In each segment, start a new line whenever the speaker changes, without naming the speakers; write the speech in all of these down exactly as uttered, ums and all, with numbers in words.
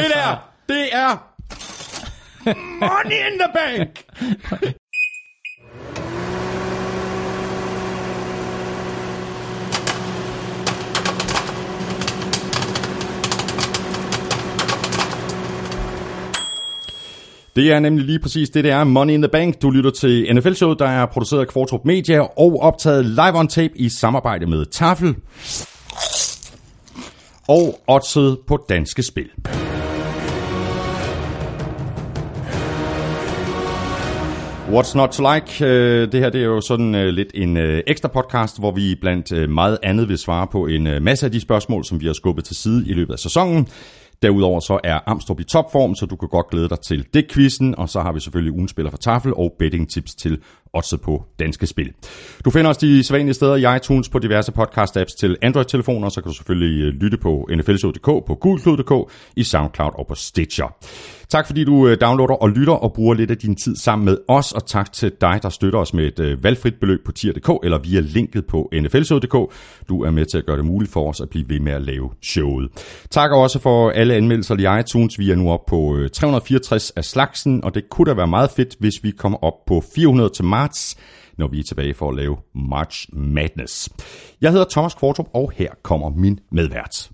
Det der, det er Money in the Bank. Det er nemlig lige præcis det, det er Money in the Bank. Du lytter til N F L-showet, der er produceret af Kvartrup Media og optaget live on tape i samarbejde med Tafel og oddset på Danske Spil. What's not to like? Det her det er jo sådan lidt en ekstra podcast, hvor vi blandt meget andet vil svare på en masse af de spørgsmål, som vi har skubbet til side i løbet af sæsonen. Derudover så er Amstrup i topform, så du kan godt glæde dig til det quizzen, og så har vi selvfølgelig ugens spiller fra Tafel og betting tips til oddset på Danske Spil. Du finder os de sædvanlige steder i iTunes på diverse podcast-apps til Android-telefoner, så kan du selvfølgelig lytte på N F L show punktum d k, på gulklud punktum d k, i SoundCloud og på Stitcher. Tak fordi du downloader og lytter og bruger lidt af din tid sammen med os, og tak til dig, der støtter os med et valgfrit beløb på tier punktum d k eller via linket på N F L show punktum d k. Du er med til at gøre det muligt for os at blive ved med at lave showet. Tak også for alle anmeldelser i iTunes. Vi er nu oppe på tre hundrede og fireogtres af slagsen, og det kunne da være meget fedt, hvis vi kommer op på fire hundrede til marts, når vi er tilbage for at lave March Madness. Jeg hedder Thomas Kvartrup, og her kommer min medvært.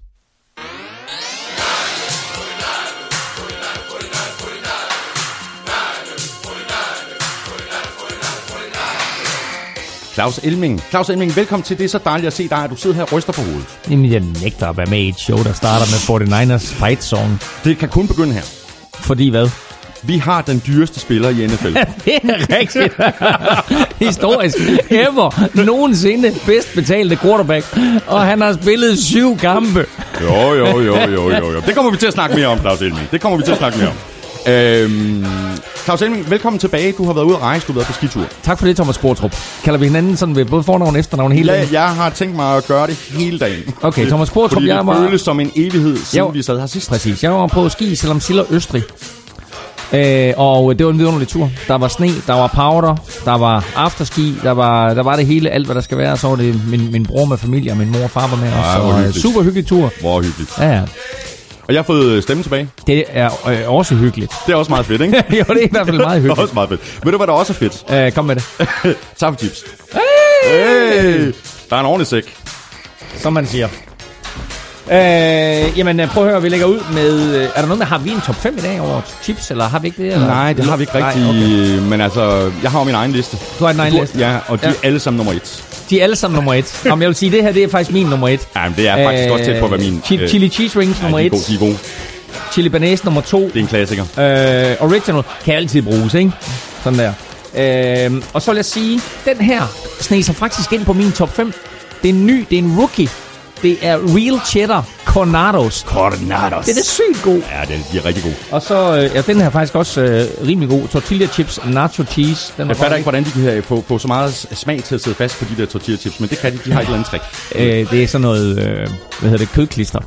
Claus Elming. Claus Elming, velkommen til. Det er så dejligt at se dig, at du sidder her og ryster på hovedet.
Jamen, jeg nægter at være med i et show, der starter med forty-niners fight song.
Det kan kun begynde her.
Fordi hvad?
Vi har den dyreste spiller i N F L.
Det er rigtigt. Historisk ever. Nogensinde bedst betalte quarterback. Og han har spillet syv kampe.
Jo, jo, jo, jo, jo, jo. Det kommer vi til at snakke mere om, Claus Elming. Det kommer vi til at snakke mere om. Øhm, Claus Elming, velkommen tilbage. Du har været ude at rejse, du har været på skitur.
Tak for det, Thomas Kvartrup. Kalder vi hinanden sådan ved både fornavn og efternavn hele dagen?
Ja, jeg har tænkt mig at gøre det hele dagen.
Okay, Thomas Kvartrup,
fordi
jeg var...
det føles som en evighed, siden jo, vi sad her sidst.
Præcis, jeg var på ski i Selmsiller, Østrig. Øh, og det var en vidunderlig tur. Der var sne, der var powder, der var afterski, der var, der var det hele, alt hvad der skal være. Så var det min, min bror med familie, og min mor og far var med os. Ja, super hyggelig tur.
Hvor hyggeligt.
Ja, ja.
Og jeg har fået stemme tilbage.
Det er øh, også hyggeligt.
Det er også meget fedt, ikke?
Jo, det er i hvert fald meget hyggeligt.
Det er også meget fedt. Ved du, hvad der også er fedt?
Øh, kom med det.
Taffetips.
Hey!
Hey! Der er en ordentlig sæk.
Som man siger. Øh, jamen, prøv at høre, vi lægger ud med... Er der noget med, har vi en top fem i dag over chips, eller har vi ikke det? Eller?
Nej, det har vi ikke rigtig. Nej, okay. Men altså, jeg har min egen liste.
Du har din egen liste?
Ja, og de ja. er alle sammen nummer et.
De er alle sammen nummer et. Jamen, jeg vil sige, det her, det er faktisk min nummer et.
Jamen, det er faktisk øh, godt tæt på at være min.
Chili, chili cheese rings
ja,
nummer et.
De er gode.
Chili banæs nummer to.
Det er en klassiker.
Øh, original kan altid bruges, ikke? Sådan der. Øh, og så vil jeg sige, den her sneger sig faktisk ind på min top fem. Det er en ny, det er en rookie. Det er Real Cheddar Cornados.
Cornados.
Det er sygt god.
Ja, den er rigtig god.
Og så, øh, ja, den her er faktisk også øh, rimelig god. Tortilla chips, nacho cheese. Den
jeg fatter ikke, hvordan de kan få, få så meget smag til at sidde fast på de der tortilla chips, men det kan de. De har et eller andet trick.
Øh, det er sådan noget, øh, hvad hedder det, kødklister.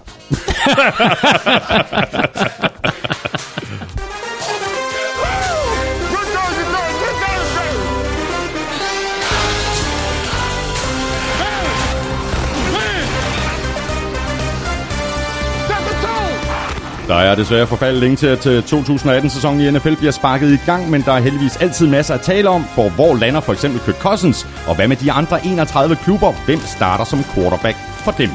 Der er desværre forfaldet længe til, at to tusind atten-sæsonen i N F L bliver sparket i gang, men der er heldigvis altid masser at tale om, for hvor lander for eksempel Kirk Cousins, og hvad med de andre enogtredive klubber? Hvem starter som quarterback for dem?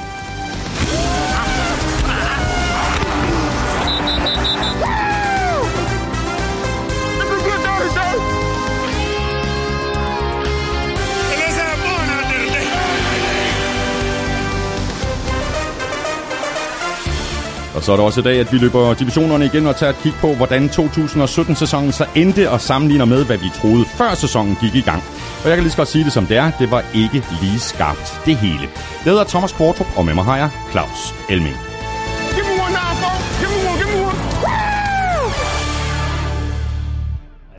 Og så er det også i dag, at vi løber divisionerne igen og tager et kig på, hvordan to tusind sytten-sæsonen så endte og sammenligner med, hvad vi troede, før sæsonen gik i gang. Og jeg kan lige så godt sige det som det er. Det var ikke lige skarpt, det hele. Jeg hedder Thomas Kvartrup, og med mig har jeg Claus Elming.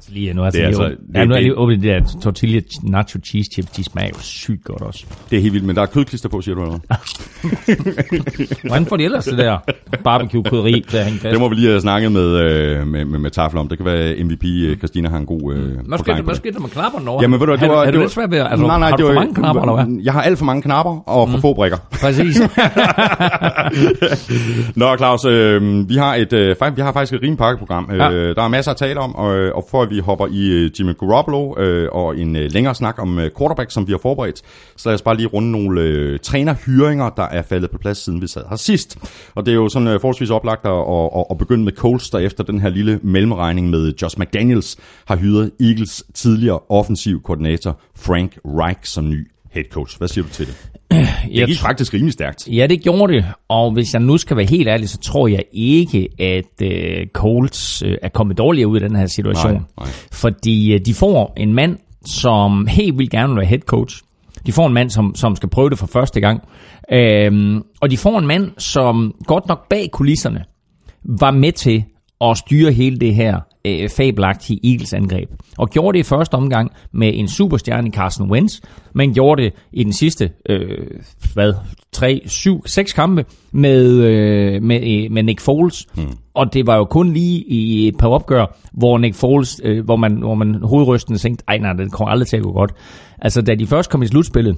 Lige, nu, altså,
det er
lige,
altså, det,
ja, nu er
det,
lige åbnet det der tortilla nacho cheese chips, de smager jo sygt godt også.
Det er helt vildt, men der er kødklister på, siger du eller?
Hvordan får de ellers det der barbecue-krydderi til at hænge fast?
Det må vi lige have snakket med, øh, med, med, med Tafel om. Det kan være M V P Christina har en god øh,
Hvad skete der, der med knapperne over?
Jamen ved du, det var...
Er du
det
lidt svært ved, altså,
nej, nej,
har du
det
for
var,
mange knapper, eller hvad?
Jeg har alt for mange knapper og for mm. få brikker.
Præcis.
Nå, Claus, øh, vi, har et, øh, vi har faktisk et rimelig pakkeprogram. Ja. Øh, der er masser at tale om, og, og for at vi hopper i øh, Jimmy Garoppolo øh, og en øh, længere snak om øh, quarterback, som vi har forberedt, så lad os bare lige runde nogle øh, trænerhyringer, der er faldet på plads, siden vi sad her sidst. Og det er jo sådan øh, forholdsvis oplagt at, at, at begynde med Colts, der efter den her lille mellemregning med Josh McDaniels har hyret Eagles tidligere offensiv koordinator Frank Reich som ny head coach. Hvad siger du til det? Det gik faktisk rimelig stærkt.
Ja, det gjorde det, og hvis jeg nu skal være helt ærlig, så tror jeg ikke, at uh, Colts uh, er kommet dårligere ud i den her situation. Nej, nej. Fordi uh, de får en mand, som helt vildt gerne vil være head coach. De får en mand, som, som skal prøve det for første gang. Uh, og de får en mand, som godt nok bag kulisserne var med til at styre hele det her øh, fabelagtige Eagles angreb. Og gjorde det i første omgang med en superstjerne i Carson Wentz, men gjorde det i den sidste øh, hvad, tre, syv, seks kampe med, øh, med, med Nick Foles. Hmm. Og det var jo kun lige i et par opgør, hvor Nick Foles, øh, hvor man, hvor man hovedrystende tænkte, ej nej, det kommer aldrig til at gå godt. Altså da de først kom i slutspillet,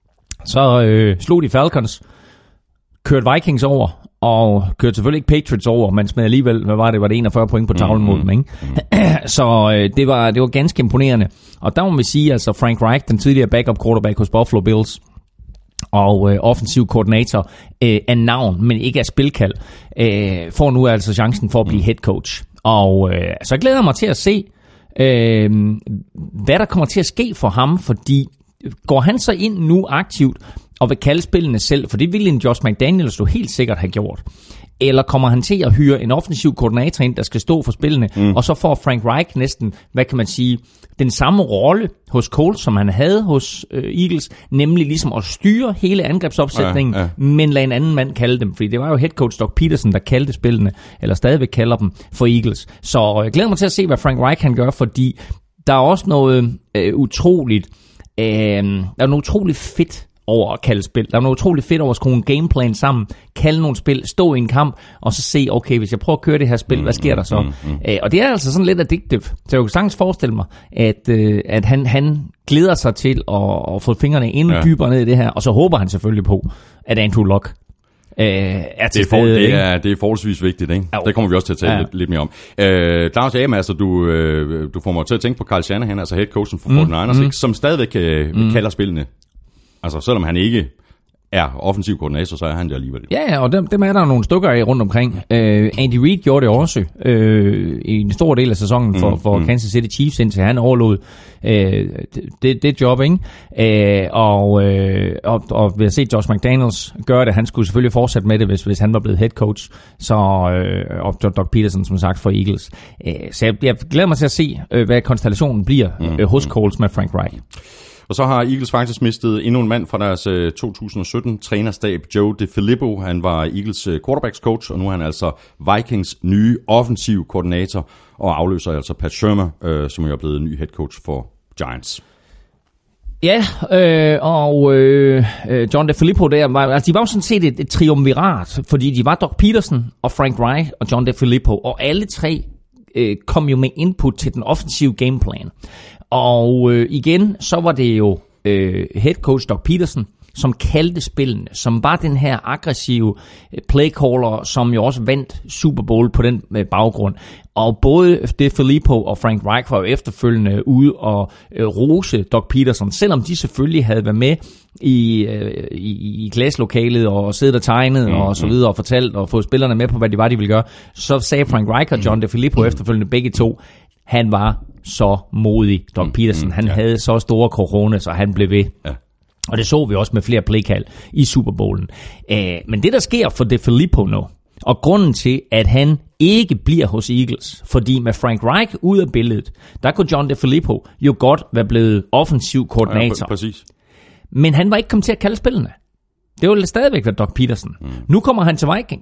så øh, slog de Falcons, kørte Vikings over, og kørte selvfølgelig ikke Patriots over, men smed alligevel, hvad var det, var det enogfyrre point på tavlen mod dem, ikke? Så øh, det, var, det var ganske imponerende. Og der må vi sige, altså Frank Reich, den tidligere backup quarterback hos Buffalo Bills, og øh, offensiv koordinator øh, af navn, men ikke af spilkald, øh, får nu altså chancen for at blive head coach. Og øh, så glæder jeg mig til at se, øh, hvad der kommer til at ske for ham, fordi går han så ind nu aktivt, og vil kalde spillene selv, for det ville en Josh McDaniels jo helt sikkert have gjort. Eller kommer han til at hyre en offensiv koordinator ind, der skal stå for spillene, mm. og så får Frank Reich næsten, hvad kan man sige, den samme rolle hos Colts, som han havde hos øh, Eagles, nemlig ligesom at styre hele angrebsopsætningen, ja, ja. men lade en anden mand kalde dem, fordi det var jo head coach Doug Peterson, der kaldte spillene, eller stadigvæk kalder dem for Eagles. Så jeg glæder mig til at se, hvad Frank Reich kan gøre, fordi der er også noget øh, utroligt, øh, der er noget utroligt fedt over at kalde spil. Der er noget utroligt fedt over at skrue en gameplan sammen, kalde nogle spil, stå i en kamp, og så se, okay, hvis jeg prøver at køre det her spil, hvad sker der så? Mm, mm, mm. Æ, og det er altså sådan lidt addictivt. Så jeg kan sagtens forestille mig, at, øh, at han, han glæder sig til at, at få fingrene endnu ja. dybere ned i det her, og så håber han selvfølgelig på, at Andrew Luck øh, er til
det er, for,
stede.
Det er, det er forholdsvis vigtigt, ikke?
Jo.
Det kommer vi også til at tale ja. lidt, lidt mere om. Øh, Claus Ahm, altså, du, øh, du får mig til at tænke på Kyle Shanahan, altså head coachen for mm, forty-niners, mm. ikke? Som stadigvæk øh, mm. kalder spillene. Altså, selvom han ikke er offensiv koordinator, så er han det alligevel.
Ja, ja, og dem, dem er der nogle stykker af rundt omkring. Uh, Andy Reid gjorde det også uh, i en stor del af sæsonen for, mm, for mm. Kansas City Chiefs, indtil han overlod uh, det, det job, ikke? Uh, og, uh, og, og ved at se Josh McDaniels gøre det, han skulle selvfølgelig fortsætte med det, hvis, hvis han var blevet head coach, så, uh, og Doug Peterson, som sagt, for Eagles. Uh, så jeg, jeg glæder mig til at se, uh, hvad konstellationen bliver mm, uh, hos Colts med Frank Reich.
Og så har Eagles faktisk mistet endnu en mand fra deres uh, to tusind sytten trænerstab, Joe DeFilippo. Han var Eagles uh, quarterbacks coach, og nu er han altså Vikings nye offensiv koordinator, og afløser altså Pat Shurmur, uh, som jo er blevet ny head coach for Giants.
Ja, øh, og øh, John DeFilippo der, var, altså de var jo sådan set et, et triumvirat, fordi de var Doug Peterson og Frank Reich og John DeFilippo, og alle tre øh, kom jo med input til den offensive gameplan. Og øh, igen, så var det jo øh, head coach Doug Peterson, som kaldte spillene, som var den her aggressive playcaller, som jo også vandt Super Bowl på den øh, baggrund. Og både DeFilippo og Frank Reich var jo efterfølgende ude og øh, rose Doug Peterson, selvom de selvfølgelig havde været med i, øh, i, i klasselokalet og siddet og tegnet mm, og så videre og fortalt og fået spillerne med på, hvad de var, de ville gøre. Så sagde Frank Reich og John DeFilippo efterfølgende begge to, han var så modig, Doug Peterson. Han mm, ja. havde så store corona, så han blev ved. Ja. Og det så vi også med flere playkald i Super Bowlen. Æh, men det, der sker for DeFilippo nu, og grunden til, at han ikke bliver hos Eagles, fordi med Frank Reich ud af billedet, der kunne John DeFilippo jo godt være blevet offensiv koordinator.
Ja, præcis.
Men han var ikke kommet til at kalde spillene. Det var stadigvæk været Doug Peterson. Mm. Nu kommer han til Vikings,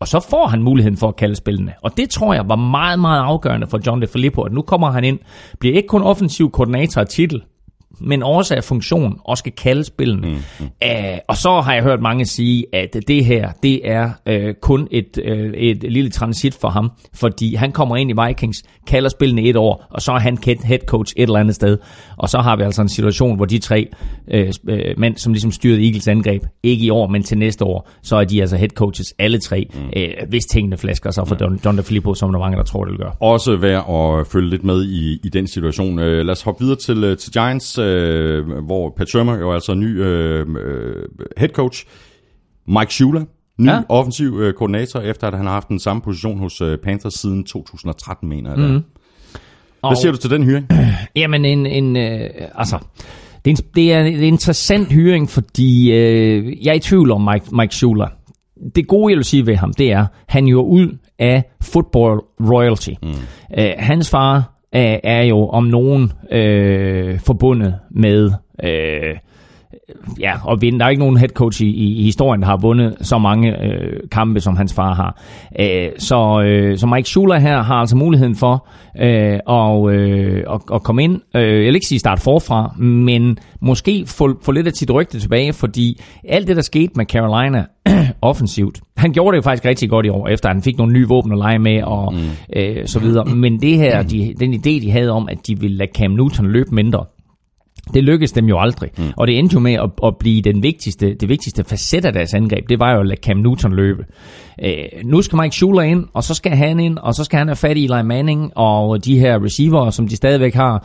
Og så får han muligheden for at kalde spillene. Og det tror jeg var meget, meget afgørende for John DeFilippo, at nu kommer han ind, bliver ikke kun offensiv koordinator af titel, men også af funktion, og skal kalde spillene. Mm, mm. Æh, og så har jeg hørt mange sige, at det her, det er øh, kun et, øh, et lille transit for ham, fordi han kommer ind i Vikings, kalder spillene et år, og så er han head coach et eller andet sted. Og så har vi altså en situation, hvor de tre øh, mænd, som ligesom styrede Eagles angreb, ikke i år, men til næste år, så er de altså head coaches alle tre, mm. øh, hvis tingene flasker sig for mm. John DeFilippo, som der mange, der tror, det vil gøre.
Også værd at følge lidt med i, i den situation. Øh, lad os hoppe videre til, til Giants, øh, hvor Pat Shurmur jo altså ny øh, head coach. Mike Shula, ny ja. offensiv øh, koordinator, efter at han har haft den samme position hos øh, Panthers siden to tusind og tretten, mener jeg. Mm. Hvad siger du til den hyring?
Øh, jamen, en, en, øh, altså, det er en, det er en interessant hyring, fordi øh, jeg er i tvivl om Mike, Mike Shula. Det gode, jeg vil sige ved ham, det er, han jo ud af football royalty. Mm. Øh, hans far er, er jo om nogen øh, forbundet med øh, ja, og vinde. Der er ikke nogen head coach i, i, i historien, der har vundet så mange øh, kampe, som hans far har. Æh, så, øh, så Mike Shula her har altså muligheden for øh, og, øh, at, at komme ind. Øh, jeg vil ikke sige starte forfra, men måske få, få lidt af sit rygte tilbage, fordi alt det, der skete med Carolina offensivt, han gjorde det jo faktisk rigtig godt i år, efter han fik nogle nye våben at lege med og mm. øh, så videre. Men det her, de, den idé, de havde om, at de ville lade Cam Newton løbe mindre, det lykkedes dem jo aldrig. Mm. Og det endte jo med at, at blive den vigtigste, det vigtigste facet af deres angreb. Det var jo at lade Cam Newton løbe. Øh, nu skal Mike Shula ind, og så skal han ind, og så skal han have fat i Eli Manning og de her receiver, som de stadigvæk har.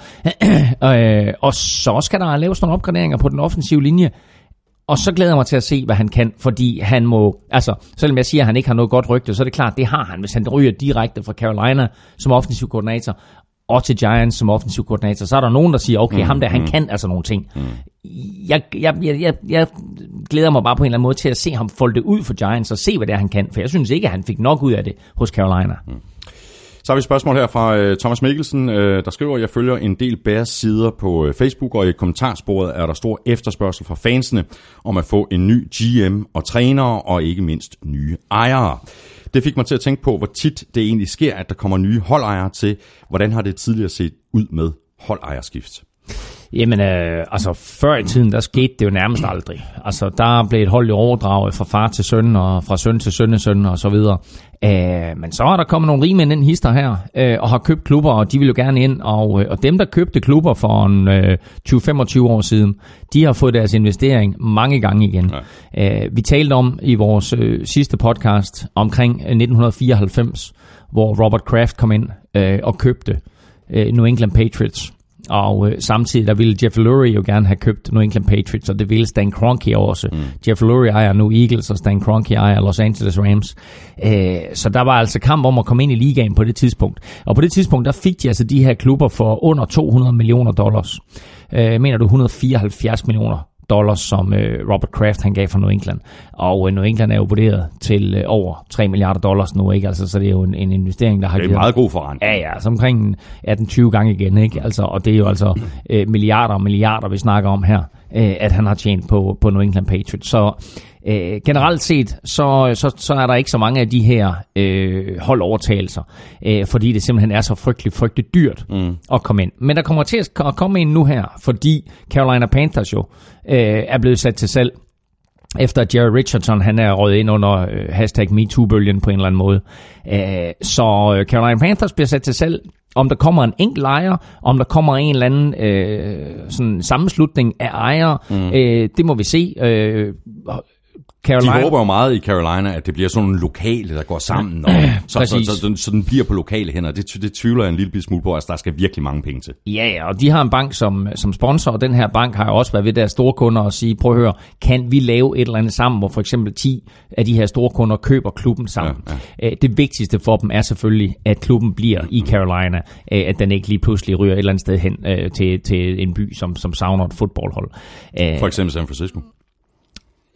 øh, og så skal der laves nogle opgraderinger på den offensive linje. Og så glæder jeg mig til at se, hvad han kan, fordi han må, altså, selvom jeg siger, at han ikke har noget godt rygte, så er det klart, det har han, hvis han ryger direkte fra Carolina som offensiv koordinator, og til Giants som offensiv koordinator, så er der nogen, der siger, okay, mm, ham der, han mm. kan altså nogle ting. Mm. Jeg, jeg, jeg, jeg, jeg glæder mig bare på en eller anden måde til at se ham folde det ud for Giants, og se, hvad det er, han kan, for jeg synes ikke, at han fik nok ud af det hos Carolina. Mm.
Så har vi et spørgsmål her fra uh, Thomas Mikkelsen, uh, der skriver, at jeg følger en del Bears sider på uh, Facebook, og i kommentarsporet er der stor efterspørgsel fra fansene om at få en ny G M og trænere, og ikke mindst nye ejere. Det fik mig til at tænke på, hvor tit det egentlig sker, at der kommer nye holdejere til. Hvordan har det tidligere set ud med holdejerskift?
Jamen, øh, altså før i tiden, der skete det jo nærmest aldrig. Altså, der blev et hold i overdraget fra far til søn, og fra søn til sønnesøn, og så videre. Øh, men så er der kommet nogle rigmænd ind hister her, øh, og har købt klubber, og de vil jo gerne ind. Og, øh, og dem, der købte klubber for en øh, tyve til femogtyve år siden, de har fået deres investering mange gange igen. Ja. Øh, vi talte om i vores øh, sidste podcast omkring nitten fireoghalvfems, hvor Robert Kraft kom ind øh, og købte øh, New England Patriots. Og øh, samtidig der ville Jeff Lurie jo gerne have købt New England Patriots, og det ville Stan Kroenke også. Mm. Jeff Lurie ejer nu Eagles, og Stan Kroenke ejer Los Angeles Rams. Æh, så der var altså kamp om at komme ind i ligaen på det tidspunkt. Og på det tidspunkt, der fik de altså de her klubber for under to hundrede millioner dollars. Æh, mener du et hundrede fireoghalvfjerds millioner dollars, som øh, Robert Kraft han gav for New England. Og øh, New England er jo vurderet til øh, over tre milliarder dollars nu, ikke? Altså, så det er jo en, en investering, der har givet...
Det er en meget god forretning.
Ja, ja, så omkring atten til tyve gange igen, ikke? Altså, og det er jo altså øh, milliarder og milliarder, vi snakker om her, øh, at han har tjent på, på New England Patriots. Så øh, generelt set, så, så, så er der ikke så mange af de her øh, holdovertagelser, øh, fordi det simpelthen er så frygteligt, frygteligt dyrt mm. at komme ind. Men der kommer til at komme ind nu her, fordi Carolina Panthers jo øh, er blevet sat til salg, efter at Jerry Richardson han er røget ind under øh, hashtag MeToo-bølgen på en eller anden måde. Æh, så øh, Carolina Panthers bliver sat til salg. Om der kommer en enkelt ejer, om der kommer en eller anden øh, sådan sammenslutning af ejere, mm. øh, det må vi se. Øh, Carolina.
De håber jo meget i Carolina, at det bliver sådan nogle lokale, der går sammen, og så, så, så, så, så den bliver på lokale hænder. Det, det tvivler jeg en lille smule på, at der skal virkelig mange penge til.
Ja, ja, og de har en bank som, som sponsor, og den her bank har jo også været ved deres store kunder og sige, prøv at høre, kan vi lave et eller andet sammen, hvor for eksempel ti af de her store kunder køber klubben sammen. Ja, ja. Det vigtigste for dem er selvfølgelig, at klubben bliver i Carolina, at den ikke lige pludselig ryger et eller andet sted hen til, til en by, som, som savner et fodboldhold.
For eksempel San Francisco.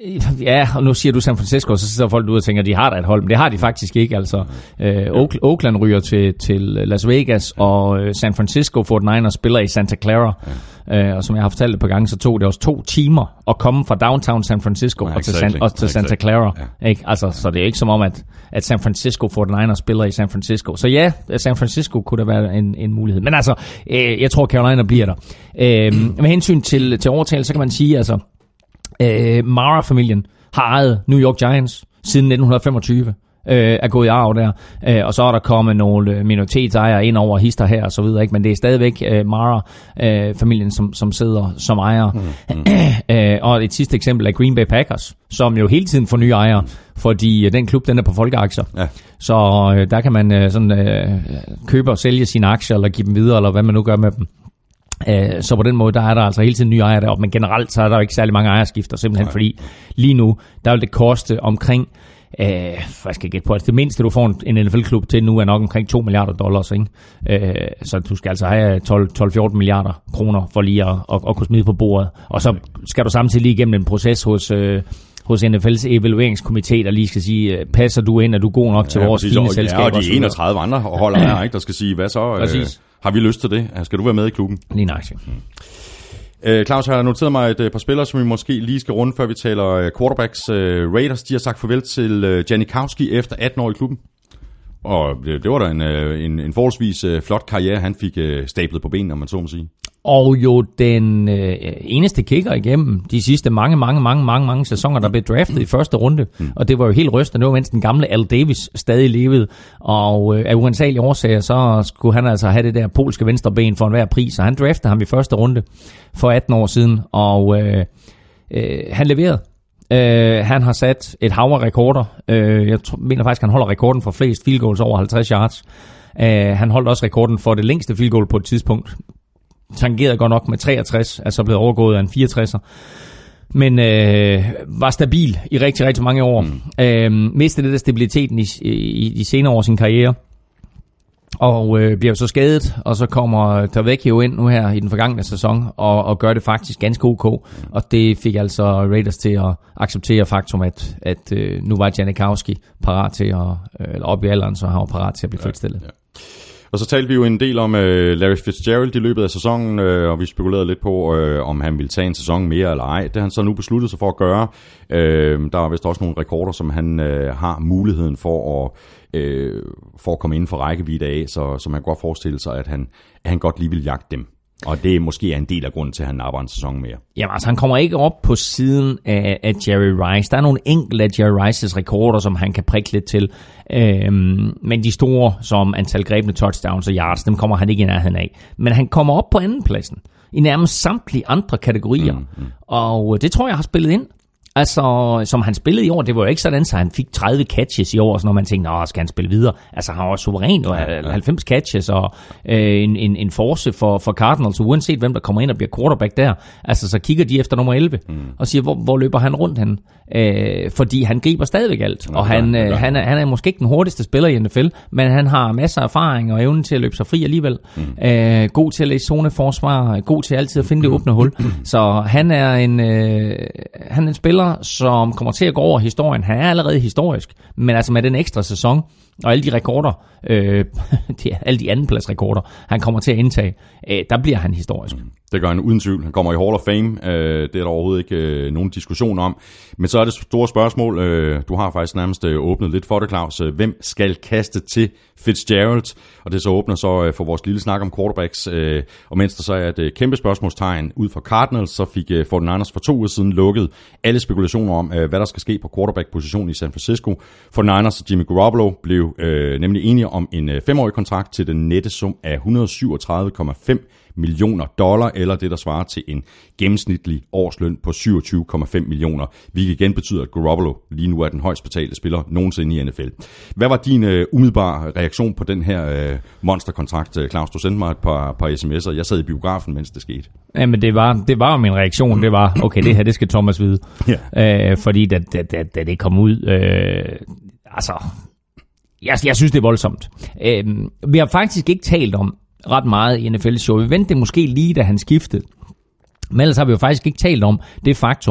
Ja, og nu siger du San Francisco, så sidder folk ud og tænker, at de har da et hold, men det har de faktisk ikke. Altså, øh, Oakland ryger til, til Las Vegas, og San Francisco forty-niners spiller i Santa Clara. Ja. Øh, og som jeg har fortalt et par gange, så tog det også to timer at komme fra downtown San Francisco ja, og til, San, og til Santa Clara. Ja. Ikke? Altså, så det er ikke som om, at, at San Francisco forty-niners spiller i San Francisco. Så ja, San Francisco kunne da være en, en mulighed. Men altså, øh, jeg tror, Carolina bliver der. Øh, med hensyn til, til overtagelse, så kan man sige, altså, Øh, Mara-familien har ejet New York Giants siden nitten femogtyve, øh, er gået i arv der, øh, og så er der kommet nogle minoritetsejere ind over hister her og så videre, ikke? Men det er stadigvæk øh, Mara-familien, øh, som, som sidder som ejer. Mm, mm. øh, og et sidste eksempel er Green Bay Packers, som jo hele tiden får nye ejere, fordi øh, den klub, den er på folkeaktier. Ja. Så øh, der kan man øh, sådan øh, købe og sælge sine aktier, eller give dem videre, eller hvad man nu gør med dem. Så på den måde, der er der altså hele tiden nye ejere deroppe, men generelt så er der jo ikke særlig mange ejerskifter, simpelthen Nej. Fordi lige nu, der vil det koste omkring, øh, hvad skal jeg gætte på, altså det mindste du får en N F L-klub til nu er nok omkring to milliarder dollars, ikke? Øh, så du skal altså have tolv til fjorten milliarder kroner for lige at, at, at kunne smide på bordet, og så skal du samtidig lige igennem en proces hos... Øh, hos N F L's evalueringskomité, der lige skal sige, passer du ind, er du god nok til ja, vores fine selskaber?
Ja, og de enogtredive andre holder her, ikke, der skal sige, hvad så? Øh, har vi lyst til det? Skal du være med i klubben?
Lige nøjagtigt.
Hmm. Øh, Claus, har noteret mig et par spillere, som vi måske lige skal runde, før vi taler quarterbacks. Øh, Raiders, de har sagt farvel til øh, Janikowski efter atten år i klubben. Og det, det var da en, en, en forholdsvis øh, flot karriere, han fik øh, stablet på benene, om man så må sige.
Og jo den øh, eneste kicker igennem de sidste mange, mange, mange, mange, mange sæsoner, der blev draftet i første runde. Mm. Og det var jo helt rystende. Det var mens den gamle Al Davis stadig levede. Og øh, af uansagelige årsager, så skulle han altså have det der polske venstreben for enhver pris. Og han draftede ham i første runde for atten år siden. Og øh, øh, han leverede. Uh, han har sat et hav af rekorder. Uh, jeg tror, mener faktisk, han holder rekorden for flest field goals over halvtreds yards. Uh, han holdt også rekorden for det længste field goal på et tidspunkt. Tangerede godt nok med treogtres, altså blevet overgået af en fireogtresser. Men uh, var stabil i rigtig, rigtig mange år. Mm. Uh, mistede det der stabiliteten i, i de senere år af sin karriere. Og øh, bliver så skadet, og så kommer Tavecchio ind nu her i den forgangne sæson, og, og gør det faktisk ganske ok. Og det fik altså Raiders til at acceptere faktum, at, at øh, nu var Janikowski parat til at, øh, eller op i alderen, så han var parat til at blive fritstillet. Ja, ja.
Og så talte vi jo en del om øh, Larry Fitzgerald i løbet af sæsonen, øh, og vi spekulerede lidt på, øh, om han ville tage en sæson mere eller ej. Det har han så nu besluttet sig for at gøre. Øh, der er vist også nogle rekorder, som han øh, har muligheden for at, øh, for at komme inden for rækkevidde af, så, så man kan godt forestille sig, at han, at han godt lige vil jagte dem. Og det måske er en del af grunden til, at han napper en sæson mere.
Jamen altså, han kommer ikke op på siden af, af Jerry Rice. Der er nogle enkelte af Jerry Rices rekorder, som han kan prikke lidt til. Øhm, men de store, som antal grebne touchdowns og yards, dem kommer han ikke i nærheden af. Men han kommer op på andenpladsen i nærmest samtlige andre kategorier. Mm, mm. Og det tror jeg har spillet ind. Altså, som han spillede i år, det var jo ikke sådan, så han fik tredive catches i år, så når man tænkte, nå, skal han spille videre? Altså, han var suveræn, og halvfems catches, og øh, en, en, en force for, for Cardinals, så uanset hvem der kommer ind og bliver quarterback der, altså, så kigger de efter nummer elleve, mm. og siger, hvor, hvor løber han rundt hen? Øh, fordi han griber stadigvæk alt, og han, øh, han, er, han er måske ikke den hurtigste spiller i N F L, men han har masser af erfaring og evne til at løbe sig fri alligevel. Mm. Øh, god til at læse zoneforsvar, god til altid at finde det åbne hul. Så han er en, øh, han er en spiller, som kommer til at gå over historien. Han er allerede historisk, men altså med den ekstra sæson, og alle de rekorder, øh, de, alle de andenpladsrekorder, han kommer til at indtage, øh, der bliver han historisk.
Det gør han uden tvivl. Han kommer i Hall of Fame. Øh, det er der overhovedet ikke øh, nogen diskussion om. Men så er det store spørgsmål. Øh, du har faktisk nærmest øh, åbnet lidt for det, Claus. Hvem skal kaste til Fitzgerald? Og det så åbner så øh, for vores lille snak om quarterbacks. Øh, og mens der så er et øh, kæmpe spørgsmålstegn ud for Cardinals, så fik øh, forty-niners for to uger siden lukket alle spekulationer om, øh, hvad der skal ske på quarterback-positionen i San Francisco. forty-niners og Jimmy Garoppolo blev øh, nemlig enige om en øh, femårig kontrakt til den nette sum af et hundrede syvogtredive komma fem millioner dollar, eller det, der svarer til en gennemsnitlig årsløn på syvogtyve komma fem millioner, hvilket igen betyder, at Garoppolo lige nu er den højst betalte spiller nogensinde i N F L. Hvad var din uh, umiddelbare reaktion på den her uh, monsterkontrakt, Claus? Du sendte mig et par, par sms'er. Jeg sad i biografen, mens det skete.
Jamen, det var, det var min reaktion. Mm. Det var, okay, det her, det skal Thomas vide. Yeah. Uh, fordi da, da, da, da det kom ud, uh, altså, jeg, jeg synes, det er voldsomt. Uh, vi har faktisk ikke talt om ret meget i N F L-show. Vi ventede måske lige, da han skiftede. Men ellers har vi jo faktisk ikke talt om det faktum,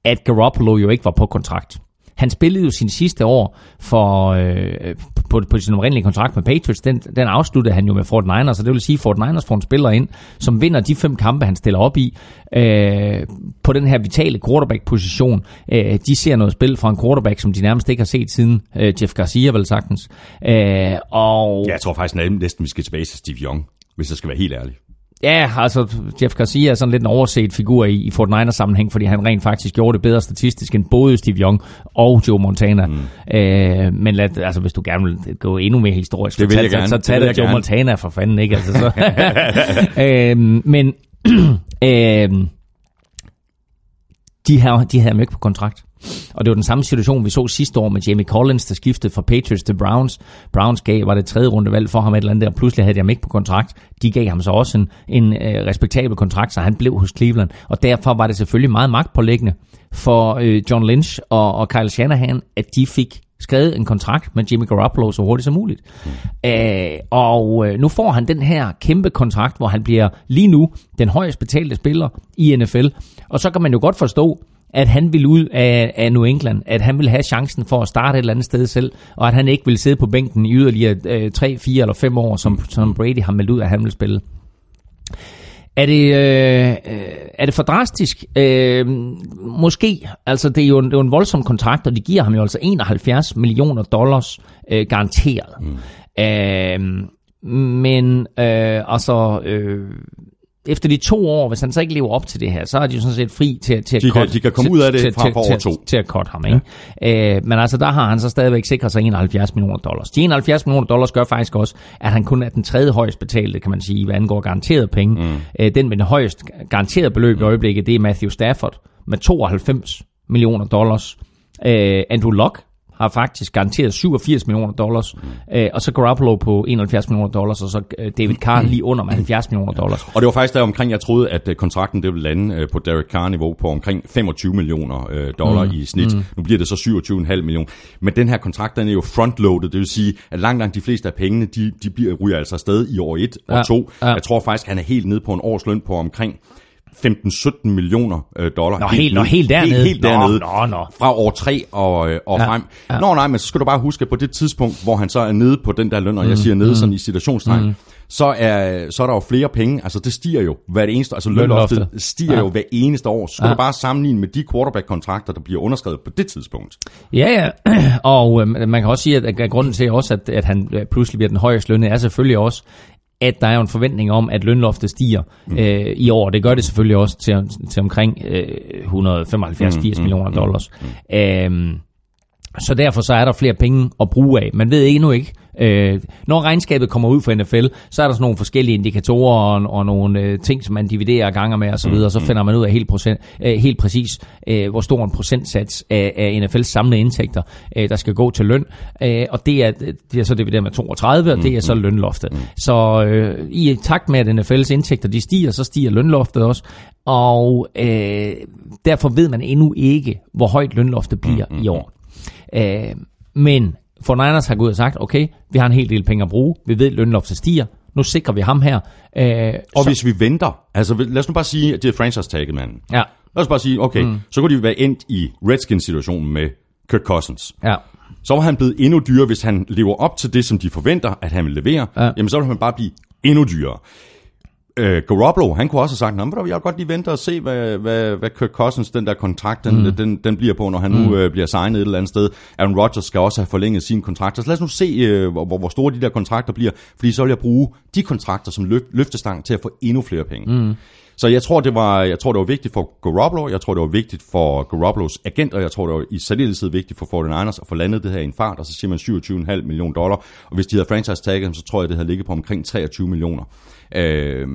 at Garoppolo jo ikke var på kontrakt. Han spillede jo sin sidste år for, øh, på, på sin oprindelige kontrakt med Patriots. Den, den afsluttede han jo med forty-niners, så det vil sige, at forty-niners får en spiller ind, som vinder de fem kampe, han stiller op i, øh, på den her vitale quarterback-position. Øh, de ser noget spil fra en quarterback, som de nærmest ikke har set siden øh, Jeff Garcia, vel sagtens. Øh, og
ja, jeg tror faktisk næsten, vi skal tilbage til Steve Young, hvis jeg skal være helt ærlig.
Ja, altså Jeff Garcia er sådan lidt en overset figur i, i forty-niners sammenhæng, fordi han rent faktisk gjorde det bedre statistisk end både Steve Young og Joe Montana. Mm. Øh, men lad, altså, hvis du gerne vil gå endnu mere historisk,
det vil jeg gerne.
så tag det Joe gerne. Montana for fanden, ikke? Altså, så. øh, men øh, de havde de havde ham ikke på kontrakt. Og det var den samme situation, vi så sidste år med Jamie Collins, der skiftede fra Patriots til Browns. Browns gav, var det tredje rundevalg for ham et eller andet der, og pludselig havde de ham ikke på kontrakt. De gav ham så også en, en øh, respektabel kontrakt, så han blev hos Cleveland. Og derfor var det selvfølgelig meget magtpåliggende for øh, John Lynch og, og Kyle Shanahan, at de fik skrevet en kontrakt med Jimmy Garoppolo så hurtigt som muligt. Mm. Æh, og øh, nu får han den her kæmpe kontrakt, hvor han bliver lige nu den højest betalte spiller i N F L. Og så kan man jo godt forstå, at han vil ud af, af New England, at han vil have chancen for at starte et eller andet sted selv, og at han ikke vil sidde på bænken i yderligere øh, tre, fire eller fem år, som, som Brady har meldt ud, at han vil spille. Er det, øh, er det for drastisk? Øh, måske. Altså, det er, jo en, det er jo en voldsom kontrakt, og de giver ham jo altså enoghalvfjerds millioner dollars øh, garanteret. Mm. Øh, men øh, altså... Øh, efter de to år, hvis han så ikke lever op til det her, så er de jo sådan set fri til, til at
de kan, de kan komme ud af det til, fra år to.
Til, til at cutte ham, ikke? Ja. Øh, men altså, der har han så stadigvæk sikret sig enoghalvfjerds millioner dollars. De enoghalvfjerds millioner dollars gør faktisk også, at han kun er den tredje højst betalte, kan man sige, hvad angår garanteret penge. Mm. Øh, den med den højst garanterede beløb i øjeblikket, det er Matthew Stafford med tooghalvfems millioner dollars. Øh, Andrew Luck har faktisk garanteret syvogfirs millioner dollars, mm. øh, og så Garoppolo på enoghalvfjerds millioner dollars, og så David Carr lige under med halvfjerds millioner dollars.
Og det var faktisk der omkring, jeg troede, at kontrakten det ville lande øh, på Derek Carr-niveau på omkring femogtyve millioner øh, dollar mm. i snit. Mm. Nu bliver det så syvogtyve komma fem millioner. Men den her kontrakt, den er jo frontloaded, det vil sige, at langt, langt de fleste af pengene, de, de bliver, ryger altså afsted i år et og to. Ja, ja. Jeg tror faktisk, han er helt nede på en årsløn på omkring femten sytten millioner dollar.
Nå, helt, nå, helt dernede.
Helt, helt dernede.
Nå, nå, nå.
Fra år tre og, og ja, frem. Ja. Nå nej, men så skal du bare huske, at på det tidspunkt, hvor han så er nede på den der løn, og mm, jeg siger nede mm, sådan i citationstegn, mm. så, er, så er der jo flere penge. Altså det stiger jo hver eneste, altså lønloftet stiger ja. jo hver eneste år. Så skal ja. du bare sammenligne med de quarterback-kontrakter, der bliver underskrevet på det tidspunkt.
Ja, ja. Og øh, man kan også sige, at, at grunden til også, at, at han pludselig bliver den højeste lønne, er selvfølgelig også, at der er jo en forventning om, at lønloftet stiger mm. øh, i år. Det gør det selvfølgelig også til, til omkring øh, et hundrede femoghalvfjerds til firs mm. millioner dollars. Mm. Øhm, så derfor så er der flere penge at bruge af. Man ved endnu ikke. Øh, når regnskabet kommer ud fra N F L, så er der sådan nogle forskellige indikatorer og, og nogle øh, ting, som man dividerer ganger med osv., og så finder man ud af helt, procent, øh, helt præcis, øh, hvor stor en procentsats af, af N F L's samlede indtægter, øh, der skal gå til løn. Øh, og det er, det er så divideret med toogtredive, og det er så lønloftet. Så øh, i takt med, at N F L's indtægter de stiger, så stiger lønloftet også. Og øh, derfor ved man endnu ikke, hvor højt lønloftet bliver i år. Øh, men forty-niners har gået og sagt, okay, vi har en hel del penge at bruge, vi ved, at lønloftet stiger, nu sikrer vi ham her. Øh,
og så, hvis vi venter, altså lad os nu bare sige, at det er franchise-tagget, manden.
Ja.
Lad os bare sige, okay, mm. så kunne de være endt i Redskins-situationen med Kirk Cousins.
Ja.
Så var han blevet endnu dyrere, hvis han lever op til det, som de forventer, at han vil levere. Ja. Jamen så vil han bare blive endnu dyrere. Uh, Garoppolo, han kunne også have sagt, nå, men jeg vil godt lige vente og se, hvad, hvad, hvad Kirk Cousins, den der kontrakt, den, mm. den, den bliver på, når han mm. nu uh, bliver signet et eller andet sted. Aaron Rodgers skal også have forlænget sine kontrakter. Så lad os nu se, uh, hvor, hvor store de der kontrakter bliver, fordi så vil jeg bruge de kontrakter som løf, løftestang til at få endnu flere penge. Mm. Så jeg tror, det var, jeg tror, det var vigtigt for Garoppolo, jeg tror, det var vigtigt for Garoppolos agent, og jeg tror, det var i særdeleshed vigtigt for forty-niners at få landet det her i en fart, og så siger man syvogtyve komma fem millioner dollar, og hvis de havde franchise-tagget, så tror jeg, det havde ligget på omkring treogtyve millioner. Øh,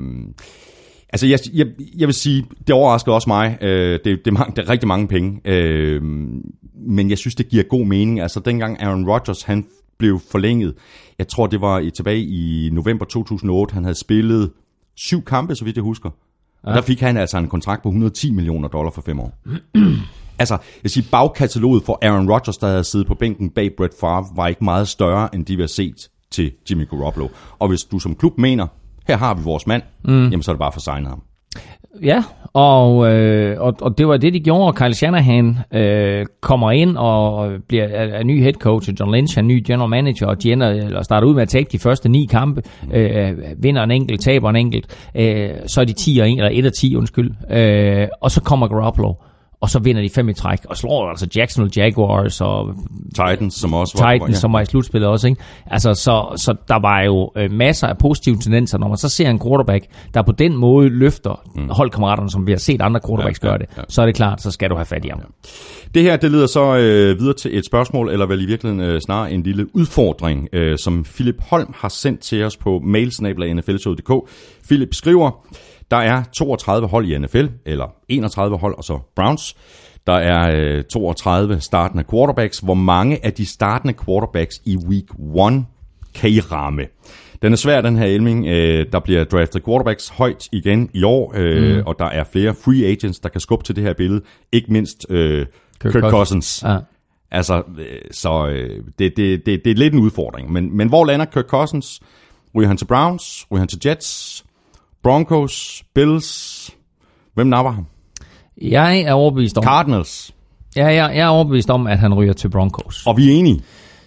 altså, jeg, jeg, jeg vil sige, det overraskede også mig, øh, det, det, er mange, det er rigtig mange penge, øh, men jeg synes, det giver god mening. Altså, dengang Aaron Rodgers, han blev forlænget, jeg tror, det var tilbage i november to tusind og otte, han havde spillet syv kampe, så vidt jeg husker. Og der fik han altså en kontrakt på et hundrede og ti millioner dollar for fem år. Altså, jeg siger, bagkataloget for Aaron Rodgers, der havde siddet på bænken bag Brett Favre, var ikke meget større, end de vi har set til Jimmy Garoppolo. Og hvis du som klub mener, her har vi vores mand, mm. jamen så er det bare for signet ham.
Ja, Og, øh, og, og det var det, de gjorde. Kyle Shanahan øh, kommer ind og bliver er, er ny head coach, og John Lynch er ny general manager, og de ender, eller starter ud med at tabe de første ni kampe, øh, vinder en enkelt, taber en enkelt, øh, så er de ti og en, eller et og ti, undskyld. Øh, og så kommer Garoppolo, og så vinder de fem i træk, og slår altså Jacksonville Jaguars og
Titans, som også var,
Titans, ja. som var i slutspillet også, ikke? Altså, så, så der var jo øh, masser af positive tendenser, når man så ser en quarterback, der på den måde løfter mm. holdkammeraterne, som vi har set andre quarterbacks ja, ja, gøre det, ja. Så er det klart, så skal du have fat i ham. Ja.
Det her, det leder så øh, videre til et spørgsmål, eller vel i virkeligheden øh, snarere en lille udfordring, øh, som Philip Holm har sendt til os på mail snabel-a n f l show punktum d k. Philip skriver: der er toogtredive hold i N F L, eller enogtredive hold, og så Browns. Der er øh, toogtredive startende quarterbacks. Hvor mange af de startende quarterbacks i week one kan I ramme? Den er svær, den her Elming. Øh, der bliver draftet quarterbacks højt igen i år, øh, mm. og der er flere free agents, der kan skubbe til det her billede. Ikke mindst øh, Kirk, Kirk Cousins. Ja. Altså, øh, så øh, det, det, det, det er lidt en udfordring. Men, men hvor lander Kirk Cousins? Ryger han til Browns? Ryger han til Jets? Broncos, Bills, hvem napper ham?
Jeg er overbevist om...
Cardinals.
Ja, jeg, jeg er overbevist om, at han ryger til Broncos.
Og vi er enige.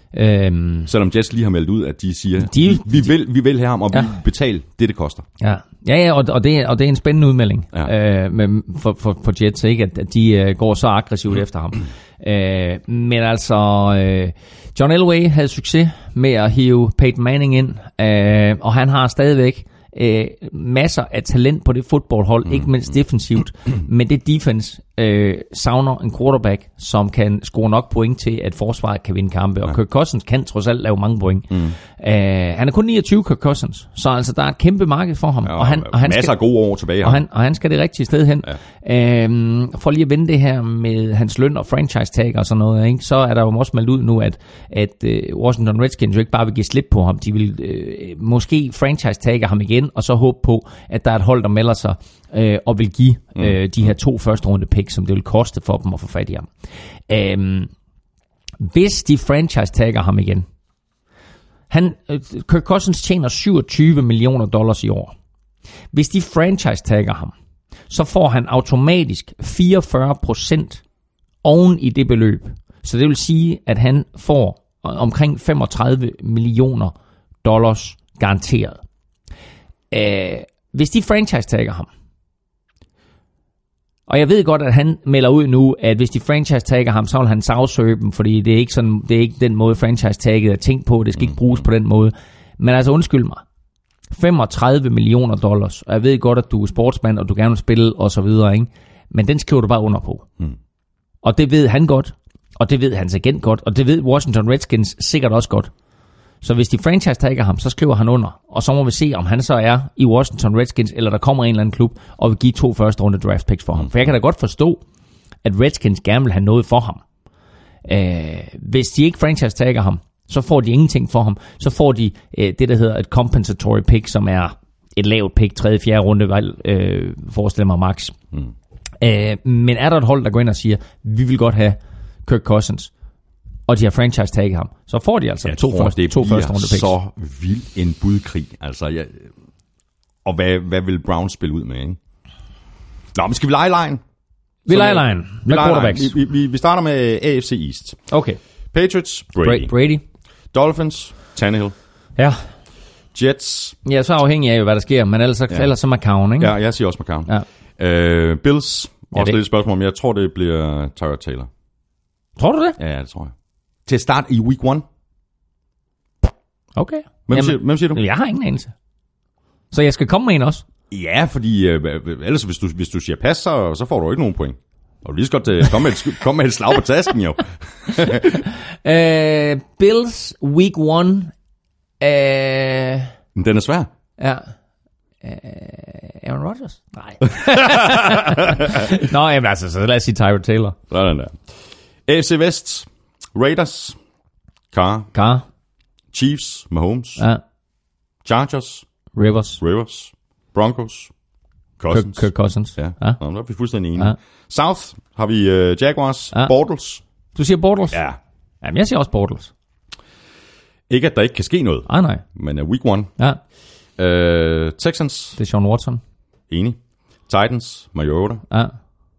Øhm,
Selvom Jets lige har meldt ud, at de siger,
de,
vi, vi, vil, vi vil have ham, og ja. vi betaler det, det koster.
Ja, ja, ja og, og, det, og det er en spændende udmelding ja. øh, med, for, for, for Jets, ikke? At, at de øh, går så aggressivt efter ham. øh, men altså, øh, John Elway havde succes med at hive Peyton Manning ind, øh, og han har stadigvæk Øh, masser af talent på det fodboldhold, mm. ikke mindst defensivt, men det defense øh, savner en quarterback, som kan score nok point til, at forsvaret kan vinde kampe, og ja. Kirk Cousins kan trods alt lave mange point. Mm. Øh, han er kun niogtyve, Kirk Cousins, så altså der er et kæmpe marked for ham,
ja,
og han, og han
masser
skal,
af gode år tilbage.
Og han, og han skal det rigtige sted hen. Ja. Øh, for lige at vende det her med hans løn og franchise tag og sådan noget, ikke? Så er der jo også meldt ud nu, at, at uh, Washington Redskins jo ikke bare vil give slip på ham, de vil uh, måske franchise tagge ham igen, og så håbe på, at der er et hold, der melder sig øh, og vil give øh, mm. de her to første runde picks, som det vil koste for dem at få fat i ham. Øhm, hvis de franchise tagger ham igen, han, øh, Kirk Cousins tjener syvogtyve millioner dollars i år. Hvis de franchise tagger ham, så får han automatisk fireogfyrre procent oven i det beløb. Så det vil sige, at han får omkring femogtredive millioner dollars garanteret. Uh, hvis de franchise tagger ham, og jeg ved godt, at han melder ud nu, at hvis de franchise tagger ham, så vil han sagsøge dem, fordi det er ikke sådan, det er ikke den måde franchise tagget er tænkt på, det skal ikke bruges på den måde. Men altså undskyld mig, femogtredive millioner dollars, og jeg ved godt, at du er sportsmand, og du gerne vil spille og så videre, ikke? Men den skriver du bare under på. Mm. Og det ved han godt, og det ved hans agent godt, og det ved Washington Redskins sikkert også godt. Så hvis de franchise tagger ham, så skriver han under. Og så må vi se, om han så er i Washington Redskins, eller der kommer en eller anden klub, og vil give to første runde draft picks for ham. For jeg kan da godt forstå, at Redskins gerne vil have noget for ham. Øh, hvis de ikke franchise tagger ham, så får de ingenting for ham. Så får de øh, det, der hedder et compensatory pick, som er et lavt pick, tredje, fjerde runde valg, øh, forestiller mig max. Mm. Øh, men er der et hold, der går ind og siger, vi vil godt have Kirk Cousins, og de har franchise tagget ham, så får de altså
jeg
to,
tror,
første,
det
to første runde picks.
Så vild en budkrig. Altså, jeg, og hvad, hvad vil Browns spille ud med, ikke? Nå, men skal vi lege lejen?
Vi leger lejen. Med quarterbacks.
Vi, vi, vi starter med A F C East.
Okay.
Patriots, Brady.
Brady.
Dolphins, Tannehill.
Ja.
Jets.
Ja, så afhængig af, hvad der sker, men ellers, ja. ellers så McCown, ikke?
Ja, jeg siger også McCown. Ja. Uh, Bills. Ja, også det. Lidt et spørgsmål, men jeg tror, det bliver Tyrod Taylor.
Tror du det?
Ja, det tror jeg. Til at starte i week one.
Okay.
Hvem, Jamen, siger, hvem siger du?
Jeg har ingen anelse. Så jeg skal komme med en også?
Ja, fordi øh, ellers hvis du, hvis du siger pas, så, så får du ikke nogen point. Og du lige så godt øh, komme, med et, komme med et slag på tasken, jo.
uh, Bills week one. Uh,
Den er svær.
Ja. Uh, Aaron Rodgers? Nej. Nå, jamen altså, så lad os sige Tyrod Taylor.
Sådan der. A F C West. Raiders. Carr.
Carr.
Chiefs. Mahomes.
Ja.
Chargers.
Rivers.
Rivers. Broncos. Cousins.
Kirk, Kirk Cousins.
Ja,
ja.
Nå, der er vi fuldstændig enige. Ja. South har vi uh, Jaguars. Ja. Bortles.
Du siger Bortles?
Ja.
Jamen, jeg siger også Bortles.
Ikke, at der ikke kan ske noget.
Ah, nej.
Men uh, week one.
Ja.
Uh, Texans.
Det er Sean Watson.
Enig. Titans, Mariota.
Ja.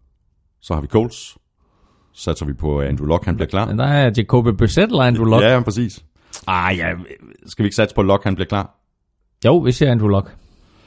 Så har vi Colts. Så satser vi på, at Andrew Luck, han bliver klar.
Der er Jacoby Brissett eller Andrew Luck.
Ja, præcis. Ah, ja, skal vi ikke satse på, at Luck, han bliver klar?
Jo, vi ser Andrew Luck.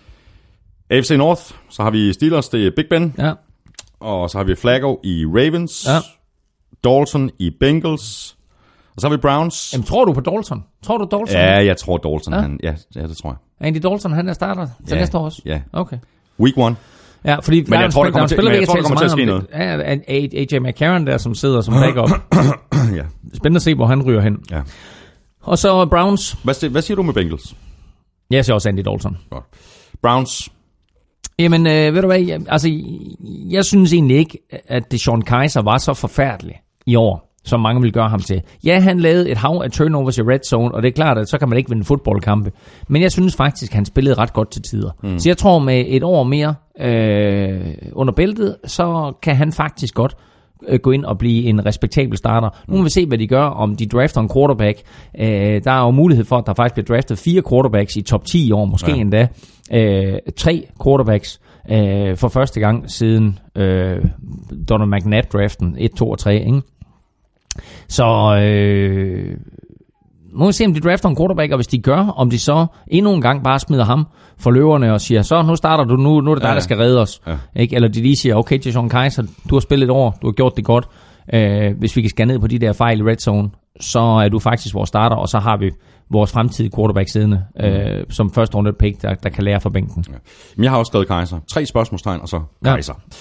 A F C North, så har vi Steelers, det er Big Ben.
Ja.
Og så har vi Flacco i Ravens.
Ja.
Dalton i Bengals. Og så har vi Browns.
Jamen, tror du på Dalton? Tror du Dalton?
Ja, jeg tror Dalton,
ja.
han... Ja, ja, det tror jeg.
Andy Dalton, han er starter til
ja,
næste år også?
Ja.
Okay.
Week one.
Ja, fordi
men jeg tror, der kommer til, men jeg tror, der kommer til at ske noget.
Ja, A J McCarron der, som sidder som backup.
Ja.
Spændende at se, hvor han ryger hen.
Ja.
Og så Browns.
Hvad, hvad siger du med Bengals?
Jeg siger også Andy Dalton.
Godt. Browns.
Jamen, øh, ved du hvad, jeg, altså, jeg synes egentlig ikke, at DeShone Kizer var så forfærdelig i år, som mange vil gøre ham til. Ja, han lavede et hav af turnovers i red zone, og det er klart, at så kan man ikke vinde fodboldkampe. Men jeg synes faktisk, at han spillede ret godt til tider. Mm. Så jeg tror, med et år mere øh, under bæltet, så kan han faktisk godt øh, gå ind og blive en respektabel starter. Nu må vi se, hvad de gør, om de drafter en quarterback. Øh, der er jo mulighed for, at der faktisk bliver draftet fire quarterbacks i top ti i år, måske ja. endda. Øh, tre quarterbacks øh, for første gang siden øh, Donald McNabb-draften et, to og tre, ikke? Så øh, må vi se, om de drafter en quarterback, og hvis de gør, om de så endnu en gang bare smider ham for løverne og siger, så nu starter du, nu, nu er det dig, ja, der skal redde os. Ja. Ikke? Eller de lige siger, okay, DeShone Kizer, du har spillet et år, du har gjort det godt. Øh, hvis vi kan skære ned på de der fejl i red zone, så er du faktisk vores starter, og så har vi vores fremtidige quarterback siddende, mm. øh, som første runde pick, der, der kan lære fra bænken. Ja.
Men jeg har også skrevet Kizer. Tre spørgsmålstegn, og så Kizer. Ja.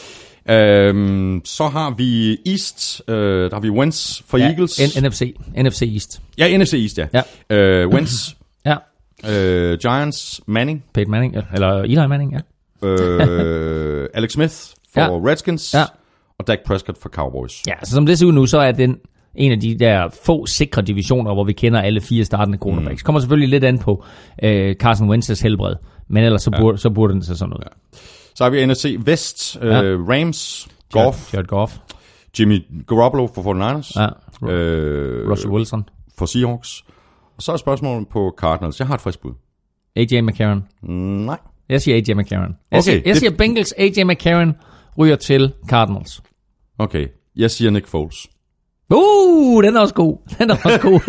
Øhm, så har vi East, øh, der har vi Wentz for ja, Eagles.
N- N F C. N F C East.
Ja, N F C East, ja.
ja.
Øh, Wentz.
ja.
Øh, Giants, Manning.
Peyton Manning, eller Eli Manning, ja.
øh, Alex Smith for ja. Redskins.
Ja.
Og Dak Prescott for Cowboys.
Ja, så som det ser ud nu, så er den en af de der få sikre divisioner, hvor vi kender alle fire startende quarterbacks. Mm. Kommer selvfølgelig lidt an på øh, Carson Wentz's helbred, men ellers så burde, ja. så burde den se sådan ud. Ja.
Så har vi N F C Vest, øh, ja. Rams, Goff,
Jared Goff,
Jimmy Garoppolo for forty-niners,
ja.
øh,
Russell Wilson
for Seahawks. Og så er spørgsmålet på Cardinals. Jeg har et frisk bud.
A J McCarron.
Nej.
Jeg siger A J McCarron. Jeg,
okay,
siger, jeg
det...
siger Bengals, A J McCarron ryger til Cardinals.
Okay, jeg siger Nick Foles.
Uh, den er også god. Den er også god.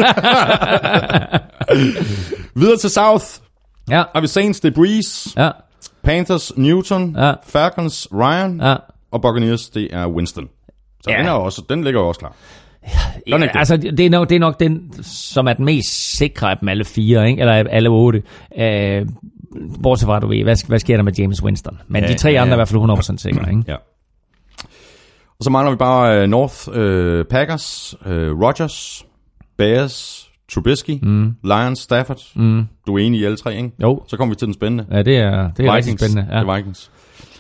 Videre til South.
Ja.
Har vi Saints, det er Breeze.
Ja.
Panthers, Newton.
Ja.
Falcons, Ryan.
Ja.
Og Buccaneers, det er Winston. Så ja. den, er også, den ligger jo også klar.
Ja, det. Altså, det er, nok, det er nok den, som er den mest sikre af dem alle fire, ikke? Eller alle otte. Øh, bortset fra, du ved, hvad, hvad sker der med James Winston? Men ja, de tre andre ja, ja. er i hvert fald hundrede procent sikre, ikke?
Ja. Og så mangler vi bare uh, North uh, Packers, uh, Rodgers, Bears, Trubisky,
mm.
Lions, Stafford.
Mm.
Du er enig i alle tre, ikke?
Jo.
Så kommer vi til den spændende.
Ja, det er, det er rigtig spændende. Ja.
Det er Vikings.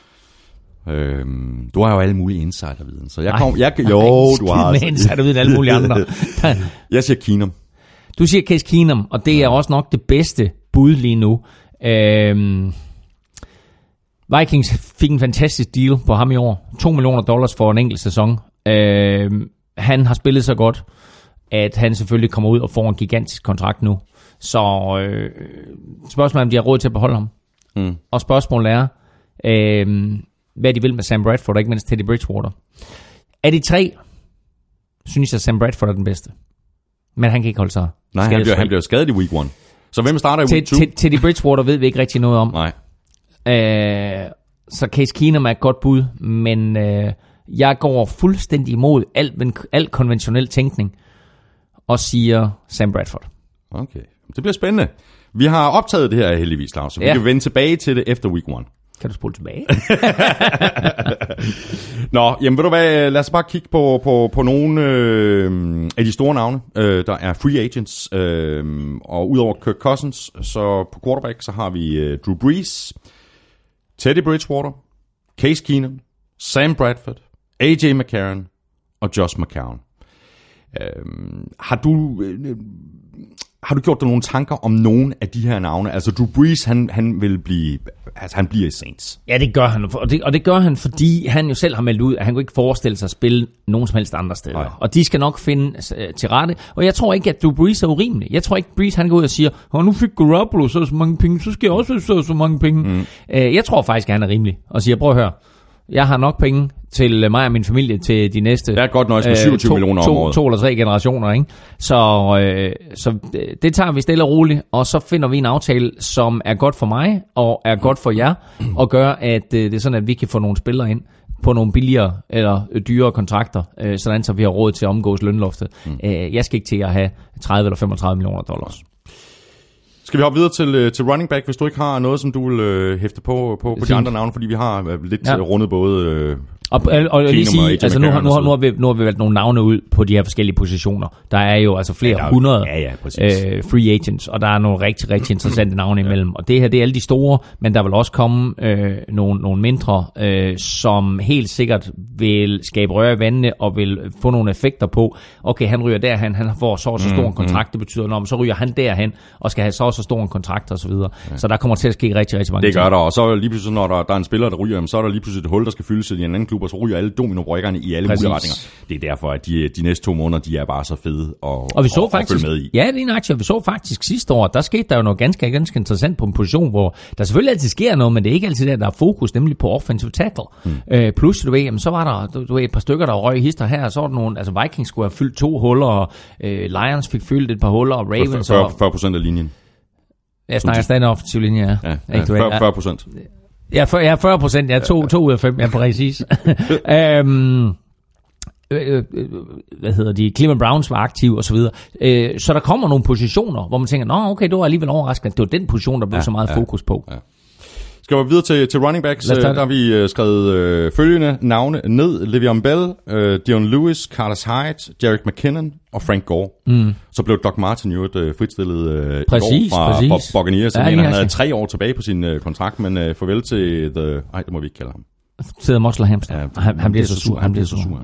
Øhm, du har jo alle mulige insiderviden, så jeg kommer... Jeg, jo, ej, du har...
med insiderviden alle mulige andre.
Jeg siger Keenum.
Du siger Case Keenum, og det er også nok det bedste bud lige nu. Øhm, Vikings fik en fantastisk deal på ham i år. to millioner dollars for en enkelt sæson. Øhm, han har spillet så godt, at han selvfølgelig kommer ud og får en gigantisk kontrakt nu. Så øh, spørgsmålet er, om de har råd til at beholde ham.
Mm.
Og spørgsmålet er, øh, hvad de vil med Sam Bradford, og ikke mindst Teddy Bridgewater. Af de tre, synes jeg, at Sam Bradford er den bedste. Men han kan ikke holde sig.
Nej, han bliver, han bliver skadet i week one. Så hvem starter i week two?
Teddy Bridgewater ved vi ikke rigtig noget om.
Nej.
Øh, så Case Keenum er et godt bud, men øh, jeg går fuldstændig imod al, al konventionel tænkning og siger Sam Bradford.
Okay, det bliver spændende. Vi har optaget det her heldigvis, Claus, så vi ja. kan vende tilbage til det efter week one.
Kan du spole tilbage?
Nå, jamen ved du hvad, lad os bare kigge på, på, på nogle øh, af de store navne. Øh, der er free agents, øh, og udover Kirk Cousins, så på quarterback, så har vi øh, Drew Brees, Teddy Bridgewater, Case Keenum, Sam Bradford, A J McCarron og Josh McCown. Øh, har du... Øh, Har du gjort dig nogle tanker om nogen af de her navne? Altså Drew Brees, han, han vil blive altså, han bliver i Saints.
Ja, det gør han, og det, og det gør han, fordi han jo selv har meldt ud, at han kunne ikke forestille sig at spille nogen som helst andre steder. Nej. Og de skal nok finde uh, til rette. Og jeg tror ikke, at Drew Brees er urimelig. Jeg tror ikke, Brees han går ud og siger, og nu fik Garoppolo så så mange penge, så skal jeg også så så mange penge. Mm. Uh, jeg tror faktisk, at han er rimelig. Og siger, prøv at høre, jeg har nok penge til mig og min familie til de næste...
Det er godt nøjes med syvogtyve
to,
millioner
to,
om året.
To eller tre generationer, ikke? Så, øh, så det tager vi stille og roligt, og så finder vi en aftale, som er godt for mig, og er godt for jer, og gør, at øh, det er sådan, at vi kan få nogle spillere ind på nogle billigere eller dyrere kontrakter, øh, sådan så vi har råd til at omgås lønloftet. Mm. Øh, jeg skal ikke til at have tredive eller femogtredive millioner dollars.
Skal vi hoppe videre til, til running back, hvis du ikke har noget, som du vil øh, hæfte på, på, på de andre navne, fordi vi har øh, lidt ja. rundet både... Øh,
Og, og, og lige sige, altså nu, har, nu, har, nu, har vi, nu har vi valgt nogle navne ud på de her forskellige positioner. Der er jo altså flere ja, hundrede
ja, ja,
øh, free agents, og der er nogle rigtig, rigtig interessante navne imellem. Og det her, det er alle de store, men der vil også komme øh, nogle, nogle mindre, øh, som helt sikkert vil skabe røre i vandene og vil få nogle effekter på. Okay, han ryger derhen, han får så og så stor en kontrakt, det betyder, når så ryger han derhen og skal have så og så stor en kontrakt osv. Så, ja. så der kommer til at ske rigtig, rigtig mange
ting. Det gør
ting.
der, og så lige pludselig, når der, der er en spiller, der ryger, så er der lige pludselig et hul, der skal fyldes i en anden klub, og så ryger alle domino-brækkerne i alle mulige retninger. Det er derfor, at de, de næste to måneder, de er bare så fede og,
og, vi så
og,
faktisk,
og følge med i.
Ja, det er en aktie. Vi så faktisk sidste år, der skete der jo noget ganske, ganske interessant på en position, hvor der selvfølgelig altid sker noget, men det er ikke altid der, der er fokus, nemlig på offensive tackle. Mm. Øh, plus, du ved, jamen, så var der du, du ved, et par stykker, der røg hister her, og så var der nogle, altså Vikings skulle have fyldt to huller, og øh, Lions fik fyldt et par huller, og Ravens...
fyrre procent af linjen.
Jeg snakker stadig offensiv linje, ja.
Ja, ja fyrre procent.
Ja, fyrre procent, ja, to, to ud af fem, ja, præcis. øhm, øh, øh, hvad hedder de? Cleveland Browns var aktive og så videre. Øh, så der kommer nogle positioner, hvor man tænker, nå, okay, det var alligevel overraskende, at det var den position, der blev ja, så meget ja, fokus på. Ja.
Skal vi videre til, til running backs? Der har vi skrevet øh, følgende navne ned. Le'Veon Bell, øh, Dion Lewis, Carlos Hyde, Jerick McKinnon og Frank Gore. Mm. Så blev Doc Martin jo et øh, fritstillet øh,
præcis,
i går fra,
præcis.
fra Buccaneers. Ja, han havde tre år tilbage på sin øh, kontrakt, men øh, farvel til the... Ej, det må vi ikke kalde ham.
Sidder Muscle Hamster. Ja, han, han bliver så sur. Han bliver så sur.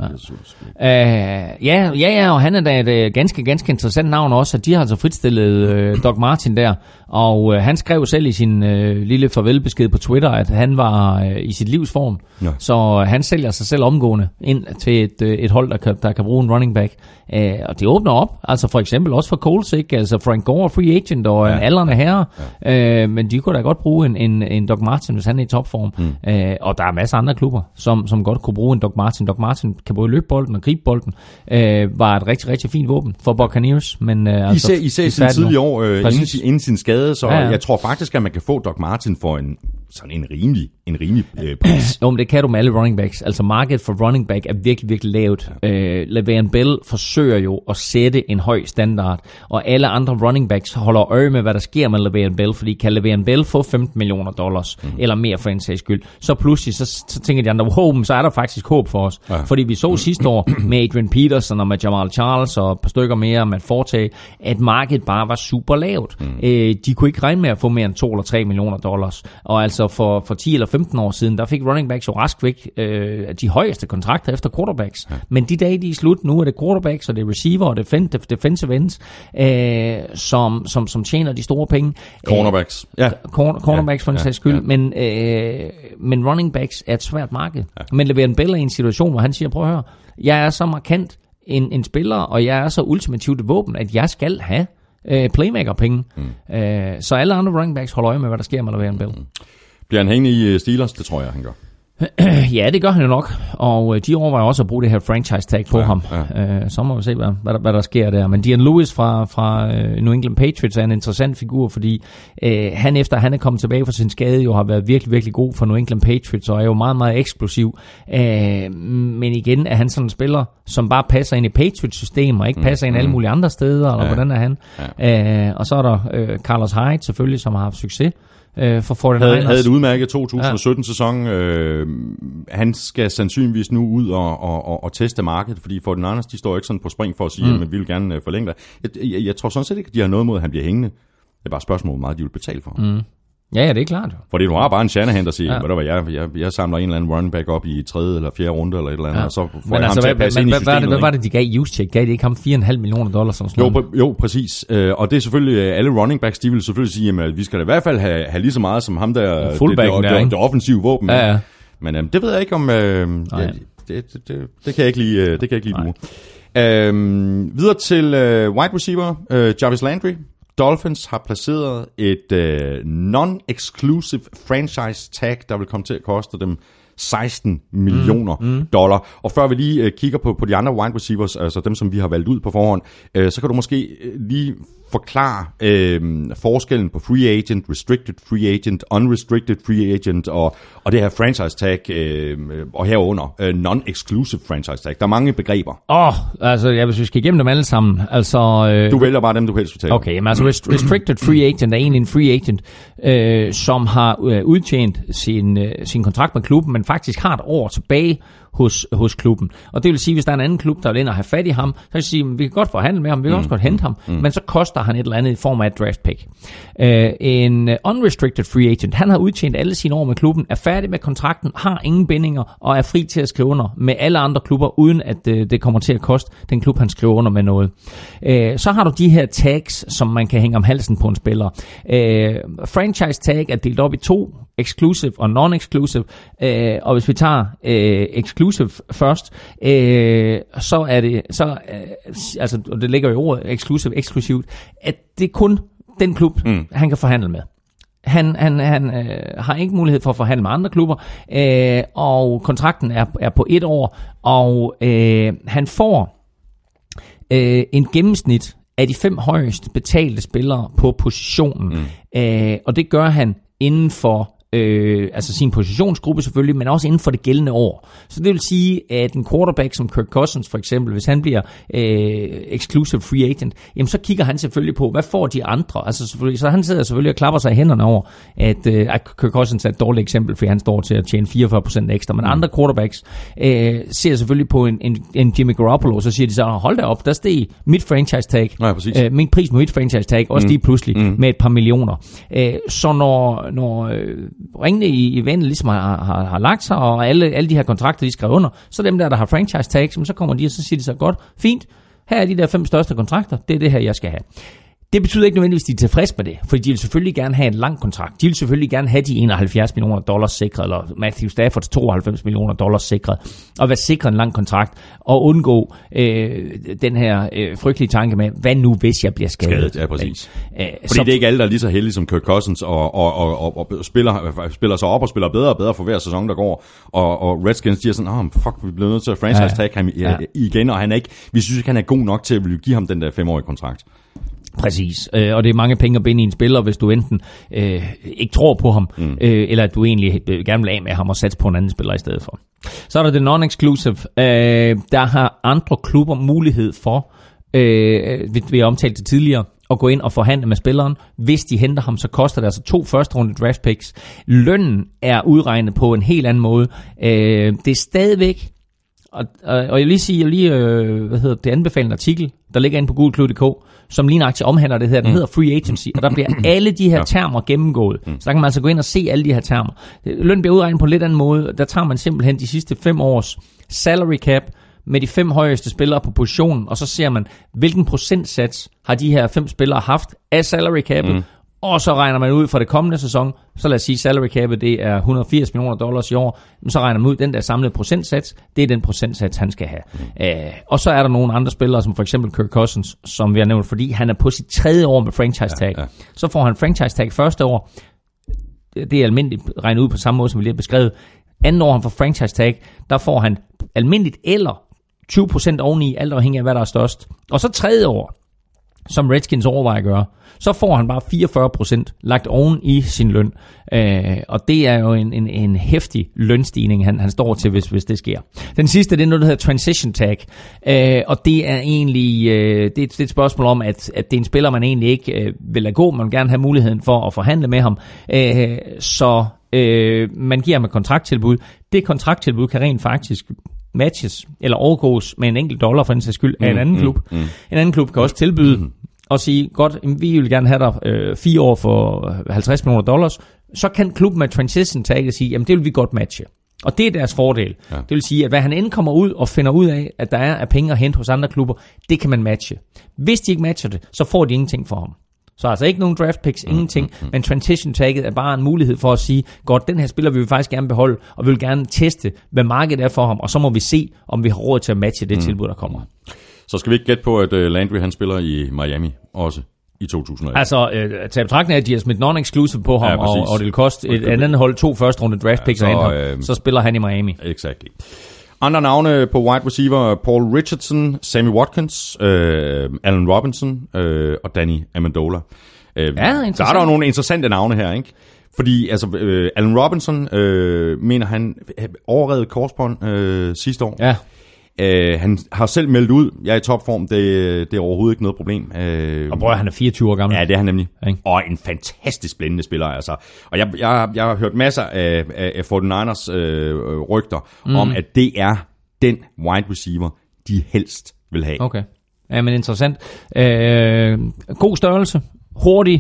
Ja, ja, ja, og han er da et ganske, ganske interessant navn også, at de har altså fritstillet øh, Doc Martin der, og øh, han skrev selv i sin øh, lille farvelbesked på Twitter, at han var øh, i sit livs form, ja. Så han sælger sig selv omgående ind til et, øh, et hold, der kan, der kan bruge en running back, øh, og det åbner op, altså for eksempel også for Coles, ikke? Altså Frank Gore, free agent og ja. aldrende herre, ja. øh, men de kunne da godt bruge en, en, en Doc Martin, hvis han er i topform, mm. øh, og der er masser af andre klubber, som, som godt kunne bruge en Doc Martin. Doc Martin kan både løbe bolden og gribe bolden. Øh, var et rigtig, rigtig fint våben for Buccaneers. Men, øh, altså,
især især i sin tidlige år, øh, inden, inden sin skade, så ja, ja. jeg tror faktisk, at man kan få Doc Martin for en sådan en rimelig, en rimelig øh, pris.
Jo, men det kan du med alle running backs. Altså markedet for running back er virkelig, virkelig lavt. Ja. Øh, Le'Veon Bell forsøger jo at sætte en høj standard, og alle andre running backs holder øje med, hvad der sker med Le'Veon Bell, fordi kan Le'Veon Bell få femten millioner dollars, mm. eller mere for en sags skyld, så pludselig, så, så tænker de andre, wow, så er der faktisk håb for os. Ja. Fordi vi så mm. sidste år med Adrian Peterson og med Jamal Charles og et par stykker mere med Forte, at markedet bare var super lavt. Mm. Øh, de kunne ikke regne med at få mere end to eller tre millioner dollars, og altså for, for ti eller femten år siden, der fik running backs jo rask væk øh, de højeste kontrakter efter quarterbacks. Ja. Men de dage, de er slut, nu er det quarterbacks, og det er receiver, og defensive, defensive ends, øh, som, som, som tjener de store penge.
Cornerbacks.
Ja. Corner, cornerbacks for en sags skyld, ja. men, øh, men running backs er et svært marked. Ja. Men Le'Veon Bell er i en situation, hvor han siger, prøv at høre, jeg er så markant en, en spiller, og jeg er så ultimativt et våben, at jeg skal have øh, playmaker-penge. Mm. Øh, så alle andre running backs holder øje med, hvad der sker med Le'Veon Bell. Mm.
Bliver han hængende i Steelers? Det tror jeg, han gør.
Ja, det gør han jo nok, og de overvejer også at bruge det her franchise tag på ja, ham. Ja. Så må vi se, hvad, hvad, der, hvad der sker der. Men Dion Lewis fra, fra New England Patriots er en interessant figur, fordi øh, han efter han er kommet tilbage fra sin skade, jo har været virkelig, virkelig god for New England Patriots, og er jo meget, meget eksplosiv. Øh, men igen er han sådan en spiller, som bare passer ind i Patriots-systemet, og ikke passer mm, ind alle mulige andre steder, eller ja, hvordan er han. Ja. Øh, og så er der øh, Carlos Hyde selvfølgelig, som har haft succes. For forty-niners.
Havde, havde et udmærket to tusind sytten-sæson. Øh, han skal sandsynligvis nu ud og, og, og, og teste markedet, fordi forty-niners, de står ikke sådan på spring for at sige, mm. at vi vil gerne forlænge dig. Jeg, jeg, jeg tror sådan set ikke, at de har noget mod, at han bliver hængende. Det er bare et spørgsmål, hvor meget de vil betale for ham. Mm.
Ja, ja, det er klart.
Fordi du har bare en Shanahan, der siger, ja. Ved du hvad, jeg, jeg, jeg samler en eller anden running back op i tredje eller fjerde runde, eller et eller andet, ja. Og så får
men
jeg
altså,
ham til at passe ind i systemet.
Hvad, hvad var det, de gav Juszczyk? Gav de ikke ham fire komma fem millioner dollars? Sådan
jo, pr- jo, præcis. Øh, og det er selvfølgelig, alle running backs, de vil selvfølgelig sige, at vi skal da i hvert fald have, have lige så meget som ham der, det, det, det, det, det offensive våben.
Ja, ja.
Men øh, det ved jeg ikke om, øh, ja, det, det, det, det kan jeg ikke lige, det kan jeg ikke lige bruge. Øh, videre til øh, wide receiver, øh, Jarvis Landry. Dolphins har placeret et øh, non-exclusive franchise tag, der vil komme til at koste dem seksten millioner mm, mm. dollar. Og før vi lige øh, kigger på, på de andre wide receivers, altså dem, som vi har valgt ud på forhånd, øh, så kan du måske lige forklare øh, forskellen på free agent, restricted free agent, unrestricted free agent og, og det her franchise tag, øh, og herunder øh, non-exclusive franchise tag. Der er mange begreber.
Åh, oh, altså ja, hvis vi skal igennem dem alle sammen. Altså, øh,
du vælger bare dem, du helst vil tage.
Okay, men altså restricted free agent er egentlig en free agent, øh, som har øh, udtjent sin, øh, sin kontrakt med klubben, men faktisk har et år tilbage hos, hos klubben. Og det vil sige, hvis der er en anden klub, der vil ind og have fat i ham, så kan de sige, vi kan godt forhandle med ham, vi kan mm. også godt hente ham, mm. men så koster han et eller andet i form af et draft pick. Uh, en unrestricted free agent, han har udtjent alle sine år med klubben, er færdig med kontrakten, har ingen bindinger og er fri til at skrive under med alle andre klubber, uden at uh, det kommer til at koste den klub, han skriver under med noget. Uh, så har du de her tags, som man kan hænge om halsen på en spiller. Uh, franchise tag er delt op i to, exclusive og non-exclusive, uh, og hvis vi tager uh, exclusive først, øh, så er det, så, øh, altså, og det ligger i ordet exclusive, eksklusivt, at det er kun den klub, mm. han kan forhandle med. Han, han, han øh, har ikke mulighed for at forhandle med andre klubber, øh, og kontrakten er, er på et år, og øh, han får øh, en gennemsnit af de fem højest betalte spillere på positionen, mm. øh, og det gør han inden for Øh, altså sin positionsgruppe selvfølgelig, men også inden for det gældende år. Så det vil sige, at en quarterback som Kirk Cousins for eksempel, hvis han bliver øh, exclusive free agent, jamen så kigger han selvfølgelig på, hvad får de andre? Altså selvfølgelig, så han sidder selvfølgelig og klapper sig i hænderne over, at øh, Kirk Cousins er et dårligt eksempel, fordi han står til at tjene fireogfyrre procent ekstra, men mm. andre quarterbacks øh, ser selvfølgelig på en, en, en Jimmy Garoppolo, så siger de så, hold da op, der steg mit franchise tag,
ja,
øh, min pris med mit franchise tag, også mm. lige pludselig mm. med et par millioner. Øh, så når, når øh, ringene i, i vandet ligesom har, har, har lagt sig, og alle, alle de her kontrakter, de skrev under, så dem der, der har franchise tags, så kommer de, og så siger de så, godt, fint, her er de der fem største kontrakter, det er det her, jeg skal have. Det betyder ikke nødvendigvis, at de er tilfredse med det, for de vil selvfølgelig gerne have en lang kontrakt. De vil selvfølgelig gerne have de enoghalvfjerds millioner dollars sikret, eller Matthew Staffords tooghalvfems millioner dollars sikret, og være sikret en lang kontrakt, og undgå øh, den her øh, frygtelige tanke med, hvad nu hvis jeg bliver skadet?
Skadet, ja, præcis. Æh, Fordi så, det er ikke alle, der er lige så heldige som Kirk Cousins, og, og, og, og, og spiller, spiller sig op og spiller bedre og bedre for hver sæson, der går, og, og Redskins siger sådan, oh, fuck, vi bliver nødt til at franchise tag ham ja. igen, og han er ikke, vi synes ikke, han er god nok til at give ham den der femårige kontrakt.
Præcis, øh, og det er mange penge at binde i en spiller, hvis du enten øh, ikke tror på ham, mm. øh, eller at du egentlig øh, gerne vil af med ham og satse på en anden spiller i stedet for. Så er der det non-exclusive. Øh, der har andre klubber mulighed for, øh, vi, vi har omtalt det tidligere, at gå ind og forhandle med spilleren. Hvis de henter ham, så koster det altså to første runde draft picks. Lønnen er udregnet på en helt anden måde. Øh, det er stadigvæk, og, og jeg vil lige sige, jeg vil lige, øh, hvad hedder det, anbefale en artikel, der ligger inde på gulklud punktum d k, som lige nøjagtigt omhandler det her. Den mm. hedder Free Agency, og der bliver alle de her termer gennemgået. Mm. Så der kan man altså gå ind og se alle de her termer. Løn bliver udregnet på en lidt anden måde. Der tager man simpelthen de sidste fem års salary cap med de fem højeste spillere på positionen, og så ser man, hvilken procentsats har de her fem spillere haft af salary cap'et, mm. og så regner man ud for det kommende sæson, så lad os sige, salary cap'et, det er et hundrede og firs millioner dollars i år, så regner man ud, den der samlede procentsats, det er den procentsats, han skal have. Mm. Æh, og så er der nogle andre spillere, som for eksempel Kirk Cousins, som vi har nævnt, fordi han er på sit tredje år med franchise tag. Ja, ja. Så får han franchise tag første år, det er almindeligt regnet ud på samme måde, som vi lige har beskrevet. Anden år han får franchise tag, der får han almindeligt eller tyve procent oveni, alt afhængig af, hvad der er størst. Og så tredje år, som Redskins overvejer at gøre, så får han bare fireogfyrre procent lagt oven i sin løn. Øh, og det er jo en, en, en heftig lønstigning, han, han står til, hvis, hvis det sker. Den sidste, det er noget, der hedder transition tag. Øh, og det er egentlig øh, det, det er et spørgsmål om, at, at det er en spiller, man egentlig ikke øh, vil lade gå. Man vil gerne have muligheden for at forhandle med ham. Øh, så øh, man giver ham et kontrakttilbud. Det kontrakttilbud kan rent faktisk matches eller overgås med en enkelt dollar for den sags skyld af en anden klub. Mm, mm. En anden klub kan også tilbyde mm. og sige, godt, vi vil gerne have dig øh, fire år for halvtreds millioner dollars, så kan klubben med transition tag sige, jamen det vil vi godt matche. Og det er deres fordel. Ja. Det vil sige, at hvad han end kommer ud og finder ud af, at der er af penge at hente hos andre klubber, det kan man matche. Hvis de ikke matcher det, så får de ingenting for ham. Så altså ikke nogen draft picks, ingenting, mm, mm, mm. men transition tagget er bare en mulighed for at sige, godt, den her spiller vil vi faktisk gerne beholde, og vi vil gerne teste, hvad markedet er for ham, og så må vi se, om vi har råd til at matche det mm. tilbud, der kommer.
Så skal vi ikke gætte på, at Landry han spiller i Miami også i to tusind og atten?
Altså, øh, til betragtning af, at de har smidt non-exclusive på ham, ja, og, og det vil koste et andet hold to første runde draft picks ja, så, øh, så spiller han i Miami.
Exactly. Andre navne på wide receiver, Paul Richardson, Sammy Watkins, øh, Allen Robinson øh, og Danny Amendola. Øh, ja, der er der jo nogle interessante navne her, ikke? Fordi altså, øh, Allen Robinson øh, mener, han overrevede korsbånd øh, sidste år.
Ja.
Uh, han har selv meldt ud, jeg er i topform, det, det er overhovedet ikke noget problem. Uh,
og bror, han er fireogtyve år gammel.
Ja, det er han nemlig. Ja. Og en fantastisk spændende spiller, altså. Og jeg, jeg, jeg har hørt masser af, af forty-niners øh, rygter mm. om, at det er den wide receiver, de helst vil have.
Okay, ja, men interessant. Øh, god størrelse, hurtig,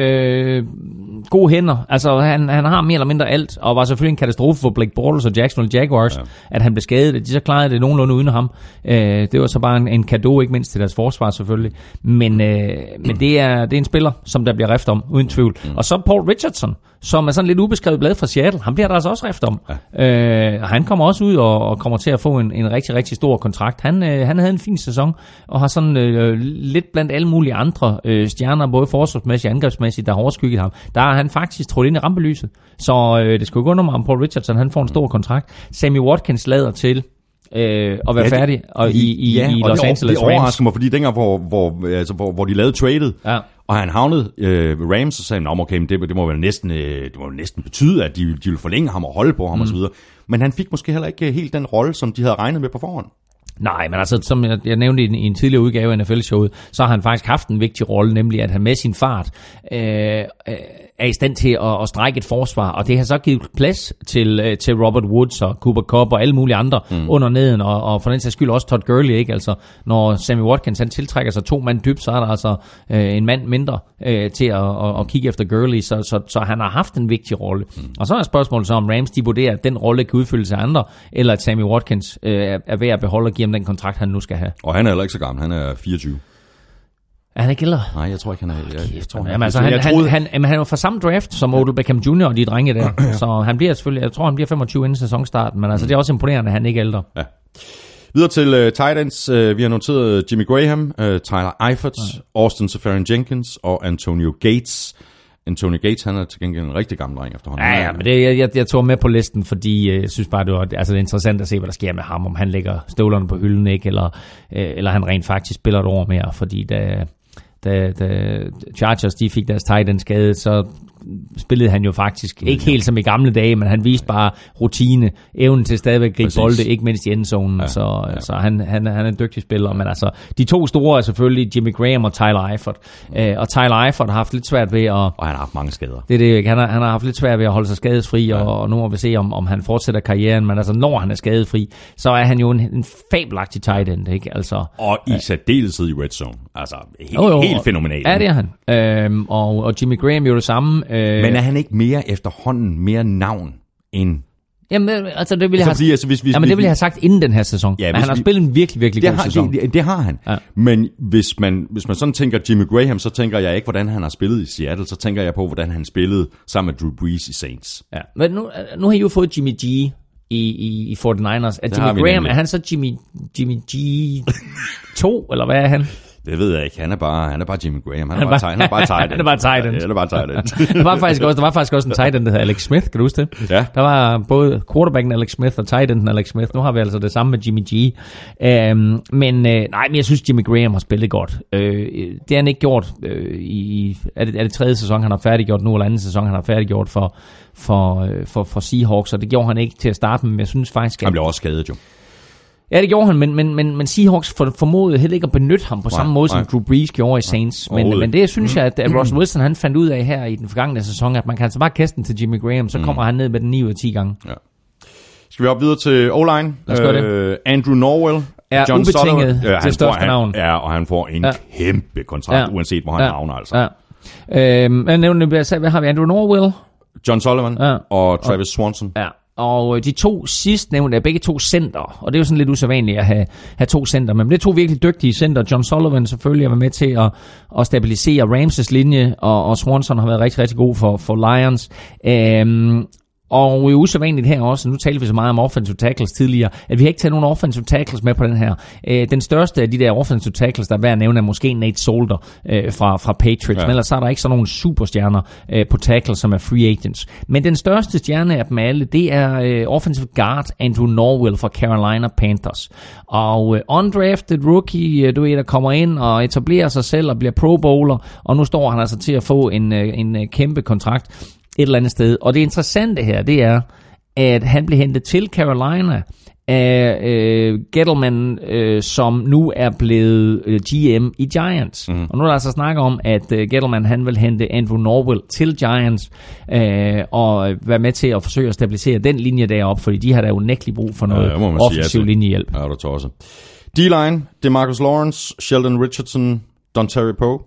Øh, gode hænder. Altså han, han har mere eller mindre alt, og var selvfølgelig en katastrofe for Blake Bortles og Jacksonville Jaguars, ja. At han blev skadet. De så klarede det nogenlunde uden ham. øh, Det var så bare en, en cadeau, ikke mindst til deres forsvar selvfølgelig. Men, øh, men det, er, det er en spiller, som der bliver rift om, uden tvivl. mm. Og så Paul Richardson, som er sådan lidt ubeskrevet blad fra Seattle. Han bliver der altså også rift om. ja. øh, Han kommer også ud og, og kommer til at få en, en rigtig, rigtig stor kontrakt. Han, øh, han havde en fin sæson, og har sådan øh, lidt blandt alle mulige andre øh, stjerner, både forsvarsmæssigt og angrebsmæssigt, der har overskygget ham. Der har han faktisk trådt ind i rampelyset. Så øh, det skulle gå under mig om Paul Richardson, han får en stor kontrakt. Sammy Watkins lader til øh, at være ja, færdig og i, i, ja, i Los
og
Angeles
Rams. Det overrasker mig, fordi dengang, hvor, hvor, altså, hvor, hvor de lavede tradet, ja. Og han havnede øh, ved Rams, så sagde han, okay, det, det må vel næsten, øh, det må næsten betyde, at de, de ville forlænge ham og holde på ham mm. osv. Men han fik måske heller ikke helt den rolle, som de havde regnet med på forhånd.
Nej, men altså, som jeg, jeg nævnte i en, i en tidligere udgave af N F L-showet, så har han faktisk haft en vigtig rolle, nemlig at han med sin fart øh, øh, er i stand til at, at strække et forsvar, og det har så givet plads til, øh, til Robert Woods og Cooper Kupp og alle mulige andre mm. under neden, og, og for den sags skyld også Todd Gurley, ikke? Altså, når Sammy Watkins han tiltrækker sig to mand dybt, så er der altså øh, en mand mindre øh, til at, at, at kigge efter Gurley, så, så, så han har haft en vigtig rolle. Mm. Og så er spørgsmålet så, om Rams de vurderer, at den rolle kan udfyldes af andre, eller at Sammy Watkins øh, er ved at beholde og give ham den kontrakt, han nu skal have.
Og han er heller ikke så gammel, han er fireogtyve.
Er han ikke ældre?
Nej, jeg tror ikke, han er. Jeg, jeg tror, han,
jamen, altså, han, han, han, han, han er fra samme draft som Odell Beckham junior og de drenge der. Så han bliver selvfølgelig, jeg tror, han bliver femogtyve inden sæsonstarten, men altså, det er også imponerende, at han ikke er ældre. Ja.
Videre til uh, tight ends. Uh, vi har noteret Jimmy Graham, uh, Tyler Eifert, ja. Austin Seferian-Jenkins og Antonio Gates. Antonio Gates, han er til gengæld en rigtig gammel dreng efterhånden.
Ja, ja, men det, jeg, jeg, jeg tog med på listen, fordi jeg synes bare, det var altså, det er interessant at se, hvad der sker med ham, om han lægger støvlerne på hylden, ikke, eller, øh, eller han rent faktisk spiller et år mere, fordi da, da, da Chargers de fik deres tight end skade, så spillede han jo faktisk ikke helt som i gamle dage, men han viste bare rutine, evnen til stadigvæk at gribe bolde, ikke mindst i endzonen, ja, så, ja. så han, han, han er en dygtig spiller, men altså, de to store er selvfølgelig Jimmy Graham og Tyler Eifert, mm. og Tyler Eifert har haft lidt svært ved at... Og
han har haft mange skader.
Det er det, han har, han har haft lidt svært ved at holde sig skadesfri, ja. og, og nu må vi se, om, om han fortsætter karrieren, men altså, når han er skadesfri, så er han jo en, en fabelagtig tight end, ikke? Altså,
og i særdeleshed i red zone, altså, helt, jo, jo, helt fænomenalt.
Ja, det er han. Øhm, og, og Jimmy Graham jo det samme. Øh,
men er han ikke mere efterhånden mere navn end...
Jamen, altså det ville jeg,
altså,
have,
altså, hvis, hvis,
jamen, det ville jeg have sagt inden den her sæson. Ja, men han har vi, spillet en virkelig, virkelig god
har,
sæson.
Det, det har han. Ja. Men hvis man, hvis man sådan tænker Jimmy Graham, så tænker jeg ikke, hvordan han har spillet i Seattle. Så tænker jeg på, hvordan han spillede sammen med Drew Brees i Saints.
Ja. Men nu, nu har I jo fået Jimmy G i, i, i forty-niners. Er Jimmy Graham, er han så Jimmy, Jimmy G to, eller hvad er han?
Det ved jeg ikke. Han er bare, han er bare Jimmy Graham. Han er bare, han er bare tight end.
Han er bare tight end.
Han er bare tight end.
der var faktisk også, der var faktisk også en tight end, der hedder Alex Smith. Kan du huske det? Ja. Der var både quarterbacken Alex Smith og tight enden Alex Smith. Nu har vi altså det samme med Jimmy G. Um, men uh, nej, men jeg synes Jimmy Graham har spillet godt. Uh, det har han ikke gjort uh, i er det, er det tredje sæson han har færdiggjort nu, eller anden sæson han har færdiggjort for for uh, for, for Seahawks, og det gjorde han ikke til at starte med. Men jeg synes faktisk, at
han blev også skadet jo.
Ja, det gjorde han, men, men, men, men Seahawks for, formodede heller ikke at benytte ham på nej, samme måde, nej. som Drew Brees gjorde i Saints. Nej, men, men det synes jeg, at, at Russell Wilson han fandt ud af her i den forgangne sæson, at man kan altså bare kaste den til Jimmy Graham, så mm. kommer han ned med den ni ud af ti gange. Ja.
Skal vi op videre til O-line?
Lad os gøre det.
Uh, Andrew Norwell.
Er
John
ubetinget
ja,
til største navn.
Ja, og han får en ja. kæmpe kontrakt, ja. uanset hvor han ja. havner altså.
Ja. Uh, jeg nævner, hvad har vi? Andrew Norwell?
John Sullivan ja. og Travis Swanson.
Ja. Og de to sidstnævnte er begge to center, og det er jo sådan lidt usædvanligt at have, have to center, men det er to virkelig dygtige center. John Sullivan selvfølgelig har været med til at, at stabilisere Ramses linje, og, og Swanson har været rigtig, rigtig god for, for Lions. Øhm, Og usædvanligt her også, nu talte vi så meget om offensive tackles tidligere, at vi har ikke taget nogen offensive tackles med på den her. Den største af de der offensive tackles, der er værd at nævne, er måske Nate Solder fra, fra Patriots, ja. Men ellers er der ikke sådan nogle superstjerner på tackles, som er free agents. Men den største stjerne af dem alle, det er offensive guard Andrew Norwell fra Carolina Panthers. Og undrafted rookie, du ved, der kommer ind og etablerer sig selv og bliver pro bowler, og nu står han altså til at få en, en kæmpe kontrakt et eller andet sted. Og det interessante her, det er, at han blev hentet til Carolina af øh, Gettleman, øh, som nu er blevet øh, G M i Giants. Mm. Og nu er der altså snak om, at øh, Gettleman, han vil hente Andrew Norwell til Giants, øh, og være med til at forsøge at stabilisere den linje deroppe, fordi de har da unægteligt brug for noget ja, offensiv linjehjælp.
Ja, det også. D-line, DeMarcus Lawrence, Sheldon Richardson, Dontari Poe.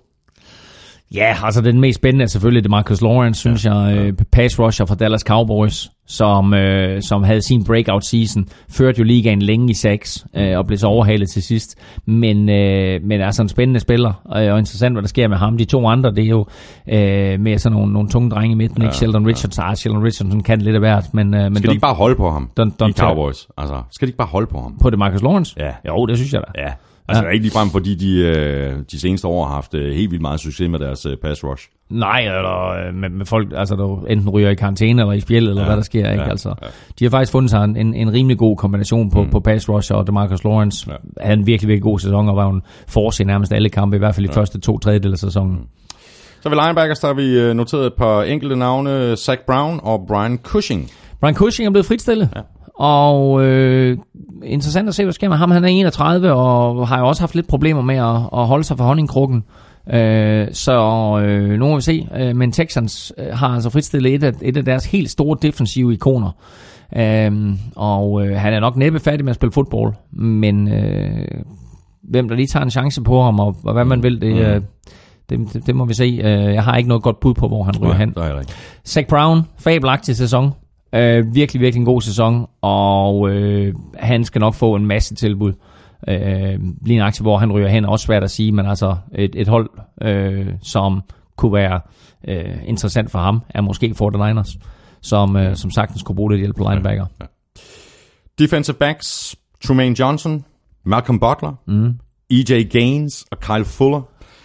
Ja, altså den mest spændende er selvfølgelig DeMarcus Lawrence, synes ja, jeg, ja. pass rusher fra Dallas Cowboys, som, øh, som havde sin breakout season, førte jo ligaen længe i seks, øh, og blev så overhalet til sidst. Men, øh, men altså en spændende spiller, og interessant, hvad der sker med ham. De to andre, det er jo øh, med sådan nogle, nogle tunge drenge i midten, ja, ikke? Sheldon Richardson, ja. ah, Sheldon Richardson kan lidt af hvert, men... Øh, men
skal de
don't,
ikke bare holde på ham
don't, don't
i Cowboys? Altså, skal de ikke bare holde på ham?
På DeMarcus Lawrence?
Ja.
Jo, det synes jeg da.
Ja. Altså ja. Ikke ligefrem, fordi de, de seneste år har haft helt vildt meget succes med deres pass rush.
Nej, eller med, med folk, altså der enten ryger i karantæne eller i spjæld, eller ja, hvad der sker, ikke? Ja, altså, ja. De har faktisk fundet sig en, en, en rimelig god kombination på, mm. på pass rush, og DeMarcus Lawrence ja. havde en virkelig, virkelig god sæson, og var en force i nærmest alle kampe, i hvert fald i ja. første to tredjedel af sæsonen. Mm.
Så ved linebackers, der har vi noteret et par enkelte navne, Zach Brown og Brian Cushing.
Brian Cushing er blevet fritstillet. Ja. Og øh, interessant at se, hvad sker med ham. Han er enogtredive og har jo også haft lidt problemer med at, at holde sig for honningkrukken. Øh, så øh, nu må vi se. Øh, men Texans øh, har altså fritstillet et af, et af deres helt store defensive ikoner. Øh, og øh, han er nok næppe færdig med at spille fodbold. Men øh, hvem der lige tager en chance på ham, og, og hvad man vil, det, øh, det, det, det må vi se. Øh, jeg har ikke noget godt bud på, hvor han ryger hen. Zach Brown, fabelagtig sæson. Øh, virkelig, virkelig en god sæson, og øh, han skal nok få en masse tilbud. Øh, lige en aktie, hvor han ryger hen, er også svært at sige, men altså et, et hold, øh, som kunne være øh, interessant for ham, er måske forty-niners, som, øh, som sagtens kunne bruge lidt hjælp på linebacker. Ja, ja.
Defensive backs, Trumaine Johnson, Malcolm Butler, mm. E J Gaines og Kyle Fuller.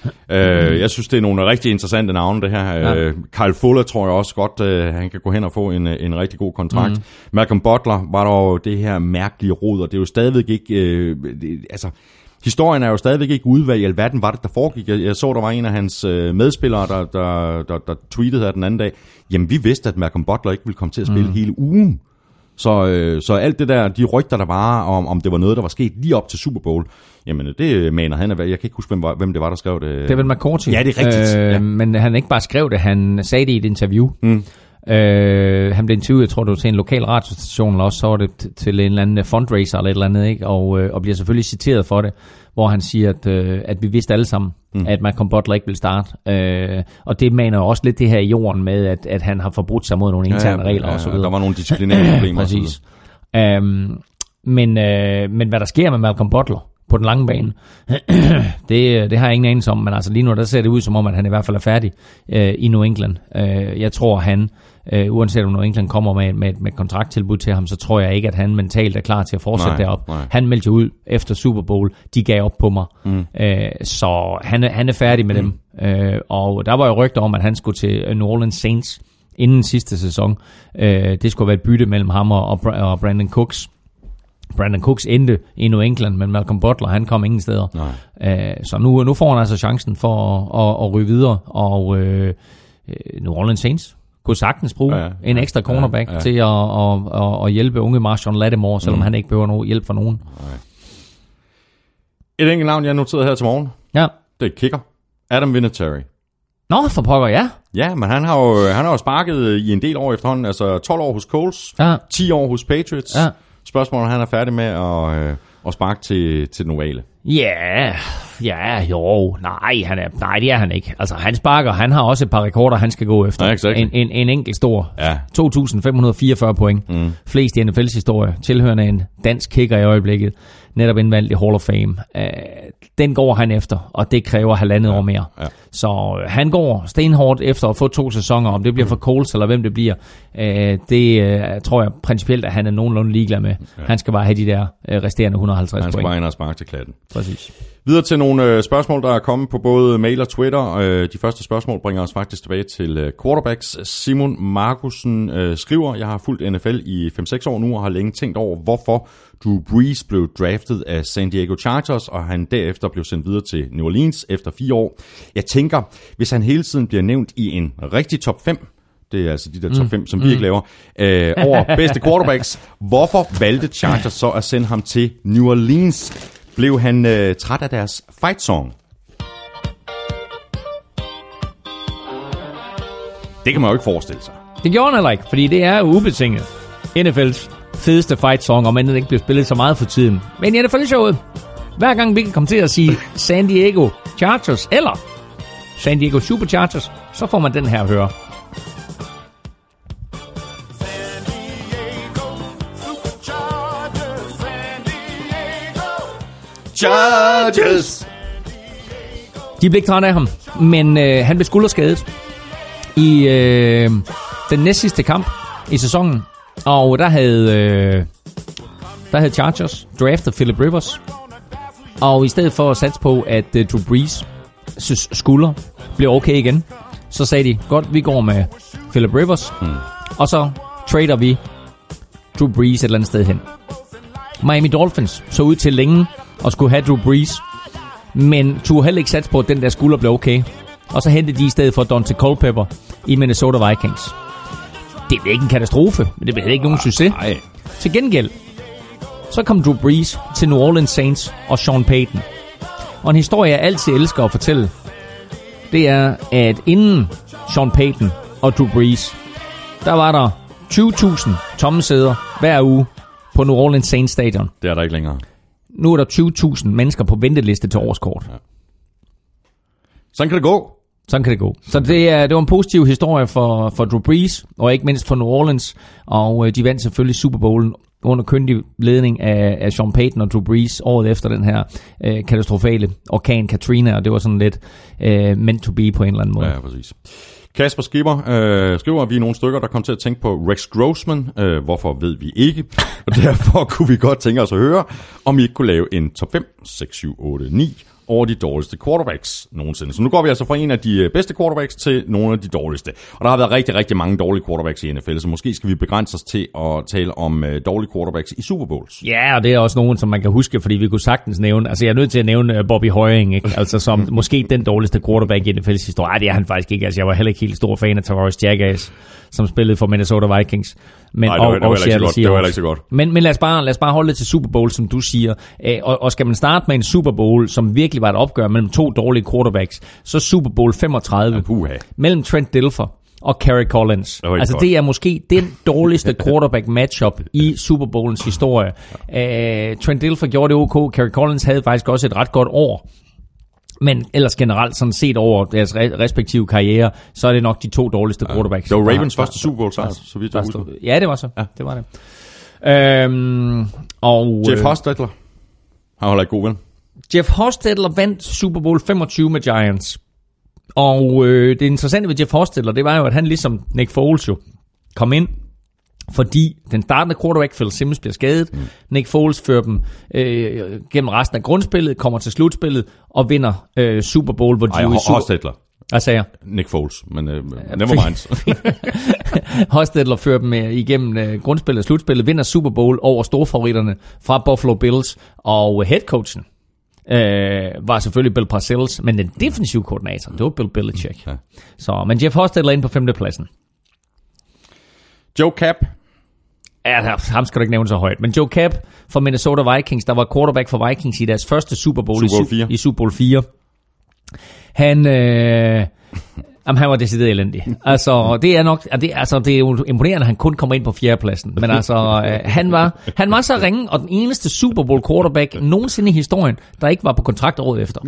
Uh, jeg synes, det er nogle rigtig interessante navne, det her. Ja. Uh, Kyle Fuller tror jeg også godt, uh, han kan gå hen og få en, en rigtig god kontrakt. Mm. Malcolm Butler var der jo det her mærkelige rod, og det er jo stadigvæk ikke... Uh, det, altså, historien er jo stadigvæk ikke ude, hvad i alverden var det, der foregik. Jeg, jeg så, der var en af hans uh, medspillere, der, der, der, der tweetede her den anden dag, jamen vi vidste, at Malcolm Butler ikke ville komme til at spille mm. hele ugen. Så, øh, så alt det der, de rygter, der var, om, om det var noget, der var sket lige op til Super Bowl, jamen det mener han, jeg kan ikke huske, hvem, var, hvem det var, der skrev det.
David McCourty.
Ja, det er rigtigt. Øh,
ja. Men han ikke bare skrev det, han sagde det i et interview. Mm. Øh, han blev interviewet, jeg tror det var til en lokal radiostation, eller også så var det til en eller anden fundraiser eller et eller andet, ikke? Og, øh, og bliver selvfølgelig citeret for det, hvor han siger, at, øh, at vi vidste alle sammen, mm. at Malcolm Butler ikke ville starte. Øh, og det mener jo også lidt det her i jorden med, at, at han har forbrudt sig mod nogle interne ja, ja, regler
ja,
og så videre.
Der var nogle disciplinære problemer.
Præcis. Um, men, øh, men hvad der sker med Malcolm Butler på den lange bane, det, det har jeg ingen anelse om, men altså lige nu der ser det ud som om, at han i hvert fald er færdig øh, i New England. Øh, jeg tror, han, øh, uanset om New England kommer med, med, med et kontrakttilbud til ham, så tror jeg ikke, at han mentalt er klar til at fortsætte deroppe. Han meldte ud efter Super Bowl, de gav op på mig. Mm. Øh, så han, han er færdig med mm. dem. Øh, og der var jo rygter om, at han skulle til New Orleans Saints inden sidste sæson. Øh, det skulle være et bytte mellem ham og, og Brandon Cooks. Brandon Cooks endte i New England, men Malcolm Butler, han kom ingen steder. Øh, så nu, nu får han altså chancen for at, at, at ryge videre, og øh, New Orleans Saints kunne sagtens bruge ja, ja, en ekstra cornerback ja, ja. til at, at, at, at hjælpe unge Marshawn Lattimore, selvom mm. han ikke behøver nogen hjælp fra nogen.
Nej. Et enkelt navn, jeg har noteret her til morgen,
ja.
det er kicker. Adam Vinatieri.
Nå, for pokker, ja.
Ja, men han har jo, han har jo sparket i en del år efterhånden, altså tolv år hos Colts, ja. ti år hos Patriots. Ja. Spørgsmålet, han er færdig med at, øh, at sparke til, til den ovale.
Ja, ja, jo, nej, han er, nej, det er han ikke. Altså, han sparker, han har også et par rekorder, han skal gå efter.
Ja, exactly.
en, en, en enkelt stor.
Ja.
to tusind fem hundrede fireogfyrre point. Mm. Flest i N F L's historie. Tilhørende en dansk kicker i øjeblikket. Netop indvalgt i Hall of Fame. Uh, den går han efter, og det kræver halvandet ja. år mere. Ja. Så uh, han går stenhårdt efter at få to sæsoner. Om det bliver for Colts, eller hvem det bliver, uh, det uh, tror jeg principielt, at han er nogenlunde ligeglad med. Ja. Han skal bare have de der uh, resterende et hundrede og halvtreds point.
Han skal bare ind og sparke til klatten.
Præcis.
Videre til nogle øh, spørgsmål, der er kommet på både mail og Twitter. Øh, de første spørgsmål bringer os faktisk tilbage til øh, quarterbacks. Simon Markusen øh, skriver, jeg har fulgt N F L i fem seks år nu og har længe tænkt over, hvorfor Drew Brees blev draftet af San Diego Chargers, og han derefter blev sendt videre til New Orleans efter fire år. Jeg tænker, hvis han hele tiden bliver nævnt i en rigtig top fem, det er altså de der top fem, mm. som vi mm. ikke laver, øh, over bedste quarterbacks, hvorfor valgte Chargers så at sende ham til New Orleans? Blev han øh, træt af deres fight song? Det kan man jo ikke forestille sig.
Det gjorde han heller ikke, fordi det er ubetinget N F L's fedeste fight song, om end den ikke bliver spillet så meget for tiden. Men i N F L-showet, hver gang vi kan komme til at sige San Diego Chargers eller San Diego Superchargers, så får man den her at høre.
Chargers!
De blev ikke træt af ham, men øh, han blev skulderskadet i øh, den næstsidste kamp i sæsonen, og der havde øh, der havde Chargers draftet Philip Rivers, og i stedet for at satse på, at øh, Drew Brees skulder blev okay igen, så sagde de, godt, vi går med Philip Rivers, hmm. og så trader vi Drew Brees et eller andet sted hen. Miami Dolphins så ud til længe og skulle have Drew Brees, men turde heller ikke satse på, at den der skulder blev okay. Og så hentede de i stedet for Dante Culpepper i Minnesota Vikings. Det blev ikke en katastrofe, men det blev ikke nogen succes.
Nej.
Til gengæld, så kom Drew Brees til New Orleans Saints og Sean Payton. Og en historie, jeg altid elsker at fortælle, det er, at inden Sean Payton og Drew Brees, der var der tyve tusind tomme sæder hver uge på New Orleans Saints stadion.
Det er der ikke længere.
Nu er der tyve tusind mennesker på venteliste til årskort. Ja.
Sådan kan det gå.
Sådan kan det gå. Så det, er, det var en positiv historie for, for Drew Brees, og ikke mindst for New Orleans. Og de vandt selvfølgelig Super Bowlen under kyndig ledning af, af Sean Payton og Drew Brees året efter den her øh, katastrofale orkan Katrina, og det var sådan lidt øh, meant to be på en eller anden måde.
Ja, præcis. Kasper Skipper øh, skriver, at vi er nogle stykker, der kom til at tænke på Rex Grossman. Øh, hvorfor ved vi ikke. Og derfor kunne vi godt tænke os at høre, om I ikke kunne lave en top fem, seks, syv, otte, ni over de dårligste quarterbacks nogensinde. Så nu går vi altså fra en af de bedste quarterbacks til nogle af de dårligste. Og der har været rigtig, rigtig mange dårlige quarterbacks i N F L, så måske skal vi begrænse os til at tale om uh, dårlige quarterbacks i Super Bowls.
Ja, og det er også nogen, som man kan huske, fordi vi kunne sagtens nævne, altså jeg er nødt til at nævne uh, Bobby Hoying, ikke? Altså som måske den dårligste quarterback i N F L's historie. Ej, det er han faktisk ikke. Altså jeg var heller ikke helt stor fan af Tavares Jackass, som spillede for Minnesota Vikings. Men,
Nej, det var, og, det var, og ikke, så godt. Det var heller ikke så godt.
Men, men lad, os bare, lad os bare holde det til Super Bowl, som du siger. Æ, og, og skal man starte med en Super Bowl, som virkelig var et opgør mellem to dårlige quarterbacks, så Super Bowl femogtredive
ja,
mellem Trent Dilfer og Kerry Collins.
Det
altså
godt.
Det er måske den dårligste quarterback matchup i Super Bowlens historie. Æ, Trent Dilfer gjorde det ok. Kerry Collins havde faktisk også et ret godt år. Men ellers generelt sådan set over deres respektive karriere, så er det nok de to dårligste ja. quarterbacks.
Det var Ravens der, første Super Bowl, så, så vidt jeg husker.
Ja, det var så. Ja. Det var det. Øhm, og
Jeff Hostetler. Han holder ikke god ven.
Jeff Hostetler vandt Super Bowl femogtyve med Giants. Og øh, det interessante ved Jeff Hostetler, det var jo, at han ligesom Nick Foles jo kom ind, fordi den startende quarterback, Phil Simms, bliver skadet. Mm. Nick Foles fører dem øh, gennem resten af grundspillet, kommer til slutspillet og vinder øh, Super Bowl, hvor de
Ej,
jo i Super...
Hostetler.
Hvad sagde jeg?
Nick Foles, men uh, never mind.
Hostetler fører dem uh, igennem uh, grundspillet og slutspillet, vinder Super Bowl over storfavoritterne fra Buffalo Bills, og headcoachen uh, var selvfølgelig Bill Parcells, men den defensive koordinator, det var Bill Belichick. Ja. Så, men Jeff Hostetler ind på femtepladsen.
Joe Kapp.
Ja, ham skal du ikke nævne så højt. Men Joe Kapp fra Minnesota Vikings, der var quarterback for Vikings i deres første Super Bowl,
Super Bowl
i, i Super Bowl fire. Han, øh, Jamen, han var decideret elendig. Altså, det er nok, det, altså, det er jo imponerende, at han kun kommer ind på fjerdepladsen. Men altså, øh, han, var, han var så ringe, og den eneste Super Bowl quarterback nogensinde i historien, der ikke var på kontrakt året efter.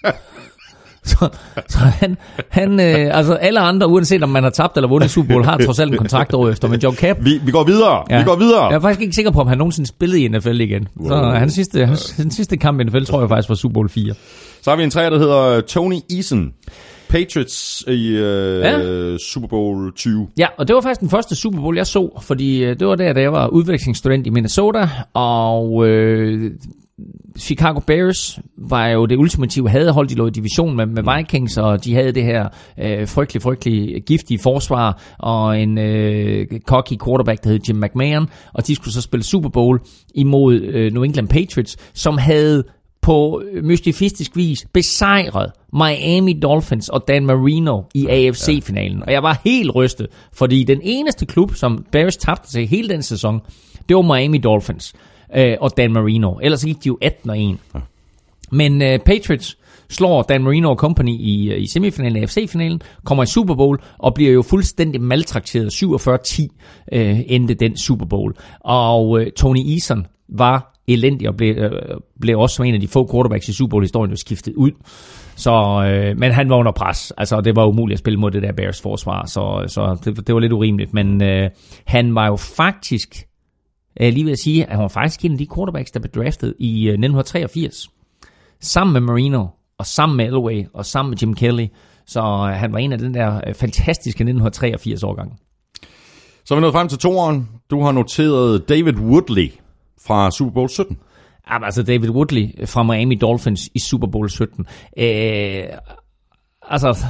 Så, så han, han øh, altså alle andre, uanset om man har tabt eller vundet Super Bowl, har trods alt en kontrakt året efter. Men John Cap...
Vi, vi går videre,
ja,
vi går videre.
Jeg er faktisk ikke sikker på, om han nogensinde spillede i N F L igen. Wow. Så hans sidste, hans, hans sidste kamp i N F L, tror jeg faktisk var Super Bowl fire.
Så har vi en træer, der hedder Tony Eason. Patriots i øh, ja. Super Bowl tyve.
Ja, og det var faktisk den første Super Bowl, jeg så, fordi det var der, da jeg var udvekslingsstudent i Minnesota, og øh, Chicago Bears var jo det ultimative hadehold, de lå i division med, med Vikings, og de havde det her øh, frygtelig, frygtelig giftige forsvar, og en øh, cocky quarterback, der hed Jim McMahon, og de skulle så spille Super Bowl imod øh, New England Patriots, som havde på mystifistisk vis besejret Miami Dolphins og Dan Marino i A F C-finalen. Og jeg var helt rystet, fordi den eneste klub, som Bears tabte til hele den sæson, det var Miami Dolphins øh, og Dan Marino. Ellers gik de jo atten og en. Men øh, Patriots slår Dan Marino og Company i, i semifinalen, A F C-finalen, kommer i Super Bowl og bliver jo fuldstændig maltrakteret. syvogfyrre ti øh, endte den Super Bowl. Og øh, Tony Eason var elendig og blev, øh, blev også som en af de få quarterbacks i Super Bowl-historien jo skiftet ud. Så, øh, men han var under pres. Altså, det var umuligt at spille mod det der Bears forsvar, så, så det, det var lidt urimeligt. Men øh, han var jo faktisk, jeg lige vil sige, at han var faktisk en af de quarterbacks, der blev draftet i øh, nitten treogfirs. Sammen med Marino, og sammen med Elway, og sammen med Jim Kelly. Så øh, han var en af den der øh, fantastiske nitten treogfirs årgang.
Så er vi nået frem til toeren. Du har noteret David Woodley fra Super Bowl sytten.
Jamen, altså David Woodley fra Miami Dolphins i Super Bowl sytten. Øh, altså,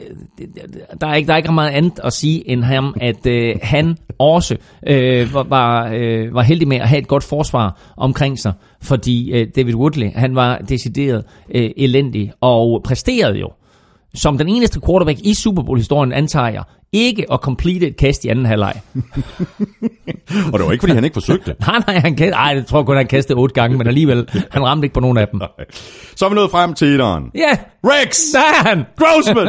der er, ikke, der er ikke meget andet at sige end ham, at øh, han også øh, var, var, øh, var heldig med at have et godt forsvar omkring sig, fordi øh, David Woodley, han var decideret øh, elendig og præsterede jo som den eneste quarterback i Super Bowl-historien, antager jeg, ikke at complete et kast i anden halvleg.
Og det var ikke, fordi han ikke forsøgte.
nej, nej, han kastede, ej, jeg tror kun, han kastede otte gange, men alligevel, han ramte ikke på nogen af dem.
Nej. Så er vi nået frem til etteren.
Ja! Yeah.
Rex!
Dan!
Grossman!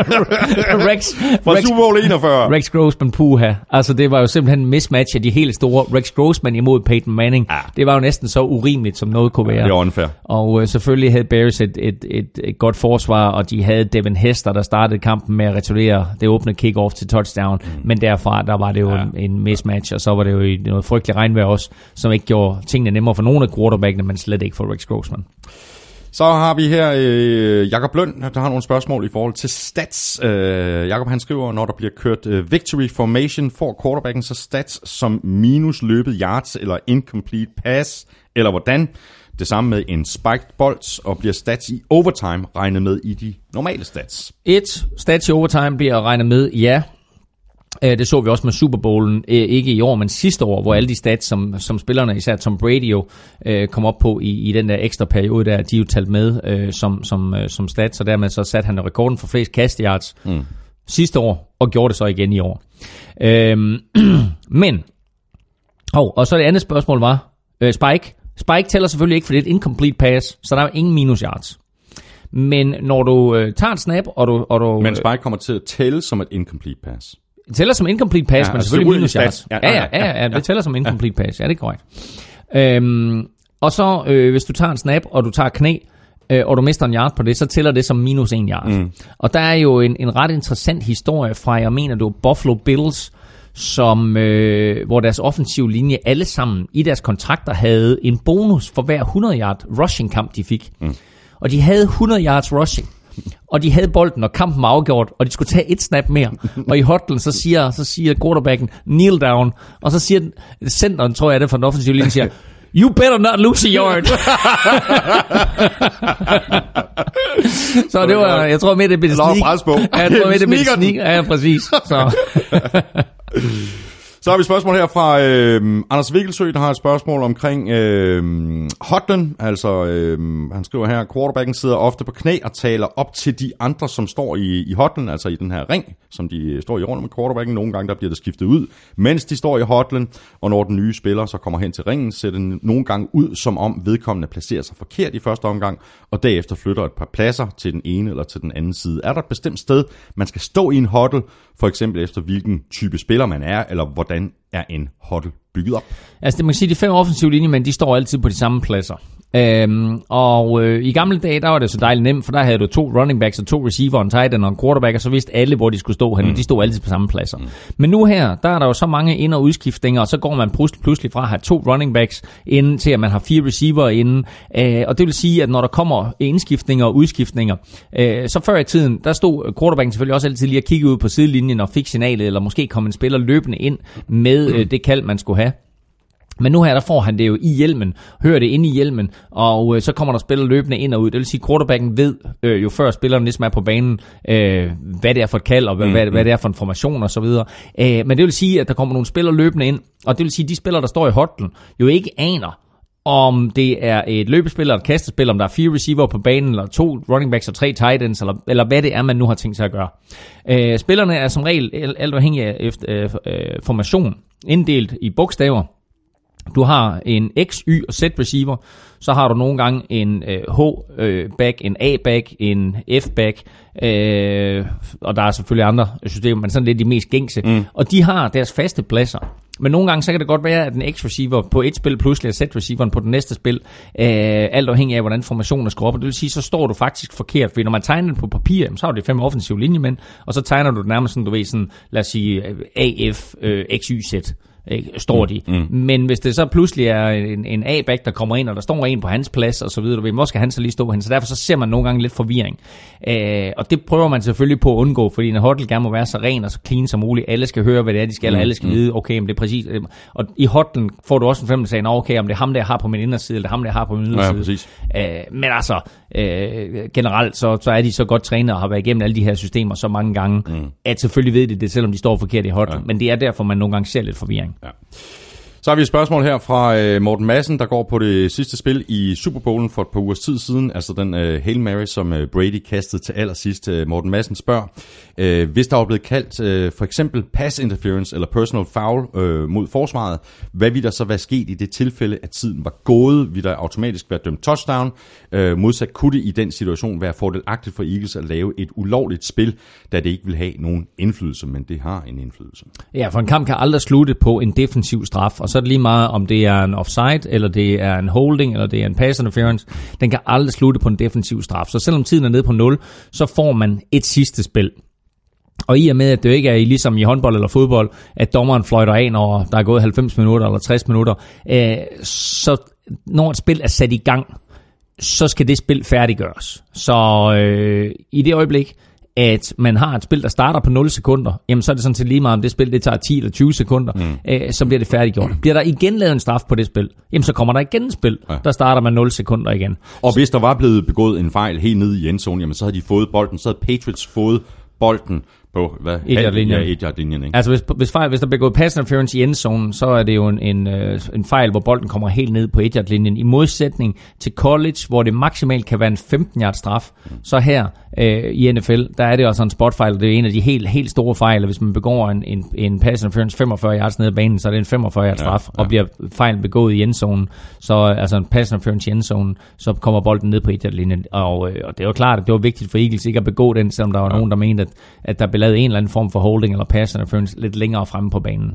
Rex!
Fra
Rex,
Super Bowl enogfyrre.
Rex Grossman, puha. Altså, det var jo simpelthen en mismatch af de helt store. Rex Grossman imod Peyton Manning. Ja. Det var jo næsten så urimeligt, som noget kunne være.
Ja, det er unfair.
Og øh, selvfølgelig havde Bears et, et, et, et godt forsvar, og de havde Devin Hester, der startede kampen med at returnere det åbne kick-off til touchdown. Mm. Men derfra, der var det jo ja. en, en mismatch, og så var det jo i noget frygteligt regnvejr også, som ikke gjorde tingene nemmere for nogen af quarterbackene, men slet ikke for Rex Grossman.
Så har vi her øh, Jakob Løn, der har nogle spørgsmål i forhold til stats. Øh, Jakob han skriver, når der bliver kørt øh, victory formation, får quarterbacken så stats som minus løbet yards eller incomplete pass, eller hvordan? Det samme med en spiked bold, og bliver stats i overtime regnet med i de normale stats?
Et, stats i overtime bliver regnet med, ja. Det så vi også med Super Bowlen, ikke i år, men sidste år, hvor alle de stats, som, som spillerne, især Tom Brady jo, kom op på i, i den der ekstra periode, der de jo talt med øh, som, som, som stats, og dermed så satte han rekorden for flest cast yards mm. sidste år, og gjorde det så igen i år. Øhm, men, oh, og så det andet spørgsmål var, øh, Spike. Spike tæller selvfølgelig ikke, for det er et incomplete pass, så der er ingen minus yards. Men når du øh, tager et snap, og du... Og du
men Spike kommer til at tælle som et incomplete pass.
Det tæller som incomplete pass, ja, men selvfølgelig minus yards.
Ja,
ja, ja, ja, ja, ja, det tæller som incomplete pass. Ja, det er korrekt. Øhm, og så, øh, hvis du tager en snap, og du tager knæ, øh, og du mister en yard på det, så tæller det som minus en yard. Mm. Og der er jo en, en ret interessant historie fra, jeg mener, det var Buffalo Bills, som, øh, hvor deres offensive linje alle sammen i deres kontrakter havde en bonus for hver hundrede yard rushing kamp, de fik. Mm. Og de havde hundrede yards rushing. Og de havde bolden, og kampen var afgjort, og de skulle tage et snap mere. Og i hotlen, så siger, så siger quarterbacken, kneel down. Og så siger centeren, tror jeg det, for den offensive linje, siger, you better not lose a yard. Så det var, jeg tror med det blev sneak.
Lov pres på.
Ja, jeg tror med det blev sneak. Ja, præcis. Så.
Så har vi et spørgsmål her fra øh, Anders Vikkelsø, der har et spørgsmål omkring øh, hotlen. Altså, øh, han skriver her, quarterbacken sidder ofte på knæ og taler op til de andre, som står i, i hotlen, altså i den her ring, som de står i rundt med quarterbacken. Nogle gange der bliver det skiftet ud, mens de står i hotlen, og når den nye spiller så kommer hen til ringen, ser den nogle gange ud, som om vedkommende placerer sig forkert i første omgang, og derefter flytter et par pladser til den ene eller til den anden side. Er der et bestemt sted, man skal stå i en huddle, for eksempel efter hvilken type spiller man er, eller hvordan er en huddle bygget op?
Altså det man kan sige, de fem offensive linjemænd, de står altid på de samme pladser. Øhm, og øh, i gamle dage, der var det så dejligt nemt, for der havde du to running backs og to receiver, en tight end og en quarterback, og så vidste alle, hvor de skulle stå hen, mm. de stod altid på samme pladser. Mm. Men nu her, der er der jo så mange ind- og udskiftninger, og så går man pludselig fra at have to running backs inden til, at man har fire receiver inden. Øh, og det vil sige, at når der kommer indskiftninger og udskiftninger, øh, så før i tiden, der stod quarterbacken selvfølgelig også altid lige at kigge ud på sidelinjen og fik signalet, eller måske kom en spiller løbende ind med øh, det kald, man skulle have. Men nu her, der får han det jo i hjelmen, hører det inde i hjelmen, og øh, så kommer der spillere løbende ind og ud. Det vil sige, at quarterbacken ved øh, jo før spilleren ligesom er på banen, øh, hvad det er for et kald, og hvad, mm, hvad, hvad det er for en formation og så videre. Øh, men det vil sige, at der kommer nogle spillere løbende ind, og det vil sige, at de spillere, der står i hotlen, jo ikke aner, om det er et løbespil eller et kastespil, om der er fire receiver på banen, eller to running backs og tre tight ends, eller, eller hvad det er, man nu har tænkt sig at gøre. Øh, spillerne er som regel alt afhængig af efter, øh, formation, inddelt i bogstaver. Du har en X, Y og Z receiver, så har du nogle gange en øh, H-back, en A-back, en F-back, øh, og der er selvfølgelig andre systemer, men sådan lidt de mest gængse. Mm. Og de har deres faste pladser. Men nogle gange, så kan det godt være, at den X-receiver på et spil pludselig er Z-receiveren på det næste spil, øh, alt afhængig af, hvordan formationen er skruet op. Og det vil sige, så står du faktisk forkert, fordi når man tegner den på papir, så har du de fem offensive linjemænd, og så tegner du det nærmest sådan, du ved, sådan, lad os sige, A F, øh, X, Y, Z. Står de. Mm, mm. Men hvis det så pludselig er en, en A-back, der kommer ind, og der står en på hans plads, og så videre, du ved, hvor skal han så lige stå hen? Så derfor så ser man nogle gange lidt forvirring. Øh, og det prøver man selvfølgelig på at undgå, fordi en huddle gerne må være så ren og så clean som muligt. Alle skal høre, hvad det er, de skal, mm, og alle skal mm. vide, okay, men det er præcis. Og i huddlen får du også en fornemmelse af, okay, om det er ham, der jeg har på min inderside, eller det er ham, der jeg har på min yderside. Ja, øh, men altså, øh, generelt, så, så er de så godt trænet og har været igennem alle de her systemer så mange gange, mm. at selvfølgelig ved de det, selvom de står forkert i huddlen. Ja. Men det er derfor, man nogle gange ser lidt forvirring. Ja.
Så har vi et spørgsmål her fra Morten Madsen, der går på det sidste spil i Super Bowlen for et par ugers tid siden. Altså den uh, Hail Mary, som uh, Brady kastede til allersidst. Uh, Morten Madsen spørger, uh, hvis der var blevet kaldt uh, for eksempel pass interference eller personal foul uh, mod forsvaret, hvad ville der så være sket i det tilfælde, at tiden var gået? Ville der automatisk være dømt touchdown? Uh, modsat kunne det i den situation være fordelagtigt for Eagles at lave et ulovligt spil, da det ikke vil have nogen indflydelse, men det har en indflydelse.
Ja, for en kamp kan aldrig slutte på en defensiv straf, og så er det lige meget, om det er en offside, eller det er en holding, eller det er en pass interference. Den kan aldrig slutte på en defensiv straf. Så selvom tiden er nede på nul, så får man et sidste spil. Og i og med, at det ikke er ligesom i håndbold eller fodbold, at dommeren fløjter af, når der er gået halvfems minutter eller tres minutter, øh, så når et spil er sat i gang, så skal det spil færdiggøres. Så øh, i det øjeblik, at man har et spil, der starter på nul sekunder, jamen så er det sådan set lige meget, om det spil det tager ti eller tyve sekunder, mm. øh, så bliver det færdiggjort. Bliver der igen lavet en straf på det spil, jamen så kommer der igen et spil, ja. Der starter man nul sekunder igen.
Og hvis der var blevet begået en fejl helt nede i endzone, jamen så havde de fået bolden, så havde Patriots fået bolden på hvad?
et-yard-linjen.
Ja, et-yard-linjen, ikke?
Altså hvis, hvis, fejl, hvis der bliver gået pass interference i endzonen, så er det jo en, en, en fejl, hvor bolden kommer helt ned på et-yard-linjen. I modsætning til college, hvor det maksimalt kan være en femten-yard straf, mm. så her øh, i N F L, der er det også en spotfejl. Det er en af de helt, helt store fejl. Hvis man begår en, en, en pass interference femogfyrre yards ned ad banen, så er det en femogfyrre yard straf, ja, ja. Og bliver fejlen begået i endzonen, så altså en pass interference i endzonen, så kommer bolden ned på et-yard-linjen. Og, øh, og det er jo klart, at det var vigtigt for Eagles ikke at begå den, selvom der var ja. nogen, der mente, at, at der blev lavet en eller anden form for holding eller pass interference lidt længere fremme på banen.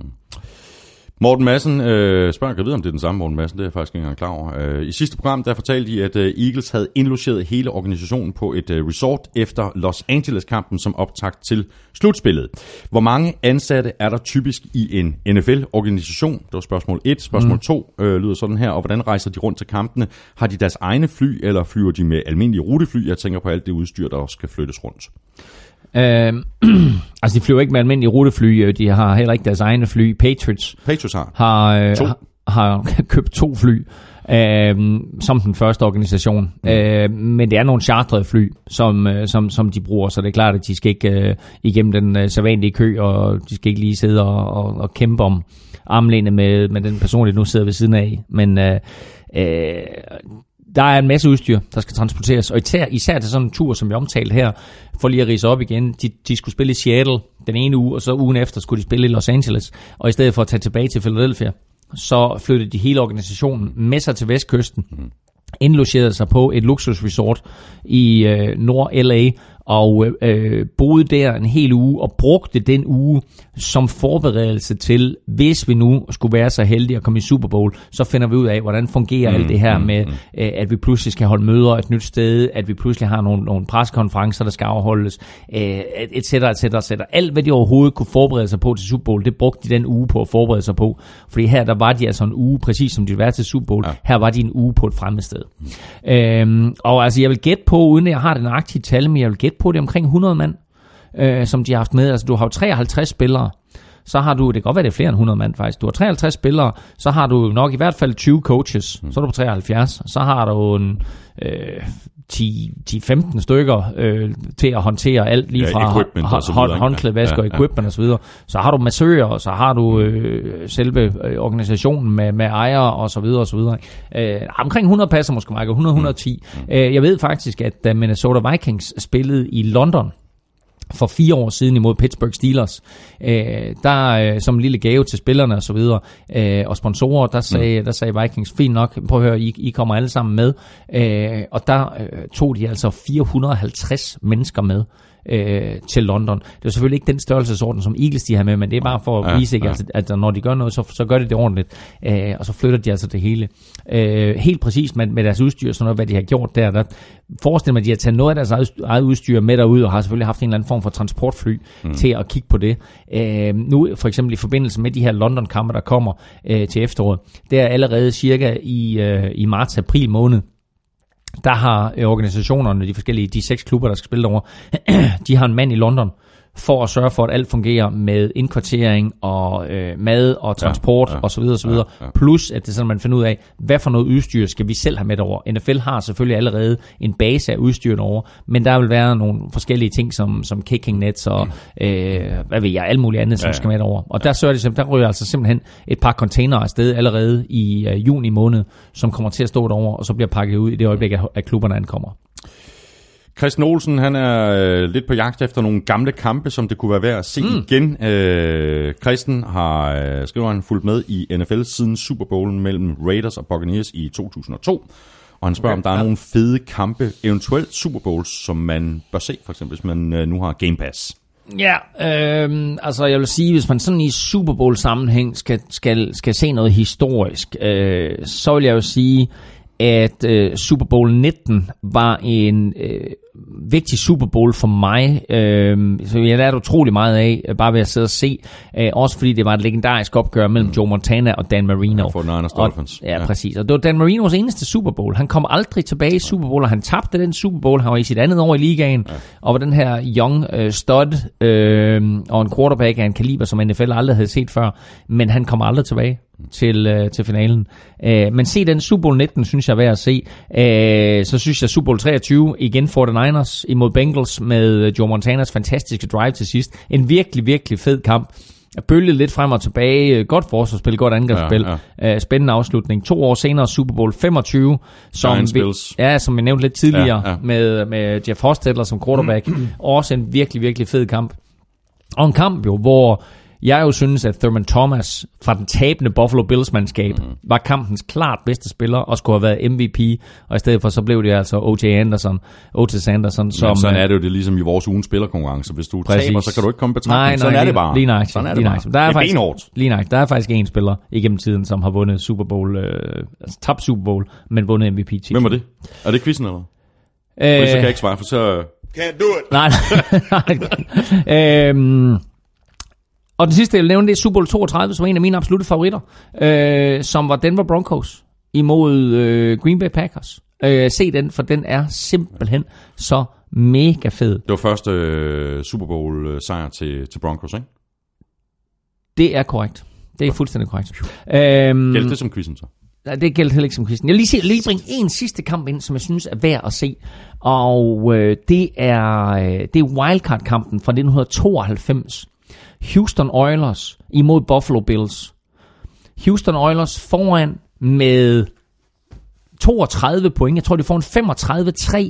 Morten Madsen øh, spørger, jeg ved, om det er den samme Morten Madsen, det er jeg faktisk ikke engang klar over. Øh, I sidste program, der fortalte de, at øh, Eagles havde indlogeret hele organisationen på et øh, resort efter Los Angeles-kampen som optakt til slutspillet. Hvor mange ansatte er der typisk i en N F L-organisation? Det var spørgsmål et. Spørgsmål to mm. øh, lyder sådan her, og hvordan rejser de rundt til kampene? Har de deres egne fly, eller flyver de med almindelige rutefly? Jeg tænker på alt det udstyr, der også skal flyttes rundt.
Øh, altså de flyver ikke med almindelige rutefly. De har heller ikke deres egne fly. Patriots,
Patriots har,
har,
to.
har har købt to fly, øh, som den første organisation. Mm. Øh, men det er nogle chartrede fly, som, øh, som, som de bruger, så det er klart, at de skal ikke øh, igennem den øh, sædvanlige kø, og de skal ikke lige sidde og, og, og kæmpe om armlænet med, med den person, der nu sidder ved siden af. Men øh, øh, der er en masse udstyr, der skal transporteres, og især, især til sådan en tur, som jeg omtalte her, for lige at ridse op igen. De, de skulle spille i Seattle den ene uge, og så ugen efter skulle de spille i Los Angeles, og i stedet for at tage tilbage til Philadelphia, så flyttede de hele organisationen med sig til vestkysten, indlogerede sig på et luksusresort i øh, Nord-L A, og øh, boede der en hel uge, og brugte den uge som forberedelse til, hvis vi nu skulle være så heldige at komme i Super Bowl, så finder vi ud af, hvordan fungerer mm, alt det her mm, med, øh, at vi pludselig skal holde møder et nyt sted, at vi pludselig har nogle, nogle pressekonferencer, der skal afholdes, øh, et cetera, et cetera, et cetera. Alt, hvad de overhovedet kunne forberede sig på til Super Bowl, det brugte de den uge på at forberede sig på. Fordi her, der var de altså en uge, præcis som de ville være til Super Bowl, ja. Her var de en uge på et fremmed sted. Mm. Øhm, og altså, jeg vil gætte på, uden at jeg har den aktive tal, men jeg vil gætte på, det omkring hundrede mand, øh, som de har haft med. Altså, du har jo treoghalvtreds spillere, så har du, det kan godt være, det er flere end hundrede mand faktisk, du har treoghalvtreds spillere, så har du nok i hvert fald tyve coaches, mm. så er du på treoghalvfjerds, så har du en øh, ti til femten stykker øh, til at håndtere alt, lige fra ja, hånd, håndklædevask og ja, ja. equipment og så videre. Så har du massører, og så har du øh, selve øh, organisationen med, med ejere og så videre og så videre. Øh, omkring hundrede passer måske, Michael, hundrede til hundrede og ti. Mm. Øh, jeg ved faktisk, at da Minnesota Vikings spillede i London for fire år siden imod Pittsburgh Steelers, øh, der øh, som en lille gave til spillerne og så videre, øh, og sponsorer, der sagde, mm. der sagde Vikings, fint nok, prøv at høre, I, I kommer alle sammen med, øh, og der øh, tog de altså fire hundrede og halvtreds mennesker med øh, til London. Det er selvfølgelig ikke den størrelsesorden, som Eagles de har med, men det er bare for at vise, ja, ja. at, at når de gør noget, så, så gør de det ordentligt, øh, og så flytter de altså det hele. Øh, helt præcis med, med deres udstyr, sådan noget, hvad de har gjort der, der forestil mig, at de har taget noget af deres eget udstyr med derud, og har selvfølgelig haft en eller anden form for transportfly mm. til at kigge på det. Øh, nu for eksempel i forbindelse med de her London-kampe, der kommer øh, til efteråret, det er allerede cirka i, øh, i marts-april måned, der har organisationerne, de forskellige, de seks klubber, der skal spille derovre, de har en mand i London, for at sørge for, at alt fungerer med indkvartering og øh, mad og transport, ja, ja, og så videre, så videre. Ja, ja. Plus, at det er sådan, man finder ud af, hvad for noget udstyr skal vi selv have med derover. N F L har selvfølgelig allerede en base af udstyr derovre, men der vil være nogle forskellige ting, som, som kicking nets og øh, hvad ved jeg, alt muligt andet, som ja, ja. skal med derover. Og der, sørger de, der ryger altså simpelthen et par containere afsted allerede i øh, juni måned, som kommer til at stå derovre, og så bliver pakket ud i det øjeblik, at klubberne ankommer.
Christian Olsen, han er øh, lidt på jagt efter nogle gamle kampe, som det kunne være værd at se mm. igen. Øh, Christian har, øh, skriver han, fulgt med i N F L siden Super Bowlen mellem Raiders og Buccaneers i to tusind og to. Og han spørger, okay, om der er ja. nogle fede kampe, eventuelt Super Bowls, som man bør se, for eksempel, hvis man øh, nu har Game Pass.
Ja, øh, altså jeg vil sige, hvis man sådan i Super Bowl sammenhæng skal, skal, skal se noget historisk, øh, så vil jeg jo sige, at øh, Super Bowl nitten var en øh, vigtig Super Bowl for mig, øh, så jeg lærte utrolig meget af, bare ved at sidde og se, øh, også fordi det var et legendarisk opgør mellem Joe Montana og Dan Marino.
Ja, for Niners Dolphins.
Ja, ja, præcis. Og det var Dan Marinos eneste Super Bowl. Han kom aldrig tilbage i Super Bowl, og han tabte den Super Bowl. Han var i sit andet år i ligaen, ja. og var den her young øh, stud, øh, og en quarterback af en kaliber, som N F L aldrig havde set før, men han kom aldrig tilbage til, øh, til finalen. Øh, men se den Super Bowl nitten, synes jeg er værd at se. Øh, så synes jeg Super Bowl treogtyve, igen forty-niners imod Bengals med Joe Montanas fantastiske drive til sidst. En virkelig, virkelig fed kamp. Bølget lidt frem og tilbage. Godt forsvarsspil, godt angrebsspil. Ja, ja. Øh, spændende afslutning. To år senere Super Bowl femogtyve, som vi, ja, som vi nævnte lidt tidligere, ja, ja. Med, med Jeff Hostetler som quarterback. Også en virkelig, virkelig fed kamp. Og en kamp jo, hvor jeg jo synes, at Thurman Thomas fra den tabende Buffalo Bills-mandskab mm. var kampens klart bedste spiller og skulle have været M V P, og i stedet for så blev det altså O J Anderson, Otis Anderson. Som,
ja, sådan er det jo det ligesom i vores ugens spillerkonkurrence. Hvis du præcis. taber, så kan du ikke komme på betragtning. Sådan er det bare.
Lige nøjagtigt.
Sådan er det
lige
bare.
Der er,
det er
faktisk,
benhårdt.
Lige nøjagtigt. Der er faktisk en spiller igennem tiden, som har vundet Super Bowl, øh, altså tabt Super Bowl, men vundet M V P-titel.
Hvem var det? Er det quizzen eller? Øh, så kan jeg ikke svare, for så...
Can't do it.
Nej, nej. øhm... Og den sidste, jeg vil nævne, det er Super Bowl toogtredive, som er en af mine absolutte favoritter, øh, som var Denver Broncos imod øh, Green Bay Packers. Øh, se den, for den er simpelthen så mega fed.
Det var første øh, Super Bowl sejr til, til Broncos, ikke?
Det er korrekt. Det er fuldstændig korrekt. Øhm,
Gælder det som quizzen så?
Nej, det gælder heller ikke som quizzen. Jeg vil lige, se, lige bringe en sidste kamp ind, som jeg synes er værd at se. Og øh, det er, øh, det er wildcard-kampen fra nitten tooghalvfems. Houston Oilers imod Buffalo Bills. Houston Oilers foran med toogtredive point. Jeg tror, de får en femogtredive tre.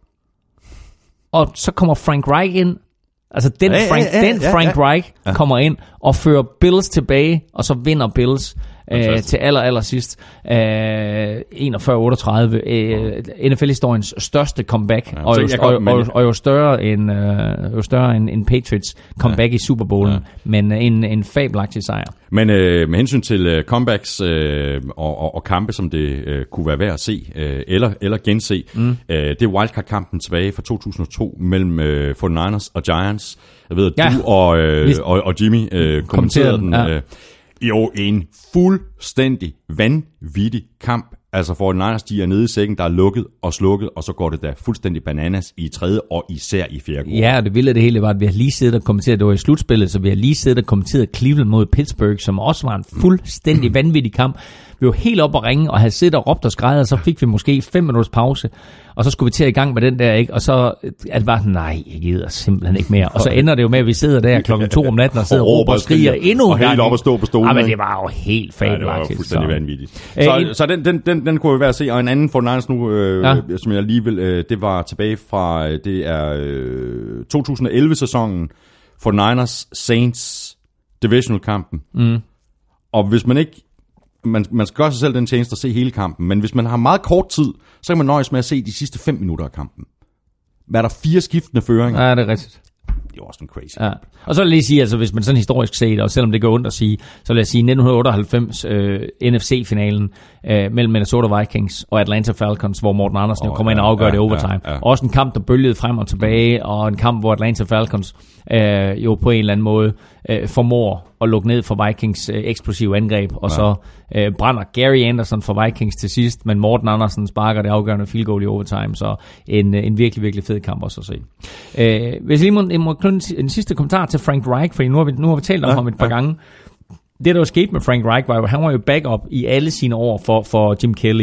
Og så kommer Frank Reich ind. Altså den
ja,
Frank,
ja, ja,
den Frank ja, ja. Reich ja. kommer ind og fører Bills tilbage, og så vinder Bills øh, til aller, aller sidst. Øh, enogfyrre otteogtredive. Øh, N F L-historiens største comeback, ja, og, jo, og, og, og, og jo større end, øh, jo større end, end Patriots comeback ja. i Super Bowlen, ja. men en, en fabelagtig sejr.
Men øh, med hensyn til øh, comebacks øh, og, og, og kampe, som det øh, kunne være værd at se, øh, eller, eller gense, mm. øh, det er wildcard-kampen tilbage fra to tusind og to mellem øh, forty-niners og Giants. Jeg ved, at ja. du og, øh, og, og Jimmy øh, kommenterede den. Ja. Øh, jo, en fuldstændig vanvittig kamp. Altså forty-niners, de er nede i sækken, der er lukket og slukket, og så går det da fuldstændig bananas i tredje, og især i fjerde.
Ja, og det vilde af det hele var, at vi har lige siddet og kommenteret, det var i slutspillet, så vi har lige siddet og kommenteret Cleveland mod Pittsburgh, som også var en fuldstændig vanvittig kamp. Vi var helt op at ringe, og havde siddet og råbt og skrejet, og så fik vi måske fem minutters pause, og så skulle vi til at i gang med den der, ikke? Og så er det bare sådan, nej, jeg gider simpelthen ikke mere. Og så ender det jo med, at vi sidder der klokken to om natten og sidder og råber og skriger endnu en
gang. Og helt op og stå på stolen.
Ja, men det var jo helt fabelagtigt.
Ja, det var fuldstændig så. vanvittigt. Så, øh, så den, den, den, den kunne jo være at se, og en anden forty-niners nu, øh, ja. som jeg lige vil, øh, det var tilbage fra, det er øh, to tusind og elleve-sæsonen, forty-niners Saints divisional-kampen. Mm. Og hvis man ikke Man, man skal gøre sig selv den tjeneste at se hele kampen, men hvis man har meget kort tid, så kan man nøjes med at se de sidste fem minutter af kampen. Hvad er der fire skiftende føringer?
Ja, det er rigtigt.
Det er også en crazy.
Ja. Og så vil jeg lige sige, altså hvis man sådan historisk ser, og selvom det går ondt at sige, så vil jeg sige nitten otteoghalvfems øh, N F C-finalen øh, mellem Minnesota Vikings og Atlanta Falcons, hvor Morten Andersen oh, jo kommer ja, ind og afgør ja, det overtime. Ja, ja. Også en kamp, der bølgede frem og tilbage, og en kamp, hvor Atlanta Falcons øh, jo på en eller anden måde øh, formår at lukke ned for Vikings øh, eksplosive angreb, og ja. så øh, brænder Gary Anderson for Vikings til sidst, men Morten Andersen sparker det afgørende field goal i overtime, så en, en virkelig, virkelig fed kamp også at se. Øh, hvis jeg lige må, må knytte en sidste kommentar til Frank Reich, for nu har vi, nu har vi talt om ja, ham et par ja. gange. Det, der var sket med Frank Reich, var jo, han var jo backup i alle sine år for, for Jim Kelly.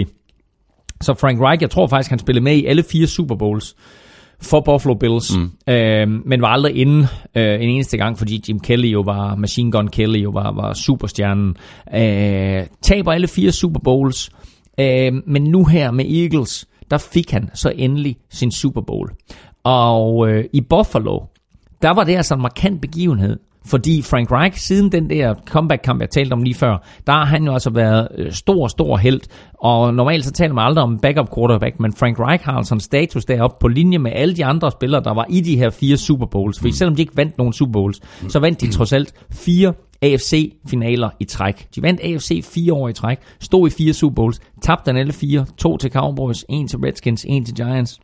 Så Frank Reich, jeg tror faktisk, han spillede med i alle fire Super Bowls for Buffalo Bills, mm. øh, men var aldrig inde øh, en eneste gang, fordi Jim Kelly jo var, Machine Gun Kelly jo var, var superstjernen. Øh, taber alle fire Super Bowls, øh, men nu her med Eagles, der fik han så endelig sin Super Bowl. Og øh, i Buffalo, der var det altså en markant begivenhed, fordi Frank Reich, siden den der comeback-kamp, jeg talte om lige før, der har han jo altså været stor, stor helt, og normalt så taler man aldrig om backup quarterback, men Frank Reich har altså en status deroppe på linje med alle de andre spillere, der var i de her fire Super Bowls, for selvom de ikke vandt nogen Super Bowls, så vandt de trods alt fire A F C-finaler i træk. De vandt A F C fire år i træk, stod i fire Super Bowls, tabte den alle fire, to til Cowboys, en til Redskins, en til Giants.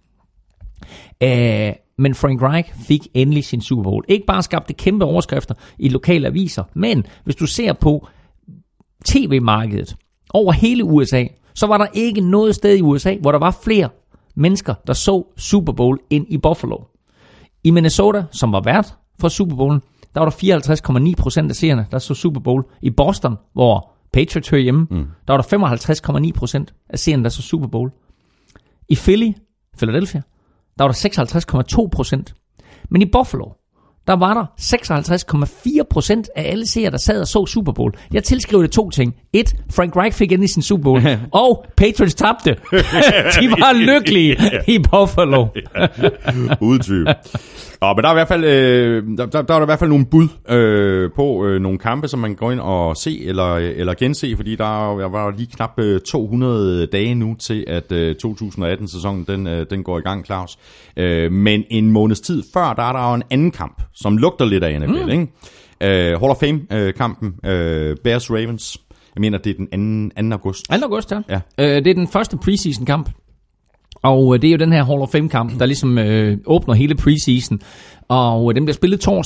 Æh, Men Frank Reich fik endelig sin Super Bowl. Ikke bare skabte kæmpe overskrifter i lokale aviser, men hvis du ser på tv-markedet over hele U S A, så var der ikke noget sted i U S A, hvor der var flere mennesker, der så Super Bowl end i Buffalo. I Minnesota, som var vært for Super Bowlen, der var der fireoghalvtreds komma ni procent af seerne, der så Super Bowl. I Boston, hvor Patriots hører hjemme, mm. der var der femoghalvtreds komma ni procent af seerne, der så Super Bowl. I Philly, Philadelphia, der var der seksoghalvtreds komma to procent. Men i Buffalo, der var der seksoghalvtreds komma fire procent af alle seere, der sad og så Super Bowl. Jeg tilskriver det to ting. Et, Frank Reich fik endelig sin Super Bowl, og Patriots tabte. De var lykkelige i Buffalo.
Uden tvivl. Ja, men der er i hvert fald, øh, der, der, der er der i hvert fald nogle bud øh, på øh, nogle kampe, som man går ind og se eller, eller gense, fordi der, der var lige knap øh, to hundrede dage nu til, at øh, to tusind og atten-sæsonen den, øh, den går i gang, Claus. Øh, men en måneds tid før, der er der jo en anden kamp, som lugter lidt af N F L, mm. ikke? Øh, Hall of Fame-kampen, øh, Bears-Ravens. Jeg mener, det er den anden august.
anden august, ja. ja. Øh, det er den første preseason-kamp. Og det er jo den her Hall of Fame-kamp, der ligesom øh, åbner hele preseason. Og den bliver spillet torsdag.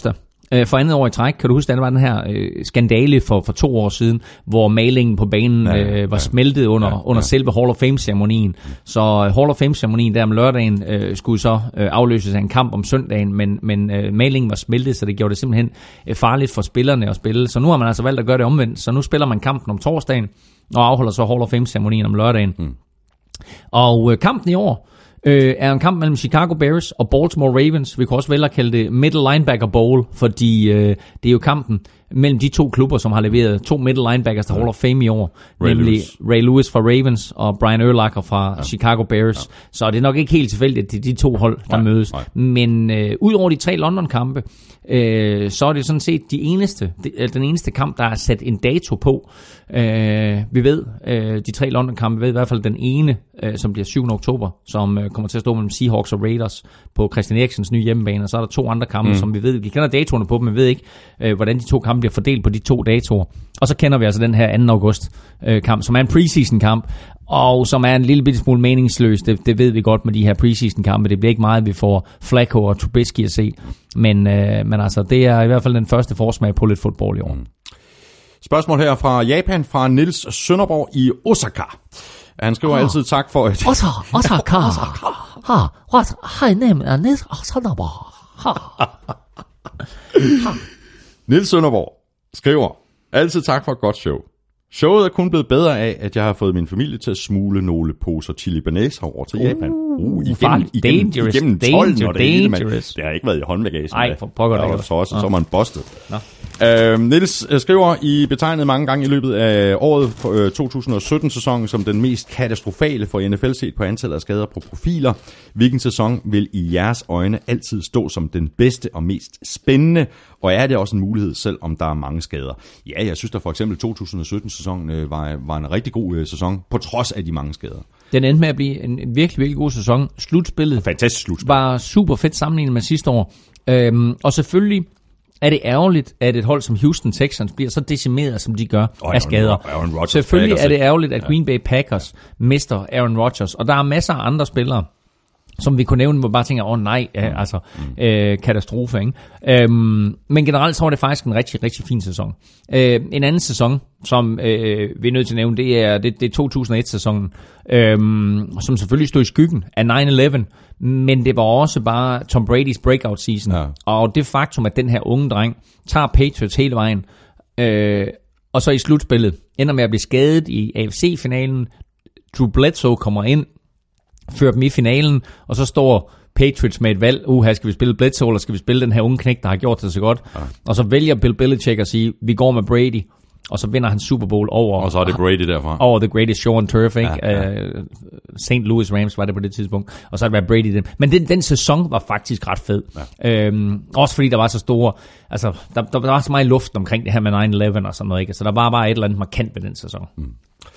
for andet år i træk. Kan du huske, der var den her øh, skandale for, for to år siden, hvor malingen på banen ja, øh, var ja, smeltet under, ja, under ja. selve Hall of Fame-ceremonien. Så øh, Hall of Fame-ceremonien der om lørdagen øh, skulle så øh, afløses af en kamp om søndagen, men, men øh, malingen var smeltet, så det gjorde det simpelthen øh, farligt for spillerne at spille. Så nu har man altså valgt at gøre det omvendt. Så nu spiller man kampen om torsdagen, og afholder så Hall of Fame-ceremonien om lørdagen. Mm. Og øh, kampen i år Øh, er en kamp mellem Chicago Bears og Baltimore Ravens. Vi kan også vælge at kalde det Middle Linebacker Bowl, fordi øh, det er jo kampen mellem de to klubber, som har leveret to middle linebackers til Hall of Fame i år. Ray nemlig Lewis. Ray Lewis fra Ravens og Brian Urlacher fra ja. Chicago Bears. Ja. Så det er nok ikke helt tilfældigt, at det er de to hold, der nej, mødes. Nej. Men øh, ud over de tre London-kampe, øh, så er det sådan set de eneste, de, den eneste kamp, der er sat en dato på. Øh, vi ved, øh, de tre London-kampe, ved i hvert fald den ene, øh, som bliver syvende oktober, som øh, kommer til at stå mellem Seahawks og Raiders på Christian Eriksens nye hjemmebane. Og så er der to andre kampe, mm. som vi ved, vi kender datoerne på dem, men vi ved ikke, øh, hvordan de to kampe bliver fordelt på de to datoer. Og så kender vi altså den her anden august øh, kamp, som er en preseason kamp, og som er en lille bitte smule meningsløs. Det, det ved vi godt med de her preseason kampe. Det bliver ikke meget, vi får Flacco og Trubisky at se. Men, øh, men altså, det er i hvert fald den første forsmag på lidt fodbold i år. Mm.
Spørgsmål her fra Japan, fra Niels Sønderborg i Osaka. Han skriver oh. altid tak for et...
Osaka, Osaka, ha, what, hi name er Niels Sønderborg. Ha.
Niels Sønderborg skriver, altid tak for et godt show. Showet er kun blevet bedre af, at jeg har fået min familie til at smule nogle poser chili banæs over til Japan. Uh, igennem, igennem,
dangerous,
igennem
dangerous,
tolden,
dangerous.
Det har ikke været i håndbagagen.
Nej, for pokker det.
Så også, så er man bustet. Uh, Niels skriver, I betegnet mange gange i løbet af året uh, to tusind og sytten-sæsonen som den mest katastrofale for N F L set på antallet af skader på profiler. Hvilken sæson vil i jeres øjne altid stå som den bedste og mest spændende? Og er det også en mulighed, selv om der er mange skader? Ja, jeg synes da for eksempel to tusind og sytten-sæsonen øh, var, var en rigtig god øh, sæson, på trods af de mange skader.
Den endte med at blive en virkelig, virkelig god sæson. Slutspillet
fantastisk slutspil.
Var super fedt sammenlignet med sidste år. Øhm, og selvfølgelig er det ærgerligt, at et hold som Houston Texans bliver så decimeret, som de gør, oh, af skader.
Aaron Rodgers,
selvfølgelig er det ærgerligt, at Green Bay Packers ja. mister Aaron Rodgers. Og der er masser af andre spillere, som vi kunne nævne, hvor bare tænker, åh oh, nej, ja, altså mm. øh, katastrofe, ikke? Øhm, men generelt så var det faktisk en rigtig, rigtig fin sæson. Øh, en anden sæson, som øh, vi er nødt til at nævne, det er, det, det er to tusind og et-sæsonen, øh, som selvfølgelig stod i skyggen af nine eleven, men det var også bare Tom Brady's breakout season. Ja. Og det faktum, at den her unge dreng tager Patriots hele vejen, øh, og så i slutspillet ender med at blive skadet i A F C-finalen, Drew Bledsoe kommer ind, fører dem i finalen, og så står Patriots med et valg. Uh, her skal vi spille Bledsoe, eller skal vi spille den her unge knægt, der har gjort det så godt? Ja. Og så vælger Bill Belichick at sige, vi går med Brady, og så vinder han Super Bowl over...
Og så er det Brady derfra.
Over the greatest show on turf, ikke? Ja, ja. Uh, Saint Louis Rams var det på det tidspunkt, og så har det været Brady den. Men den, den sæson var faktisk ret fed. Ja. Øhm, også fordi der var så store... Altså, der, der var så meget luft omkring det her med nine eleven og sådan noget, ikke? Så der var bare et eller andet markant ved den sæson. Mm.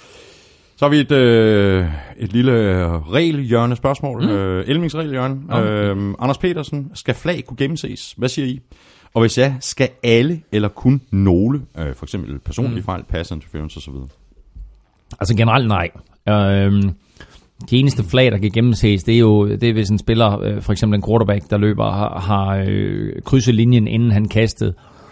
Så har vi et, øh, et lille regelhjørne spørgsmål. Mm. Øh, Elmings regelhjørne. Okay. Øh, Anders Petersen, skal flag kunne gennemses? Hvad siger I? Og hvis ja, skal alle eller kun nogle, øh, for eksempel personlige mm. fejl, pass interference osv.?
Altså generelt nej. Øh, de eneste flag, der kan gennemses, det er jo, det er hvis en spiller, øh, for eksempel en quarterback, der løber, har, har øh, krydset linjen, inden han kastede.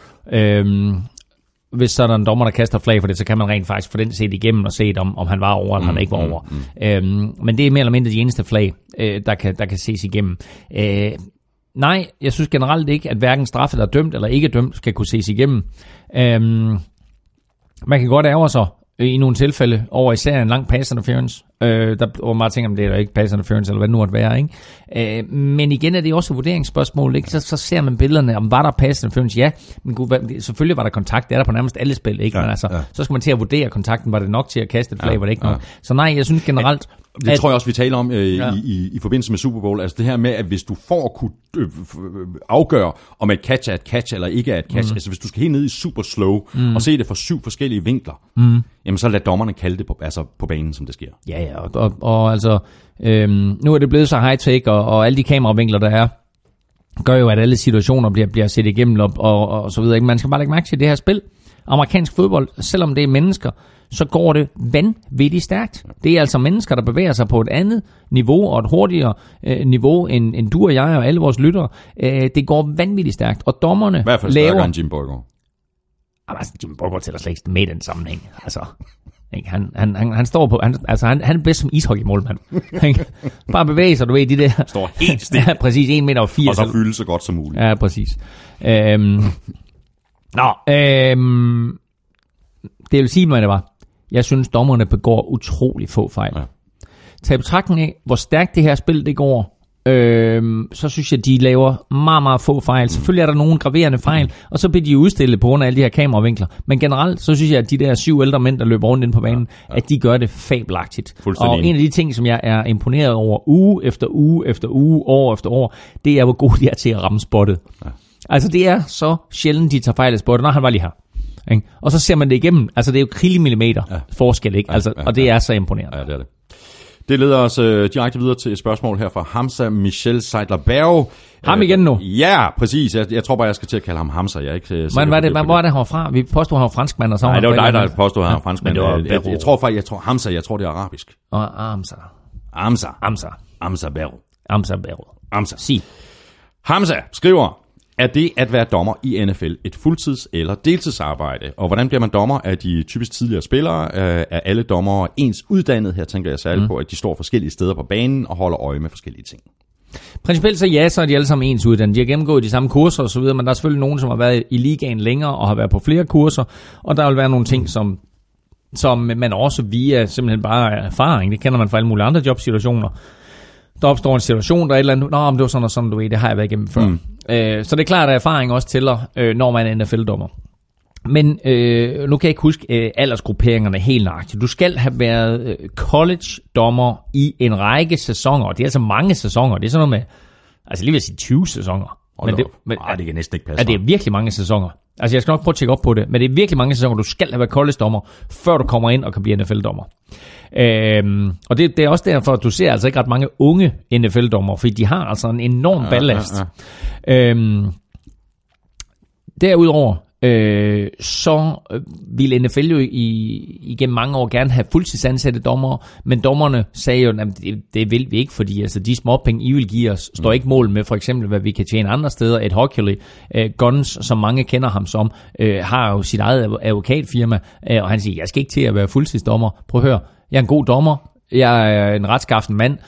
Øh, Hvis så er der en dommer, der kaster flag for det, så kan man rent faktisk få den set igennem og se, om, om han var over, eller mm, han ikke var over. Mm, mm. Øhm, men det er mere eller mindre de eneste flag, øh, der, kan, der kan ses igennem. Øh, nej, jeg synes generelt ikke, at hverken straffet, der er dømt eller ikke dømt, skal kunne ses igennem. Øh, man kan godt ærge sig i nogle tilfælde over især en lang pass interference, øh, der, hvor man tænker, om det er der ikke pass interference, eller hvad det nu måtte være, ikke? Øh, men igen er det også et vurderingsspørgsmål, ikke? Så, så ser man billederne, om var der pass interference? Ja, men gud, selvfølgelig var der kontakt, det er der på nærmest alle spil, ikke? Ja, men altså, ja. Så skal man til at vurdere kontakten, var det nok til at kaste et flag, ja, var det ikke nok? Ja. Så nej, jeg synes generelt...
Det at, tror jeg også, vi taler om øh, ja. i, i, i forbindelse med Super Bowl. Altså det her med, at hvis du får at kunne øh, afgøre, om et catch er et catch eller ikke er et catch, mm. altså hvis du skal helt ned i super slow mm. og se det fra syv forskellige vinkler, mm. jamen så lad dommerne kalde det på, altså på banen, som det sker.
Ja, ja, og, og, og altså, øhm, nu er det blevet så high-tech, og, og alle de kameravinkler, der er, gør jo, at alle situationer bliver, bliver set igennem og, og, og så videre. Man skal bare lægge mærke til det her spil. amerikansk fodbold, selvom det er mennesker, så går det vanvittigt stærkt. Det er altså mennesker, der bevæger sig på et andet niveau, og et hurtigere øh, niveau, end, end du og jeg og alle vores lyttere. Øh, det går vanvittigt stærkt, og dommerne laver... I
hvert fald stærkere end Jim Borgård.
Altså, Jim Borgård tæller slet ikke med i den sammenhæng. Altså, ikke? Han, han, han, han står på... Han, altså, han, han er bedst som ishockeymålmand. Bare bevæge sig, du ved, de der...
Står helt stille.
Ja, præcis, en meter og firs.
Og så fylde så godt som muligt.
Ja, præcis. Øhm, nå, øhm, det vil sige mig, det var... Jeg synes, dommerne begår utrolig få fejl. Ja. Tag i betragtning af, hvor stærkt det her spil det går, øhm, så synes jeg, de laver meget, meget få fejl. Mm. Selvfølgelig er der nogle graverende fejl, mm. og så bliver de udstillet på grund af alle de her kameravinkler. Men generelt, så synes jeg, at de der syv ældre mænd, der løber rundt ind på banen, ja. Ja. at de gør det fabelagtigt. Og en af de ting, som jeg er imponeret over uge efter uge efter uge, år efter år, det er, hvor gode de er til at ramme spottet. Ja. Altså, det er så sjældent, de tager fejl af spottet. Nå, han var lige her. Ikke? Og så ser man det igennem. Altså, det er jo kilomillimeter ja. forskel, ikke? Altså, ja, ja, ja. Og det er så imponerende.
Ja, det er det. Det leder os øh, direkte videre til et spørgsmål her fra Hamza Michel Seidler-Berg.
Ham igen nu?
Ja, præcis. Jeg, jeg tror bare, jeg skal til at kalde ham Hamza. Jeg er ikke øh,
Men hvad er det, hvor er det, han var fra? Vi påstod, han var franskmand. Og så
Nej, det var dig, der påstod, han var franskmand.
Ja,
jeg, jeg, jeg tror faktisk, jeg tror Hamza, jeg tror det er arabisk.
Og Hamza.
Hamza.
Hamza.
Hamza Berg.
Hamza Berg.
Hamza.
Sig.
Hamza skriver... Er det at være dommer i N F L et fuldtids- eller deltidsarbejde? Og hvordan bliver man dommer af de typisk tidligere spillere? Er alle dommere ens uddannet? Her tænker jeg særligt mm. på, at de står forskellige steder på banen og holder øje med forskellige ting.
Principielt så ja, så er de alle sammen ens uddannet. De har gennemgået de samme kurser og så videre, men der er selvfølgelig nogen, som har været i ligaen længere og har været på flere kurser, og der vil være nogle ting, som, som man også via simpelthen bare erfaring, det kender man fra alle mulige andre jobsituationer. Der opstår en situation, der er et eller andet, nå, men det var sådan og sådan, du ved, det har jeg været igennem før. Mm. Øh, så det er klart, at erfaring også tæller, øh, når man er N F L-dommer. Men øh, nu kan jeg ikke huske øh, aldersgrupperingerne helt nøjagtigt. Du skal have været øh, college-dommer i en række sæsoner. Det er altså mange sæsoner. Det er sådan noget med, altså lige ved at sige tyve sæsoner.
Men det, men, Ej, det kan næsten ikke passe.
Ja, det er virkelig mange sæsoner. Altså jeg skal nok prøve at tjekke op på det, men det er virkelig mange sæsoner, du skal have været college-dommer, før du kommer ind og kan blive N F L-dommer. Øhm, og det, det er også derfor, at du ser altså ikke ret mange unge N F L-dommer, fordi de har altså en enorm ballast. Ja, ja, ja. Øhm, derudover, øh, så ville N F L jo i, igennem mange år gerne have fuldtidsansatte dommere, men dommerne sagde jo, at det, det vil vi ikke, fordi altså, de småpenge, I vil give os, står ikke mål med for eksempel, hvad vi kan tjene andre steder. Et Hockley, uh, Guns, som mange kender ham som, uh, har jo sit eget advokatfirma, uh, og han siger, jeg skal ikke til at være fuldtidsdommer. Prøv at høre, jeg er en god dommer. Jeg er en retskaffen mand.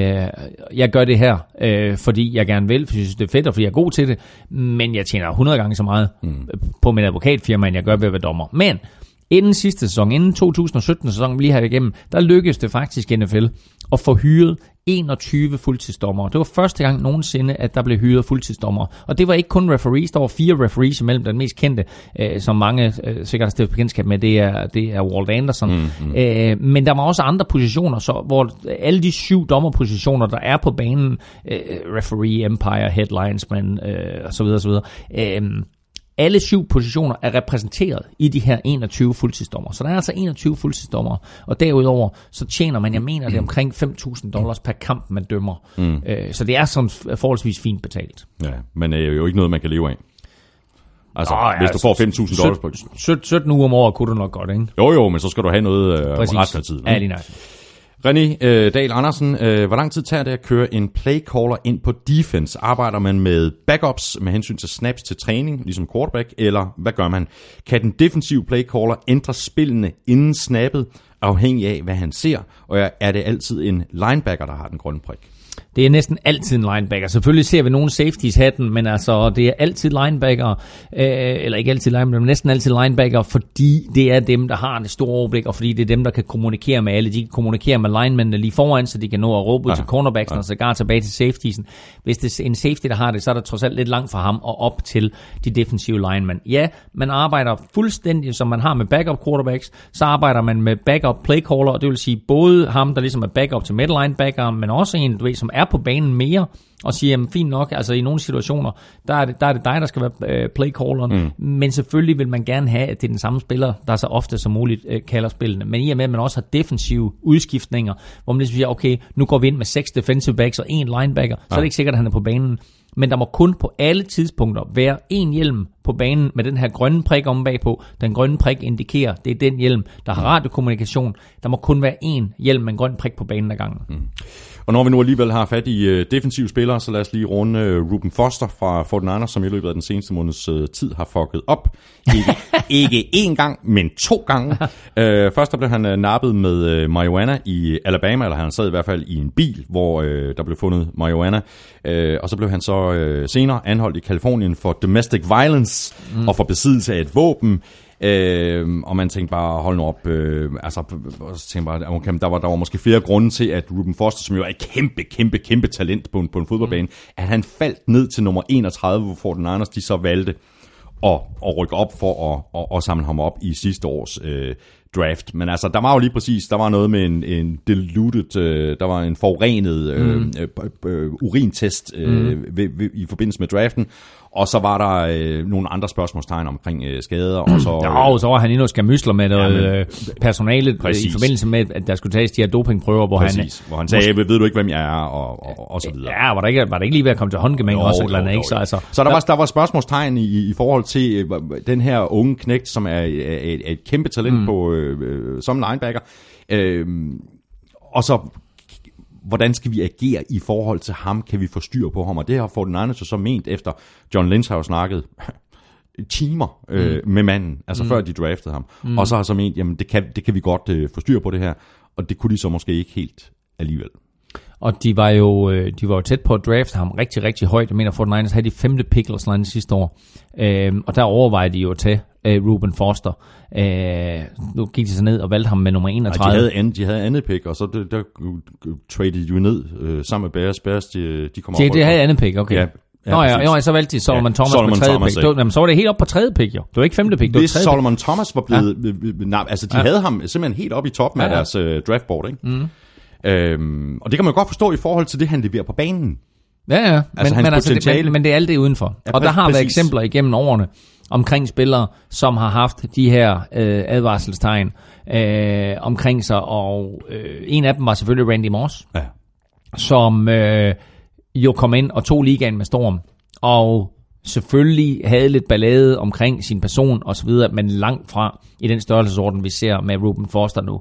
Jeg gør det her, fordi jeg gerne vil, fordi jeg synes, det er fedt, og fordi jeg er god til det. Men jeg tjener hundrede gange så meget mm. på min advokatfirma, end jeg gør ved at være dommer. Men inden sidste sæson, inden to tusind og sytten-sæsonen, vi lige har igennem, der lykkedes det faktisk i N F L at få hyret enogtyve fuldtidsdommere. Det var første gang nogensinde, at der blev hyret fuldtidsdommere. Og det var ikke kun referees, der var fire referees imellem. Den mest kendte, øh, som mange øh, sikkert har stiftet bekendtskab med, det er, det er Walt Anderson. Mm, mm. Øh, men der var også andre positioner, så, hvor alle de syv dommerpositioner, der er på banen, øh, referee, umpire, headlinesman, øh, osv. osv., øh, alle syv positioner er repræsenteret i de her enogtyve fuldtidsdommer. Så der er altså enogtyve fuldtidsdommer, og derudover så tjener man, jeg mener, det er omkring fem tusind dollars per kamp, man dømmer. Mm. Så det er sådan forholdsvis fint betalt.
Ja, men det er jo ikke noget, man kan leve af. Altså, Nå, ja, hvis du får fem tusind dollars på...
sytten uger om året kunne du nok godt, ikke?
Jo, jo, men så skal du have noget øh, resten af tiden.
Ja, lige nok.
René øh, Dahl Andersen, øh, hvor lang tid tager det at køre en playcaller ind på defense? Arbejder man med backups med hensyn til snaps til træning, ligesom quarterback, eller hvad gør man? Kan den defensive playcaller ændre spillene inden snappet, afhængig af, hvad han ser? Og er det altid en linebacker, der har den grønne prik?
Det er næsten altid en linebacker. Selvfølgelig ser vi nogle safeties hatten, men altså det er altid linebacker, øh, eller ikke altid linebacker, men næsten altid linebacker, fordi det er dem, der har det store overblik, og fordi det er dem, der kan kommunikere med alle. De kan kommunikere med linemændene lige foran, så de kan nå at råbe ud ja. til cornerbacksen ja. og sågar tilbage til safetiesen. Hvis det er en safety, der har det, så er det trods alt lidt langt fra ham og op til de defensive linemen. Ja, man arbejder fuldstændig, som man har med backup quarterbacks, så arbejder man med backup playcaller, og det vil sige både ham, der ligesom er backup til middle linebacker, men også en, du ved, som som er på banen mere, og siger, jamen fint nok, altså i nogle situationer, der er det, der er det dig, der skal være øh, playcalleren, mm. men selvfølgelig vil man gerne have, at det er den samme spiller, der så ofte som muligt øh, kalder spillene. Men i og med, at man også har defensive udskiftninger, hvor man ligesom siger, okay, nu går vi ind med seks defensive backs og en linebacker, så er det ikke sikkert, at han er på banen. Men der må kun på alle tidspunkter være en hjelm på banen med den her grønne prik om bagpå. Den grønne prik indikerer, det er den hjelm, der har radiokommunikation. Der må kun være en hjelm med en grøn prik på banen ad gangen. Mm.
Og når vi nu alligevel har fat i uh, defensive spillere, så lad os lige runde uh, Reuben Foster fra forty-niners, som i løbet af den seneste måneds uh, tid har fucket op. Ikke, ikke én gang, men to gange. Uh, først der blev han uh, nappet med uh, marijuana i Alabama, eller han sad i hvert fald i en bil, hvor uh, der blev fundet marijuana. Uh, og så blev han så uh, senere anholdt i Kalifornien for domestic violence mm. og for besiddelse af et våben. Øh, og man tænkte bare, hold nu op, øh, altså, så tænkte bare, okay, der, var, der var måske flere grunde til, at Reuben Foster, som jo er et kæmpe, kæmpe, kæmpe talent på en, på en fodboldbane, mm. at han faldt ned til nummer enogtredive, hvor forty-niners de så valgte at, at rykke op for at, at, at samle ham op i sidste års øh, draft. Men altså, der var jo lige præcis, der var noget med en, en diluted, øh, der var en forurenet øh, mm. øh, øh, urintest øh, mm. ved, ved, i forbindelse med draften. Og så var der øh, nogle andre spørgsmålstegn omkring øh, skader. Og så,
øh, jo, så var han endnu skamysler med noget ja, men, personale præcis. I forbindelse med, at der skulle tages de her dopingprøver, hvor
præcis. han...
Hvor
han sagde, ved du ikke, hvem jeg er, og, og, og så videre.
Ja, var der ikke, var der ikke lige ved at komme til håndgemæng også?
Jo,
eller
jo,
andet,
jo,
ikke? Så, altså,
så der, der, var, der var spørgsmålstegn i, i forhold til øh, den her unge knægt, som er, er, er et kæmpe talent mm. på, øh, som linebacker. Øh, og så... Hvordan skal vi agere i forhold til ham? Kan vi få styr på ham? Og det har forty-niners så ment efter John Lynch har jo snakket timer øh, mm. med manden, altså mm. før de draftede ham. Mm. Og så har så ment, jamen det kan, det kan vi godt øh, få styr på det her. Og det kunne de så måske ikke helt alligevel.
Og de var jo de var jo tæt på at drafte ham rigtig, rigtig højt. Jeg mener, forty-niners havde de femte pick eller sådan sidste år. Øhm, og der overvejede de jo at tage øh, Reuben Foster. Øh, nu gik de så ned og valgte ham med nummer enogtredive.
Ej, de, havde andet, de havde andet pick, og så der, der traded de jo ned øh, sammen med Bears. Bears, de, de kommer
de,
op.
De havde andet pick, okay.
Ja.
Ja, Nå ja, jo, så valgte de Solomon ja, Thomas Solomon på tredje Thomas, pick. Det var, jamen, så var det helt op på tredje pick, jo. Det var ikke femte pick, det
Hvis
var tredje
Solomon
pick.
Thomas var blevet... Ja. Nej, altså, de ja. havde ham simpelthen helt op i toppen ja, ja. af deres uh, draftboard, ikke? Mm. Øhm, og det kan man godt forstå i forhold til det, han leverer på banen.
Ja, ja. Altså, men, men, altså, det, men, men det er alt det udenfor. Ja, og der har præcis. været eksempler igennem årene omkring spillere, som har haft de her øh, advarselstegn øh, omkring sig. Og øh, en af dem var selvfølgelig Randy Moss, ja. som øh, jo kom ind og tog ligaen med storm. Og selvfølgelig havde lidt ballade omkring sin person og så videre, men langt fra i den størrelsesorden, vi ser med Reuben Foster nu.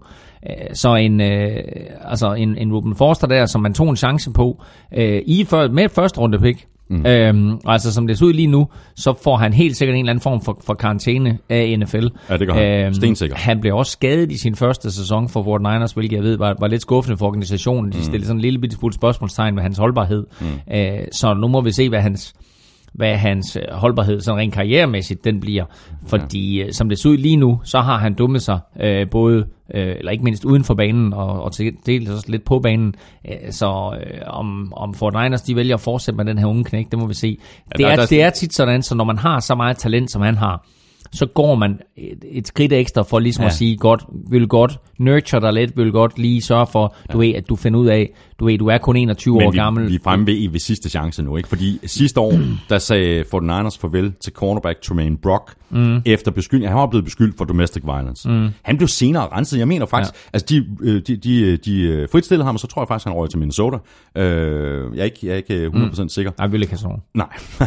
Så en, øh, altså en, en Reuben Foster der, som man tog en chance på øh, i for, med et første runde pick. Mm. Øhm, altså som det ser ud lige nu, så får han helt sikkert en eller anden form for, for karantæne af N F L.
Ja, det gør han. Øhm, Stensikker.
Han blev også skadet i sin første sæson for forty-niners, hvilket jeg ved var, var lidt skuffende for organisationen. De mm. stillede sådan en lille bitte smule spørgsmålstegn ved hans holdbarhed. Mm. Øh, så nu må vi se, hvad hans hvad hans holdbarhed sådan rent karrieremæssigt den bliver, fordi ja. som det ser ud lige nu, så har han dummet sig øh, både, øh, eller ikke mindst uden for banen, og, og til dels også lidt på banen, øh, så øh, om, om forty-niners de vælger at fortsætte med den her unge knæk, det må vi se. Ja, det, er, der, det er tit sådan, så når man har så meget talent, som han har, så går man et, et skridt ekstra for ligesom ja. at sige, godt, vil godt nurture dig lidt, vil godt lige sørge for, ja. du ved, at du finder ud af, du ved, du er kun enogtyve
Men
år
vi,
gammel.
vi er fremme ved, ved sidste chance nu, ikke? Fordi sidste år, der sagde forty-niners farvel til cornerback Tremaine Brock, mm. efter beskyldning. Han var blevet beskyldt for domestic violence. Mm. Han blev senere renset. Jeg mener faktisk, ja. altså de, de, de, de fritstillede ham, og så tror jeg faktisk, han røg til Minnesota. Uh, jeg, er ikke, jeg er ikke hundrede procent mm. sikker.
Nej, vil ikke have sådan.
Nej.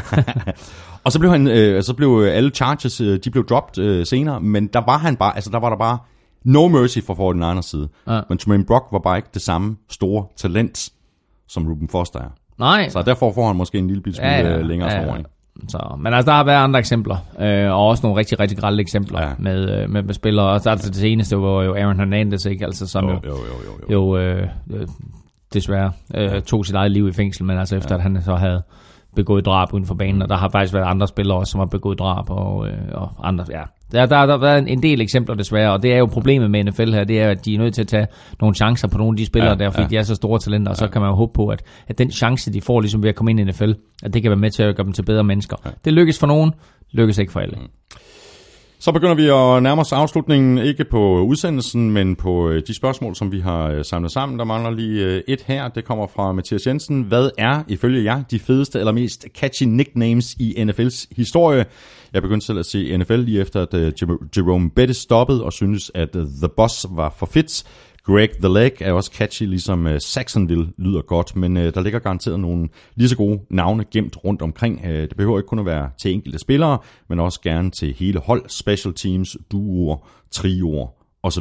Og så blev han, øh, så blev alle charges, øh, de blev dropped øh, senere, men der var han bare, altså der var der bare no mercy fra forty-niners side. Ja. Men Tremaine Brock var bare ikke det samme store talent, som Reuben Foster er.
Nej.
Så derfor får han måske en lille smule ja, ja, længere ja, ja. foran.
Så, men altså, der har været andre eksempler, øh, og også nogle rigtig, rigtig grelle eksempler ja. med, øh, med, med spillere. Og altså, det seneste var jo Aaron Hernandez, ikke? Altså, som jo, jo, jo, jo, jo. jo øh, desværre øh, tog sit eget liv i fængsel, men altså efter, ja. at han så havde begået drab uden for banen, og der har faktisk været andre spillere også, som har begået drab, og, øh, og andre, ja. Der, der, der har været en del eksempler desværre, og det er jo problemet med N F L her, det er, at de er nødt til at tage nogle chancer på nogle af de spillere ja, der, fordi ja. de er så store talenter, og så kan man jo håbe på, at, at den chance, de får ligesom ved at komme ind i N F L, at det kan være med til at gøre dem til bedre mennesker. Ja. Det lykkes for nogen, lykkes ikke for alle.
Så begynder vi at nærme os afslutningen, ikke på udsendelsen, men på de spørgsmål, som vi har samlet sammen. Der mangler lige et her, det kommer fra Mathias Jensen. Hvad er, ifølge jer, de fedeste eller mest catchy nicknames i N F L's historie? Jeg begyndte selv at se N F L lige efter, at Jerome Bettis stoppede, og synes, at The Boss var for fedt. Greg the Leg er også catchy, ligesom Saxonville lyder godt, men der ligger garanteret nogle lige så gode navne gemt rundt omkring. Det behøver ikke kun at være til enkelte spillere, men også gerne til hele hold, special teams, duoer, trioer osv.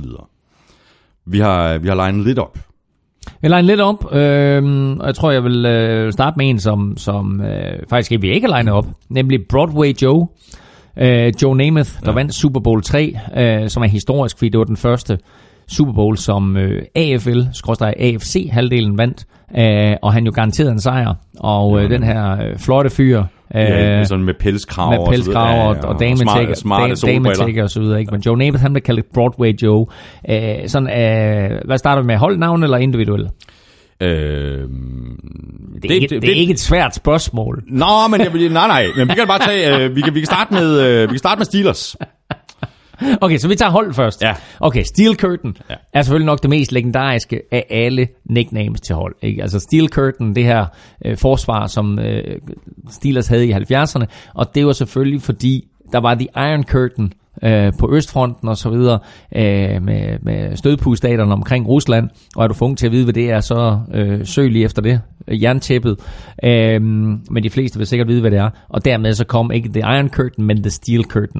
Vi har, vi har legnet lidt op.
Vi har legnet lidt op, øh, og jeg tror, jeg vil øh, starte med en, som, som øh, faktisk vi ikke har legnet op, nemlig Broadway Joe. Øh, Joe Namath, der ja. vandt Super Bowl tre, øh, som er historisk, fordi det var den første Super Bowl, som øh, A F L-A F C-halvdelen vandt, øh, og han jo garanterede en sejr. Og øh, ja, den her øh, flotte fyr, øh,
ja, sådan med pelskraver,
med pelskraver og, og, og dametækker og så videre. Ikke? Men Joe Namath, han blev kaldt Broadway Joe. Øh, sådan, øh, hvad starter vi med, holdnavn eller individuelt? Øh, det, er
det,
ikke,
det,
det er ikke et svært spørgsmål.
Nå, men jeg vil, nej, nej, men vi kan bare tage, øh, vi kan vi kan starte med, øh, vi kan starte med Steelers.
Okay, så vi tager hold først.
Ja.
Okay, Steel Curtain ja. er selvfølgelig nok det mest legendariske af alle nicknames til hold. Ikke? Altså Steel Curtain, det her øh, forsvar, som øh, Steelers havde i halvfjerdserne, og det var selvfølgelig fordi, der var The Iron Curtain øh, på Østfronten og så videre, øh, med, med stødpudstaterne omkring Rusland, og er du for ung til at vide, hvad det er, så øh, søg lige efter det, jerntæppet, øh, men de fleste vil sikkert vide, hvad det er, og dermed så kom ikke The Iron Curtain, men The Steel Curtain.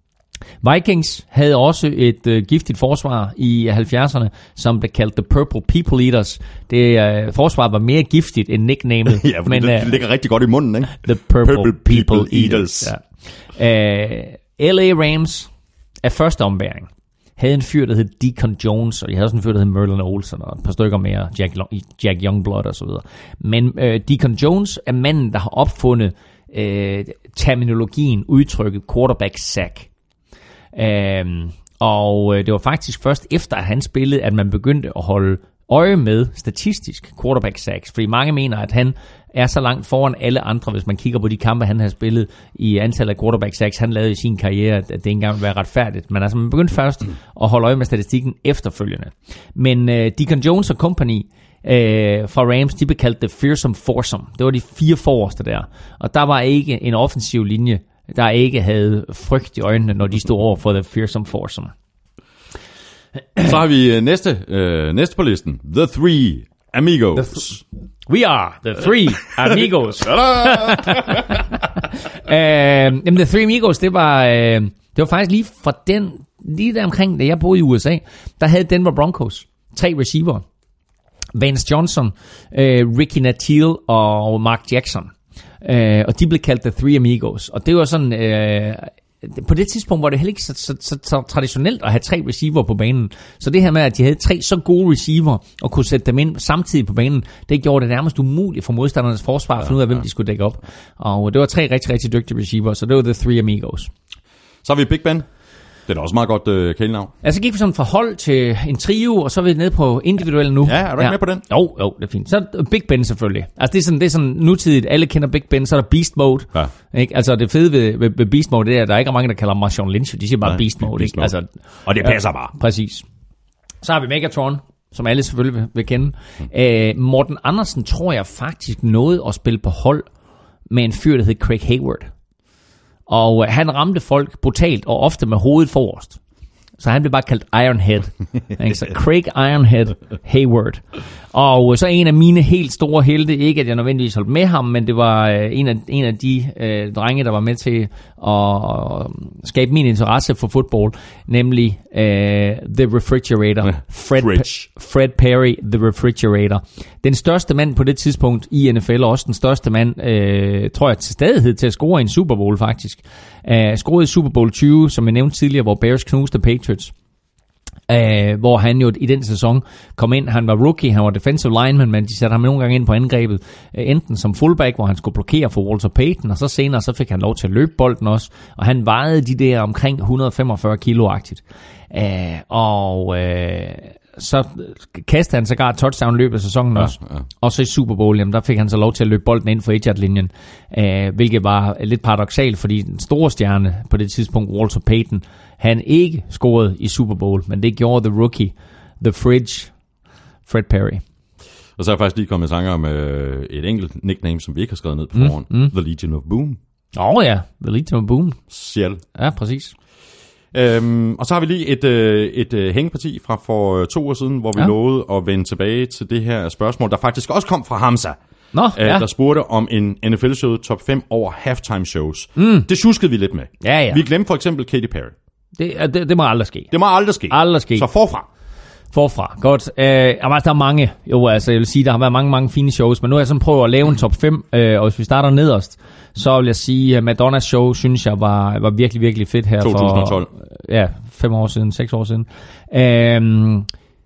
Vikings havde også et øh, giftigt forsvar i halvfjerdserne, som blev kaldt The Purple People Eaters. Det øh, forsvar var mere giftigt end nicknamet.
Ja, men det, øh, det ligger rigtig godt i munden, ikke?
The Purple, Purple People, People Eaters. Eaters. Ja. Øh, L A Rams af første ombæring havde en fyr, der hed Deacon Jones, og de havde også en fyr, der hed Merlin Olsen, og et par stykker mere, Jack, Jack Youngblood og så videre. Men øh, Deacon Jones er manden, der har opfundet øh, terminologien, udtrykket quarterback sack. Øhm, og det var faktisk først efter, at han spillede, at man begyndte at holde øje med statistisk quarterback sacks, fordi mange mener, at han er så langt foran alle andre, hvis man kigger på de kampe, han har spillet i antallet af quarterback sacks, han lavede i sin karriere, at det ikke engang vil være retfærdigt. Men altså, man begyndte først at holde øje med statistikken efterfølgende. Men uh, Deacon Jones og company uh, fra Rams, de blev kaldt The Fearsome Foursome. Det var de fire forreste der. Og der var ikke en offensiv linje, der ikke havde frygt i øjnene, når de stod over for The Fearsome Foursome.
Så har vi næste, øh, næste på listen. The Three Amigos. The th-
We are the Three Amigos. uh, jamen, The Three Amigos, det var, uh, det var faktisk lige fra den, lige der omkring, da jeg boede i U S A, der havde Denver Broncos tre receiver. Vance Johnson, uh, Ricky Nattiel og Mark Jackson. Uh, og de blev kaldt The Three Amigos. Og det var sådan, uh, på det tidspunkt var det heller ikke så, så, så, så traditionelt at have tre receiver på banen. Så det her med, at de havde tre så gode receiver og kunne sætte dem ind samtidig på banen, det gjorde det nærmest umuligt for modstandernes forsvar at finde ud af, hvem de skulle dække op. Og det var tre rigtig, rigtig dygtige receiver, så det var The Three Amigos.
Så har vi Big Ben. Det er også meget godt øh, kælenavn.
Altså gik vi sådan fra hold til en trio, og så er vi nede på individuelle nu.
Ja, er du ikke ja. med på den?
Jo, jo, det er fint. Så Big Ben selvfølgelig. Altså det er sådan, det er sådan nutidigt, alle kender Big Ben, så er der Beast Mode. Ja. Ikke? Altså det fede ved, ved, ved Beast Mode, det er, at der ikke er mange, der kalder Marshawn Lynch, de siger bare ja, Beast Mode. Beast Mode. Altså,
og det passer ja, bare.
Præcis. Så har vi Megatron, som alle selvfølgelig vil, vil kende. Mm. Æ, Morten Andersen tror jeg faktisk nåede at spille på hold med en fyr, der hed Craig Hayward. Og han ramte folk brutalt, og ofte med hovedet forrest. Så han blev bare kaldt Ironhead. Så Craig Ironhead Hayward. Og så en af mine helt store helte, ikke at jeg nødvendigvis holdt med ham, men det var en af, en af de øh, drenge, der var med til at skabe min interesse for fodbold, nemlig øh, The Refrigerator. Fred, Fred Perry, The Refrigerator. Den største mand på det tidspunkt i N F L, og også den største mand, øh, tror jeg, til stadighed til at score i en Super Bowl faktisk. Uh, scorede i Super Bowl tyve, som jeg nævnte tidligere, hvor Bears knuste Patriots. Uh, hvor han jo i den sæson kom ind, han var rookie, han var defensive lineman, men de satte ham nogle gange ind på angrebet, uh, enten som fullback, hvor han skulle blokere for Walter Payton, og så senere så fik han lov til at løbe bolden også, og han vejede de der omkring et hundrede og femogfyrre kilo-agtigt. Uh, og uh, så kastede han sågar et touchdown løbet af sæsonen ja, også. Ja. Og så i Super Bowl, jamen, der fik han så lov til at løbe bolden ind for et-yard-linjen, øh, hvilket var lidt paradoksalt, fordi den store stjerne på det tidspunkt, Walter Payton, han ikke scorede i Super Bowl, men det gjorde the rookie, the fridge, Fred Perry.
Og så er jeg faktisk lige kommet i tanke om øh, et enkelt nickname, som vi ikke har skrevet ned på forhånd. Mm, mm. The Legion of Boom.
Åh oh, ja, The Legion of Boom.
Seattle.
Ja, præcis.
Øhm, og så har vi lige et, øh, et øh, hængeparti fra for øh, to år siden, hvor vi ja. lovede at vende tilbage til det her spørgsmål, der faktisk også kom fra Hamza.
Nå,
øh,
ja.
Der spurgte om en N F L-show top fem over halftime shows. Mm. Det sjuskede vi lidt med.
Ja, ja.
Vi glemte for eksempel Katy Perry.
Det, det, det må aldrig ske.
Det må aldrig ske.
Aldrig ske.
Så forfra.
Forfra, godt. Øh, der er mange, jo altså jeg vil sige, der har været mange, mange fine shows, men nu har jeg sådan prøvet at lave en top fem, øh, og hvis vi starter nederst, så vil jeg sige, at Madonnas show, synes jeg, var, var virkelig, virkelig fedt her
to tusind og tolv.
For, ja, fem år siden, seks år siden. Øh,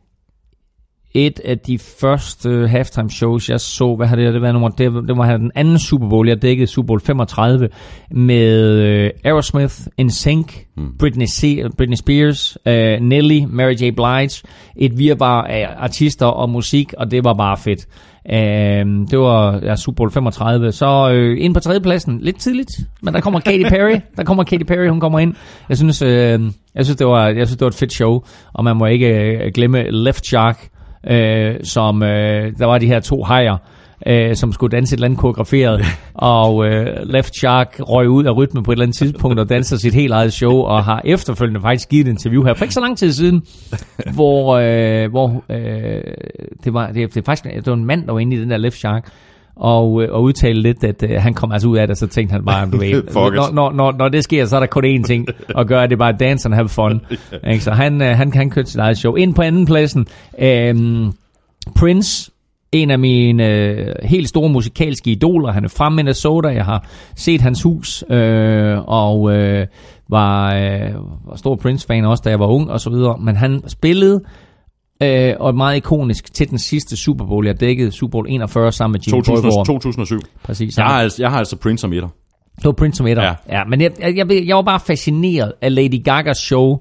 et af de første halftime shows, jeg så, hvad har det, det været nummer, det, det var her den anden Super Bowl, jeg dækkede Super Bowl femogtredive, med uh, Aerosmith, N Sync, hmm. Britney, C- Britney Spears, uh, Nelly, Mary J. Blige, et virvar af artister og musik, og det var bare fedt. Uh, det var ja, Super Bowl femogtredive. Så uh, ind på tredjepladsen, lidt tidligt, men der kommer Katy Perry, der kommer Katy Perry, hun kommer ind. Jeg synes, uh, jeg synes, det var, jeg synes, det var et fedt show, og man må ikke uh, glemme Left Shark, Øh, som øh, der var de her to hajer, øh, som skulle danse et eller andet koreograferet, og øh, Left Shark røg ud af rytme på et eller andet tidspunkt og danser sit helt eget show, og har efterfølgende faktisk givet et interview her for ikke så lang tid siden, hvor, øh, hvor øh, det var det, det faktisk det var en mand, der var inde i den der Left Shark, og, og udtale lidt, at uh, han kom altså ud af det, så tænkte han bare, du ved, når, når, når, når det sker, så er der kun én ting at gøre, det er bare dance and have fun. Yeah. Så han, uh, han kan køre sit eget show. Ind på anden pladsen, um, Prince, en af mine uh, helt store musikalske idoler. Han er fra Minnesota, jeg har set hans hus, uh, og uh, var, uh, var stor Prince-fan også, da jeg var ung, og så videre. Men han spillede Øh, og meget ikonisk til den sidste Super Bowl, jeg dækkede Super Bowl enogfyrre sammen med Jimmy Borgård.
to tusind og syv.
Præcis.
Jeg har, altså, jeg har altså Prince som etter.
Det var Prince som etter. Ja. Ja, men jeg, jeg, jeg, jeg var bare fascineret af Lady Gagas show.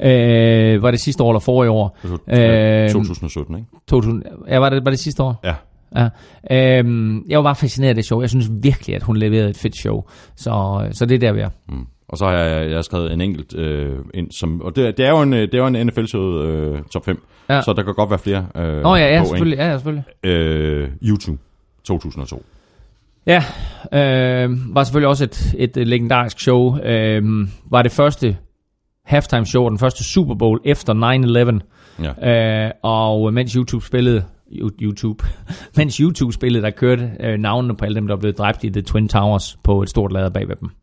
Øh, var det sidste år eller forrige år?
Øh, to tusind og sytten, ikke?
to tusind, ja, var det, var det sidste år?
Ja.
Ja. Øhm, jeg var bare fascineret af det show. Jeg synes virkelig, at hun leverede et fedt show. Så, så det er der, vi er. Mm.
Og så har jeg, jeg har skrevet en enkelt, øh, en, som, og det, det er jo en, det er jo en N F L-show øh, top fem, ja. Så der kan godt være flere. Øh,
Åh oh, ja, ja,
på,
selvfølgelig. Ja, ja, selvfølgelig.
Øh, YouTube, to tusind og to.
Ja, øh, var selvfølgelig også et, et legendarisk show. Øh, var det første halftime show, den første Super Bowl efter nine eleven. Ja. Øh, og mens YouTube spillede, YouTube, mens YouTube spillede, der kørte øh, navnene på alle dem, der blev dræbt i The Twin Towers på et stort lader bagved dem.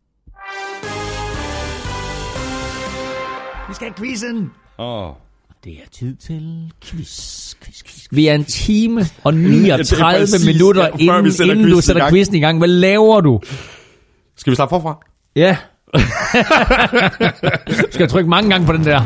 Vi skal have quizzen.
Åh. Oh.
Det er tid til quiz, quiz, quiz. Vi er en time og niogtredive minutter, ja, inden, inden du sætter quizzen i gang. Hvad laver du?
Skal vi starte forfra?
Ja. Skal jeg trykke mange gange på den der?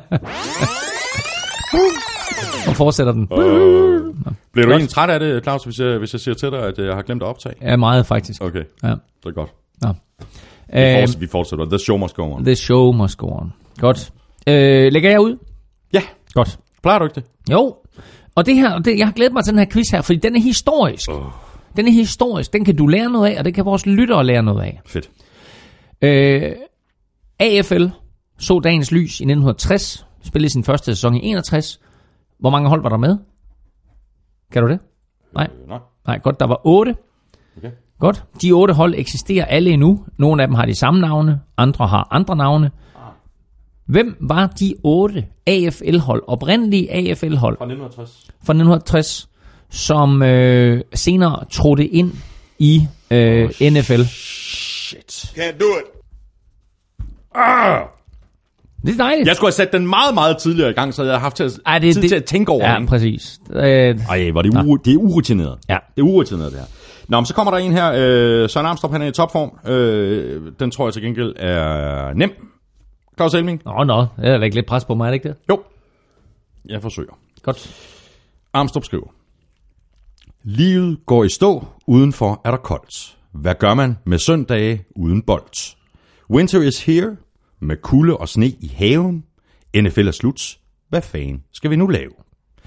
Og fortsætter den.
Uh, bliver du egentlig træt af det, Claus, hvis jeg, hvis jeg siger til dig, at jeg har glemt at optage?
Ja, meget faktisk.
Okay,
ja.
Det er godt.
Ja.
Vi, fortsætter, vi fortsætter. The show must go on.
The show must go on. Godt. Øh, lægger jeg ud?
Ja.
Godt.
Plejer du ikke det?
Jo. Og det her, det, jeg har glædet mig til den her quiz her, fordi den er historisk. Oh. Den er historisk. Den kan du lære noget af, og det kan vores lyttere lære noget af.
Fedt.
Øh, A F L så dagens lys i nitten tres. Spillede sin første sæson i enogtres. Hvor mange hold var der med? Kan du det? Nej.
Øh, nej.
Nej, godt. Der var otte.
Okay.
Godt. De otte hold eksisterer alle endnu. Nogle af dem har de samme navne. Andre har andre navne. Hvem var de otte A F L-hold, oprindelige A F L-hold
fra nitten tres,
fra nitten tres, som øh, senere trådte ind i øh, oh, N F L?
Shit.
Can't do it.
Ah!
Det er dejligt.
Jeg skulle have sat den meget, meget tidligere i gang, så jeg har haft til at,
Ej, det,
tid
det,
til at tænke over
ja,
den.
Ja, præcis. Øh,
Ej, var det, uru, det er urutineret.
Ja.
Det er urutineret, det her. Nå, men så kommer der en her. Øh, Søren Armstrong, han er i topform. Øh, den tror jeg til gengæld er nem. Claus Elming.
Nå, nå. Det er da ikke lidt pres på mig, er det ikke det?
Jo. Jeg forsøger.
Godt.
Armstrong skriver. Livet går i stå. Udenfor er der koldt. Hvad gør man med søndage uden bold? Winter is here. Med kulde og sne i haven. N F L er slut. Hvad fanden skal vi nu lave?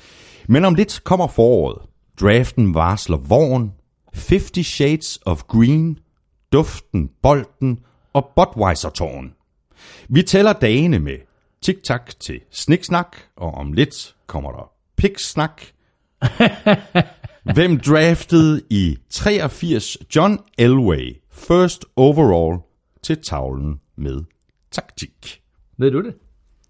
Men om lidt kommer foråret. Draften varsler våren. Fifty Shades of Green. Duften, bolden og Budweiser-tårn. Vi tæller dagene med tic-tac til sniksnak, og om lidt kommer der piksnak. Hvem draftede i treogfirs John Elway first overall til tavlen med taktik?
Ved du det?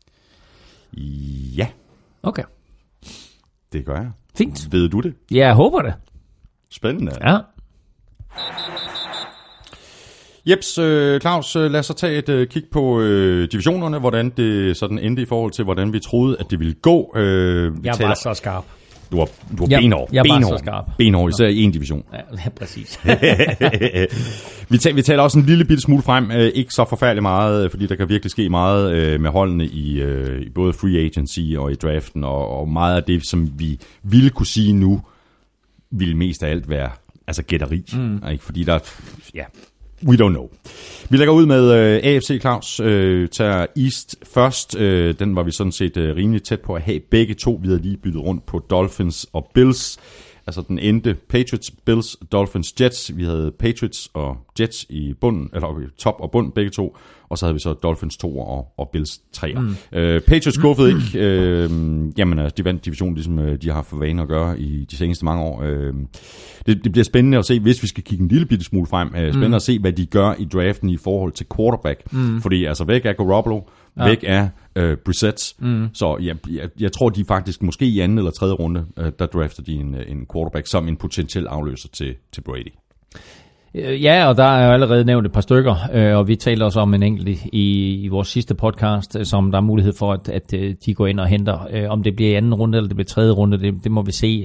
Ja.
Okay.
Det gør jeg.
Fint.
Ved du det?
Ja, jeg håber det.
Spændende.
Ja.
Jeps, øh, Claus, lad os så tage et øh, kig på øh, divisionerne, hvordan det sådan endte i forhold til, hvordan vi troede, at det ville gå. Øh,
jeg
taler...
var så skarp.
Du var, du var
jeg,
benhår.
Jeg
benhår.
var så skarp.
Benhår, især i en division.
Ja, ja præcis.
vi, taler, vi taler også en lille bitte smule frem. Øh, ikke så forfærdeligt meget, fordi der kan virkelig ske meget øh, med holdene i, øh, i både free agency og i draften. Og, og meget af det, som vi ville kunne sige nu, ville mest af alt være altså gætteri. Mm. Ikke? Fordi der... Ja, we don't know. Vi lægger ud med øh, A F C, Claus. Øh, tager East først. Øh, den var vi sådan set øh, rimelig tæt på at have begge to. Vi havde lige byttet rundt på Dolphins og Bills. Altså den endte Patriots, Bills, Dolphins, Jets. Vi havde Patriots og Jets i bunden, eller top og bund begge to. Og så havde vi så Dolphins to og, og Bills tre. Mm. Øh, Patriots skuffede ikke. Øh, jamen, de vandt divisionen, ligesom de har haft for vane at gøre i de seneste mange år. Øh, det, det bliver spændende at se, hvis vi skal kigge en lille bitte smule frem. Øh, spændende mm. at se, hvad de gør i draften i forhold til quarterback. Mm. Fordi altså væk er Garoppolo, ja. væk er øh, Brissett. Mm. Så jeg, jeg, jeg tror, de faktisk måske i anden eller tredje runde, øh, der drafter de en, en quarterback som en potentiel afløser til, til Brady.
Ja, og der er jo allerede nævnt et par stykker, og vi taler også om en enkelt i, i vores sidste podcast, som der er mulighed for, at, at de går ind og henter. Om det bliver i anden runde, eller det bliver tredje runde, det, det må vi se.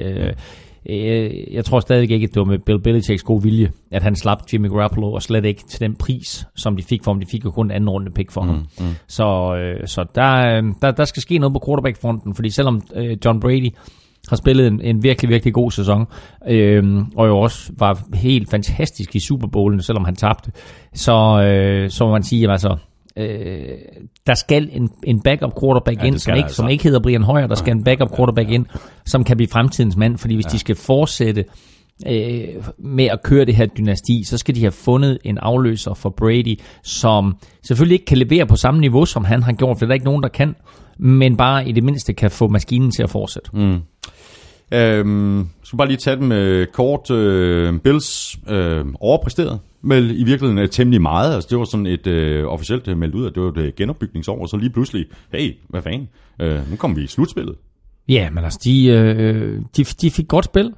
Jeg tror stadig ikke, at det var med Bill Belichicks gode vilje, at han slap Jimmy Garoppolo, og slet ikke til den pris, som de fik for ham. De fik jo kun en anden runde pick for mm, ham. Mm. Så, så der, der, der skal ske noget på quarterback-fronten, fordi selvom John Brady har spillet en, en virkelig, virkelig god sæson, øhm, og jo også var helt fantastisk i Super Bowlen, selvom han tabte, så, øh, så må man sige, altså, øh, der skal en, en backup quarterback ja, ind, som ikke, altså. som ikke hedder Brian Hoyer, der skal en backup quarterback ind, som kan blive fremtidens mand, fordi hvis ja. de skal fortsætte øh, med at køre det her dynasti, så skal de have fundet en afløser for Brady, som selvfølgelig ikke kan levere på samme niveau, som han har gjort, for der er ikke nogen, der kan, men bare i det mindste kan få maskinen til at fortsætte. Mm.
Øhm, jeg skal bare lige tage dem øh, kort. Øh, Bills øh, overpræsteret, men i virkeligheden er temmelig meget. Altså, det var sådan et øh, officielt øh, meldt ud, at det var et genopbygningsår, og så lige pludselig, hey, hvad fanden, øh, nu kommer vi i slutspillet. Ja,
men altså, de, øh, de, de fik godt spil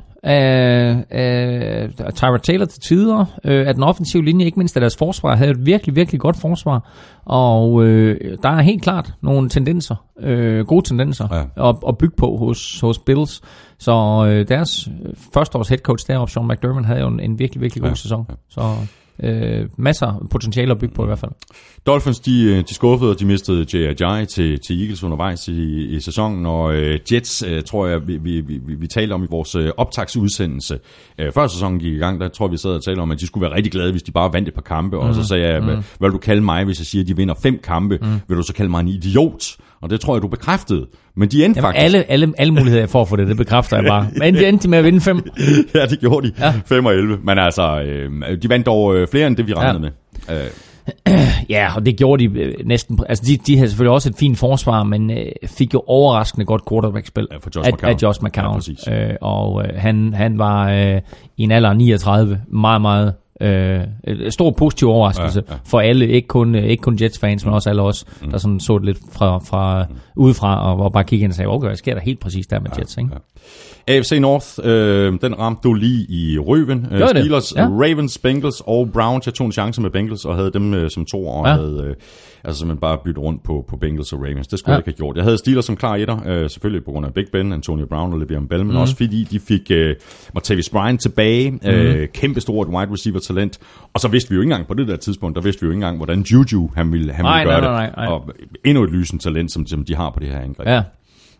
af, af, af Tyrod Taylor til tider, øh, af den offensive linje, ikke mindst af deres forsvar, havde et virkelig, virkelig godt forsvar, og øh, der er helt klart nogle tendenser, øh, gode tendenser ja. at, at bygge på hos, hos Bills, så øh, deres førsteårs headcoach deroppe, Sean McDermott, havde jo en, en virkelig, virkelig god ja. sæson, så øh, masser af potentiale at bygge på i hvert fald.
Dolphins, de, de skuffede, og de mistede Jay Ajayi til, til Eagles undervejs i, i sæsonen, og øh, Jets, øh, tror jeg, vi, vi, vi, vi talte om i vores øh, optagsudsendelse. Øh, før sæsonen gik i gang, der tror vi sad og talte om, at de skulle være rigtig glade, hvis de bare vandt et par kampe, mm. og så sagde jeg, mm. hvad, hvad vil du kalde mig, hvis jeg siger, at de vinder fem kampe? Mm. Vil du så kalde mig en idiot? Og det tror jeg, du bekræftede. Men de endte Jamen, faktisk...
Alle, alle, alle muligheder for at få det, det bekræfter jeg bare. Men de endte med at vinde fem.
Ja, det gjorde de. Ja. fem og elleve. Men altså, øh, de vandt dog øh, flere end det, vi regnede ja. med. Øh.
Ja, og det gjorde de øh, næsten... Altså, de, de havde selvfølgelig også et fint forsvar, men øh, fik jo overraskende godt quarterback-spil
ja, for Josh McCown.
af Josh McCown. Ja, øh, og øh, han, han var øh, i en alder af niogtredive meget, meget... Øh, stor positiv overraskelse ja, ja. for alle, ikke kun, ikke kun Jets-fans, men også alle os, mm. der sådan så det lidt fra, fra mm. udefra, og hvor bare kiggede ind og sagde, okay, hvad sker der helt præcis der med ja, Jets, ikke? Ja.
A F C North, øh, den ramte du lige i røven. Øh, Steelers, ja. Ravens, Bengals og Browns. Jeg tog en chance med Bengals og havde dem øh, som to år. Ja. Havde, øh, altså simpelthen bare byttet rundt på, på Bengals og Ravens. Det skulle ja. jeg ikke have gjort. Jeg havde Steelers som klar etter, øh, selvfølgelig på grund af Big Ben, Antonio Brown og Le'Veon Bell, men mm. også fordi de fik øh, Martavis Bryant tilbage. Mm. Øh, kæmpestort wide receiver talent. Og så vidste vi jo ikke engang på det der tidspunkt, der vidste vi jo ikke engang, hvordan Juju han ville, han
nej,
ville gøre
nej, nej, nej.
det. Og endnu et lysende talent, som, som de har på det her angreb.
Ja.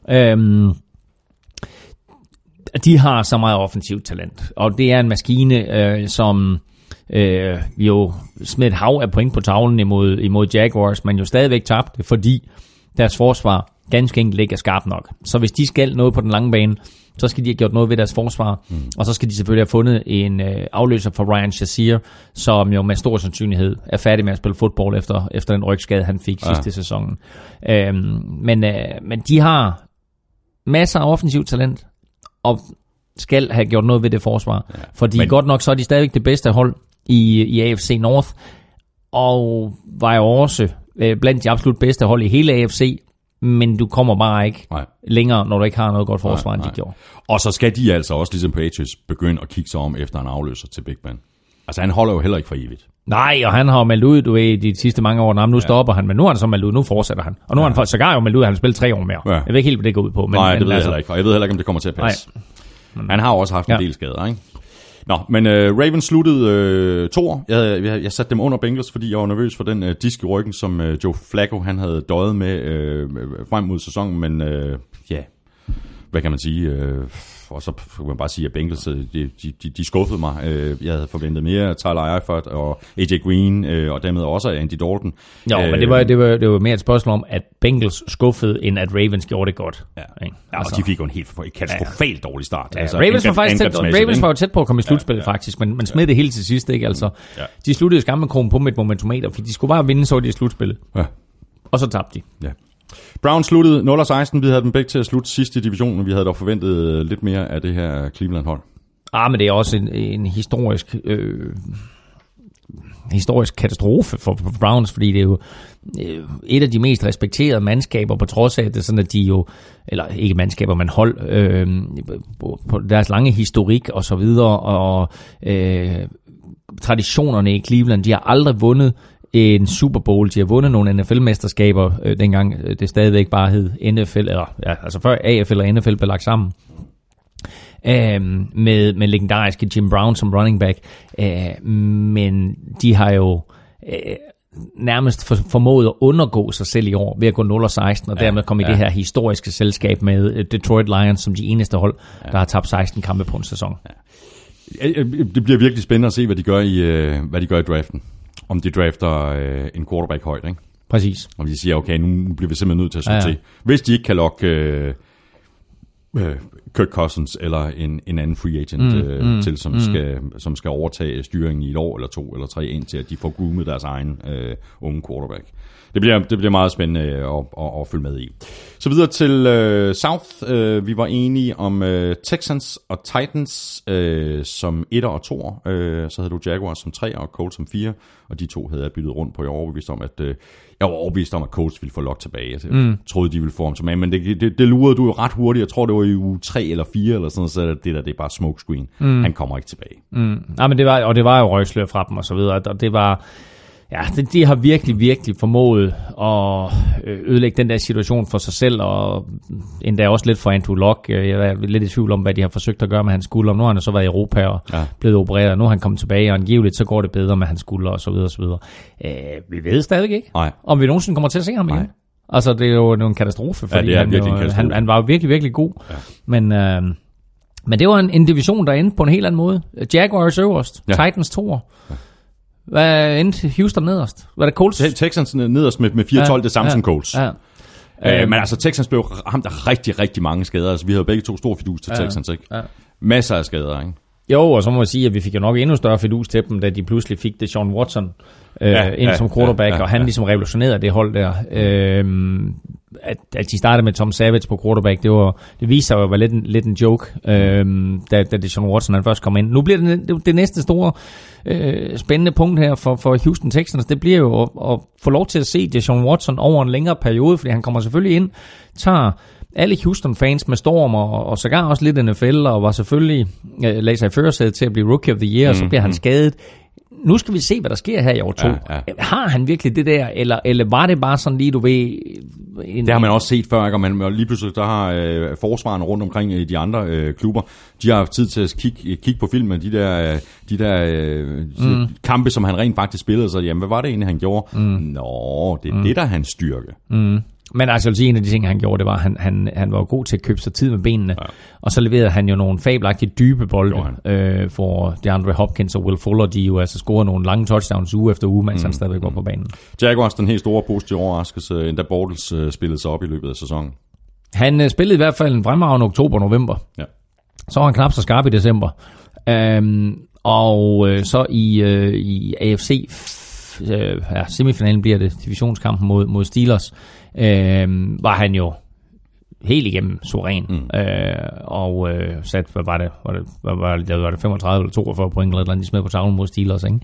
Øhm, de har så meget offensivt talent, og det er en maskine, øh, som øh, jo smed et hav af point på tavlen imod, imod Jaguars, men jo stadigvæk tabte, fordi deres forsvar ganske enkelt ikke er skarp nok. Så hvis de skal noget på den lange bane, så skal de have gjort noget ved deres forsvar, mm. og så skal de selvfølgelig have fundet en øh, afløser for Ryan Shazier, som jo med stor sandsynlighed er færdig med at spille fodbold efter, efter den rygskade, han fik ja. sidste sæson. Øhm, men, øh, men de har masser af offensivt talent, og skal have gjort noget ved det forsvar. Ja. Fordi men... godt nok, så er de stadigvæk det bedste hold i, i A F C North, og var jo også øh, blandt de absolut bedste hold i hele A F C, men du kommer bare ikke nej. længere, når du ikke har noget godt forsvar, end de gjorde.
Og så skal de altså også, ligesom Patriots, begynde at kigge sig om efter en afløser til Big Ben. Altså, han holder jo heller ikke for evigt.
Nej, og han har jo meldt ud, du ved, de sidste mange år, nu ja. stopper han, men nu har han så meldt ud, nu fortsætter han. Og nu ja. har han sågar jo meldt ud, at han spiller tre år mere. Ja. Jeg ved ikke helt, hvad det går ud på. Men,
Nej, det
men,
ved
altså,
jeg heller ikke, og jeg ved heller ikke, om det kommer til at passe. Men, han har jo også haft en ja. del skader, ikke? Nå, men uh, Ravens sluttede uh, to år. Jeg, jeg, jeg satte dem under Bengals, fordi jeg var nervøs for den uh, disk i ryggen, som uh, Joe Flacco han havde døjet med uh, frem mod sæsonen, men ja, uh, yeah. hvad kan man sige? Uh, og så kan man bare sige, at Bengals, de, de, de skuffede mig. Uh, jeg havde forventet mere Tyler Eifert og A J Green, uh, og dermed også Andy Dalton.
Jo, uh, men det var, det, var, det var mere et spørgsmål om, at Bengals skuffede, end at Ravens gjorde det godt. Ja,
ja altså, og de fik jo en helt et katastrofalt dårlig start.
Ja, altså, Ravens, var faktisk tæt, Ravens var jo tæt på at komme i slutspillet ja, ja. faktisk, men man smed ja. det helt til sidst, ikke? Altså, ja. de sluttede skammekrogen på med et momentometer, fordi de skulle bare vinde, så var de i slutspillet. Ja. Og så tabte de. Ja.
Brown sluttede nul og seksten. Vi havde dem begge til at slutte sidst i divisionen. Vi havde dog forventet lidt mere af det her Cleveland-hold.
Ah, men det er også en, en historisk øh, historisk katastrofe for, for Browns, fordi det er jo øh, et af de mest respekterede mandskaber, på trods af det, sådan at de jo, eller ikke mandskaber, men hold, øh, på, på deres lange historik og så videre, og øh, traditionerne i Cleveland, de har aldrig vundet en Super Bowl. De har vundet nogle N F L-mesterskaber, øh, dengang det stadigvæk bare hed N F L, eller ja, altså før A F L og N F L blev lagt sammen. Øh, med, med legendariske Jim Brown som running back. Øh, men de har jo øh, nærmest for, formået at undergå sig selv i år ved at gå nul og seksten, og ja, dermed komme ja. i det her historiske selskab med Detroit Lions som de eneste hold, ja. der har tabt seksten kampe på en sæson.
Ja. Det bliver virkelig spændende at se, hvad de gør i, hvad de gør i draften. Om de drafter øh, en quarterback højt, ikke?
Præcis.
Om de siger, okay, nu bliver vi simpelthen nødt til at slå ja, ja. til. Hvis de ikke kan lokke øh, øh, Kirk Cousins eller en, en anden free agent mm, øh, mm, til, som, mm. skal, som skal overtage styringen i et år eller to eller tre, indtil at de får groomet deres egen øh, unge quarterback. Det bliver, det bliver meget spændende at, at, at følge med i. Så videre til øh, South. Øh, vi var enige om øh, Texans og Titans øh, som etter og toer. Øh, så havde du Jaguars som tre og Colts som fire. Og de to havde jeg byttet rundt på. Jeg var overbevist om, at, øh, jeg var overbevist om, at Colts ville få Locke tilbage. Jeg mm. troede, de ville få ham tilbage. Men det, det, det lurede du jo ret hurtigt. Jeg tror, det var i uge tre eller fire eller sådan noget. Så det der, det er bare smokescreen. Mm. Han kommer ikke tilbage.
Mm. Ja, men det var, og det var jo røgslør fra dem og så videre. Og det var... Ja, de, de har virkelig, virkelig formået at ødelægge den der situation for sig selv, og endda også lidt for Andrew Luck. Jeg er lidt i tvivl om, hvad de har forsøgt at gøre med hans skulder. Nu har han så været i Europa og ja. blevet opereret, og nu er han kommet tilbage, og angiveligt så går det bedre med hans skulder, og så videre, og så videre. Øh, vi ved stadig ikke, Nej. om vi nogensinde kommer til at se ham igen. Nej. Altså, det er jo en katastrofe, fordi ja, han, jo, en katastrofe. Han, han var jo virkelig, virkelig god. Ja. Men, øh, men det var en, en division, der endte på en helt anden måde. Jaguars øverst, ja. Titans toer. Ja. Hvad endte Houston nederst? Var det Colts?
Texans nederst med, med fire tolv, ja, det samme ja, som Colts. Ja. Øh,
øh,
men altså, Texans blev ramt af rigtig, rigtig mange skader. Altså, vi havde begge to stor fidus til ja, Texans, ikke? Ja. Masser af skader, ikke?
Jo, og så må man sige, at vi fik jo nok endnu større fidus til dem, da de pludselig fik det Sean Watson øh, ja, ind ja, som quarterback, ja, ja, og han ja. ligesom revolutionerede det hold der. Øh, at, at de startede med Tom Savage på quarterback, det var det viste sig jo at være lidt en, lidt en joke, øh, da, da det Sean Watson han først kom ind. Nu bliver det det, det næste store øh, spændende punkt her for, for Houston Texans, det bliver jo at, at få lov til at se det Sean Watson over en længere periode, fordi han kommer selvfølgelig ind, tager alle Houston-fans med storm, og, og sågar også lidt N F L, og var selvfølgelig øh, lagde sig i førersædet til at blive Rookie of the Year, mm, og så bliver han skadet. Nu skal vi se, hvad der sker her i år to. Ja, ja. Har han virkelig det der, eller, eller var det bare sådan lige, du ved... En,
det har man også set før, ikke? Og man, lige pludselig, der har øh, forsvarerne rundt omkring i de andre øh, klubber, de har haft tid til at kigge, kigge på filmen, de der, de der øh, mm. kampe, som han rent faktisk spillede, så jamen, hvad var det egentlig, han gjorde? Mm. Nå, det er mm. det, der er hans styrke.
Mm. Men altså, en af de ting, han gjorde, det var, at han, han, han var god til at købe sig tid med benene. Ja. Og så leverede han jo nogle fabelagtige dybe bolde øh, for DeAndre Hopkins og Will Fuller. De jo altså scorede nogle lange touchdowns uge efter uge, mens mm. han stadigvæk var på banen.
Jaguars, den helt store positive overraskelse, endda Bortles øh, spillede sig op i løbet af sæsonen.
Han øh, spillede i hvert fald en fremragende oktober-november. Ja. Så var han knap så skarp i december. Øhm, og øh, så i, øh, i A F C øh, ja, semifinalen bliver det, divisionskampen mod, mod Steelers, øh, var han jo helt igennem suveræn. Mm. Øh, og øh, sat, hvad var det, var det, hvad var det, var det femogtredive eller toogfyrre point, eller et eller andet, de smed på tavlen mod Steelers, ikke?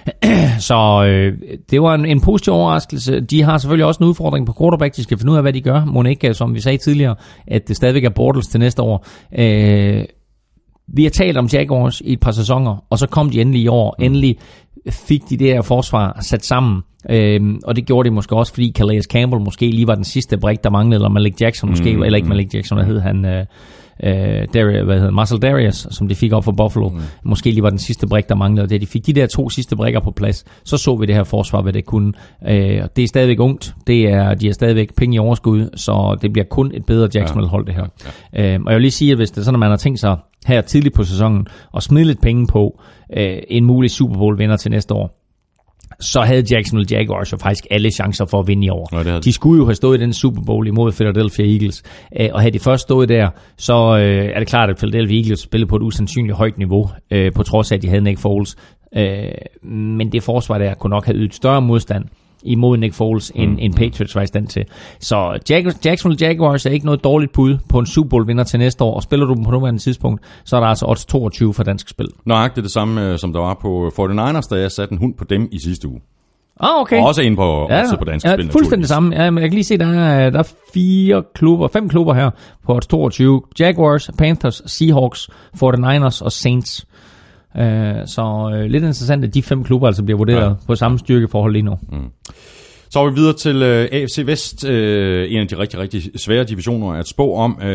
Så øh, det var en, en positiv overraskelse. De har selvfølgelig også en udfordring på quarterback. De skal finde ud af, hvad de gør. Må ikke, som vi sagde tidligere, at det stadigvæk er Bortles til næste år. Øh, vi har talt om Jaguars i et par sæsoner, og så kom de endelig i år. Mm. Endelig fik de det her forsvar sat sammen. Øhm, og det gjorde de måske også, fordi Calais Campbell måske lige var den sidste brik, der manglede, eller Malik Jackson måske, mm, eller ikke Malik Jackson, hvad hed han, øh, øh, Darius, hvad hed Marcel Darius, som de fik op for Buffalo, mm. måske lige var den sidste brik, der manglede, og det de fik de der to sidste brikker på plads, så så vi det her forsvar, hvad det kunne. Øh, det er stadigvæk ungt, det er, de har stadigvæk penge i overskud, så det bliver kun et bedre Jacksonville-hold, det her. Ja, ja. Øh, og jeg vil lige sige, at hvis det er sådan, at man har tænkt sig her tidligt på sæsonen, og smide lidt penge på øh, en mulig Super Bowl-vinder til næste år, så havde Jacksonville Jaguars jo faktisk alle chancer for at vinde i år. Ja, de skulle jo have stået i den Super Bowl imod Philadelphia Eagles, øh, og havde de først stået der, så øh, er det klart, at Philadelphia Eagles spillede på et usandsynligt højt niveau, øh, på trods af, at de havde Nick Foles. Øh, men det forsvar der kunne nok have ydet større modstand imod Nick Foles, end, mm. end Patriots var i stand til. Så Jacksonville Jaguars er ikke noget dårligt bud på en Super Bowl vinder til næste år, og spiller du dem på nuværende tidspunkt, så er der altså odds toogtyve for dansk spil.
Nøjagtigt det samme, som der var på forty-niners, da jeg satte en hund på dem i sidste uge.
Ah, okay.
Og også ind på, ja, også på dansk
ja,
spil. Ja,
fuldstændig det samme. Ja, men jeg kan lige se, der er, der er fire klubber, fem klubber her på odds toogtyve. Jaguars, Panthers, Seahawks, forty-niners og Saints. Uh, så uh, lidt interessant, at de fem klubber altså bliver vurderet ja. på samme styrkeforhold lige nu. Mm.
Så er vi videre til uh, A F C Vest, uh, en af de rigtig, rigtig svære divisioner at spå om. Uh,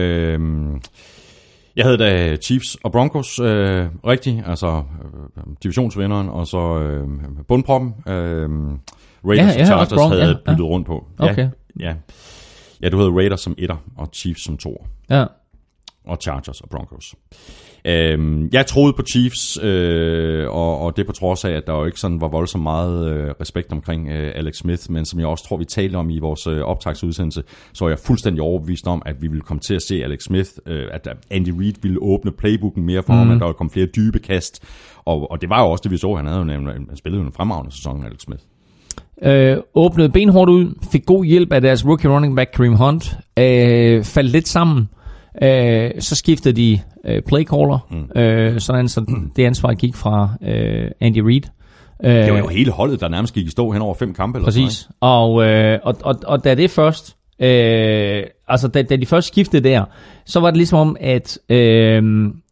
jeg havde da Chiefs og Broncos uh, rigtigt, altså uh, divisionsvinderen, og så uh, bundproppen. Uh, Raiders ja, og Chargers Bron- havde ja, byttet ja. rundt på. Ja, okay. ja. ja, du havde Raiders som etter, og Chiefs som toer. Ja. Og Chargers og Broncos. Øhm, jeg troede på Chiefs, øh, og, og det på trods af, at der jo ikke sådan var voldsomt meget øh, respekt omkring øh, Alex Smith, men som jeg også tror, vi talte om i vores øh, optagsudsendelse, så er jeg fuldstændig overbevist om, at vi ville komme til at se Alex Smith, øh, at Andy Reid ville åbne playbooken mere for mm. ham, at der ville komme flere dybe kast, og, og det var jo også det, vi så. Han havde jo en, han spillede jo en fremragende sæson, Alex Smith.
Øh, åbnede benhårdt ud, fik god hjælp af deres rookie running back Kareem Hunt, øh, faldt lidt sammen. Øh, så skiftede de øh, playcaller, mm. øh, sådan så det ansvar gik fra øh, Andy Reid. Øh,
det var jo hele holdet, der nærmest gik i stå hen over fem kampe. Eller
præcis. Sådan, og, øh, og, og, og da det først, øh, altså da, da de først skiftede der, så var det ligesom om, at øh,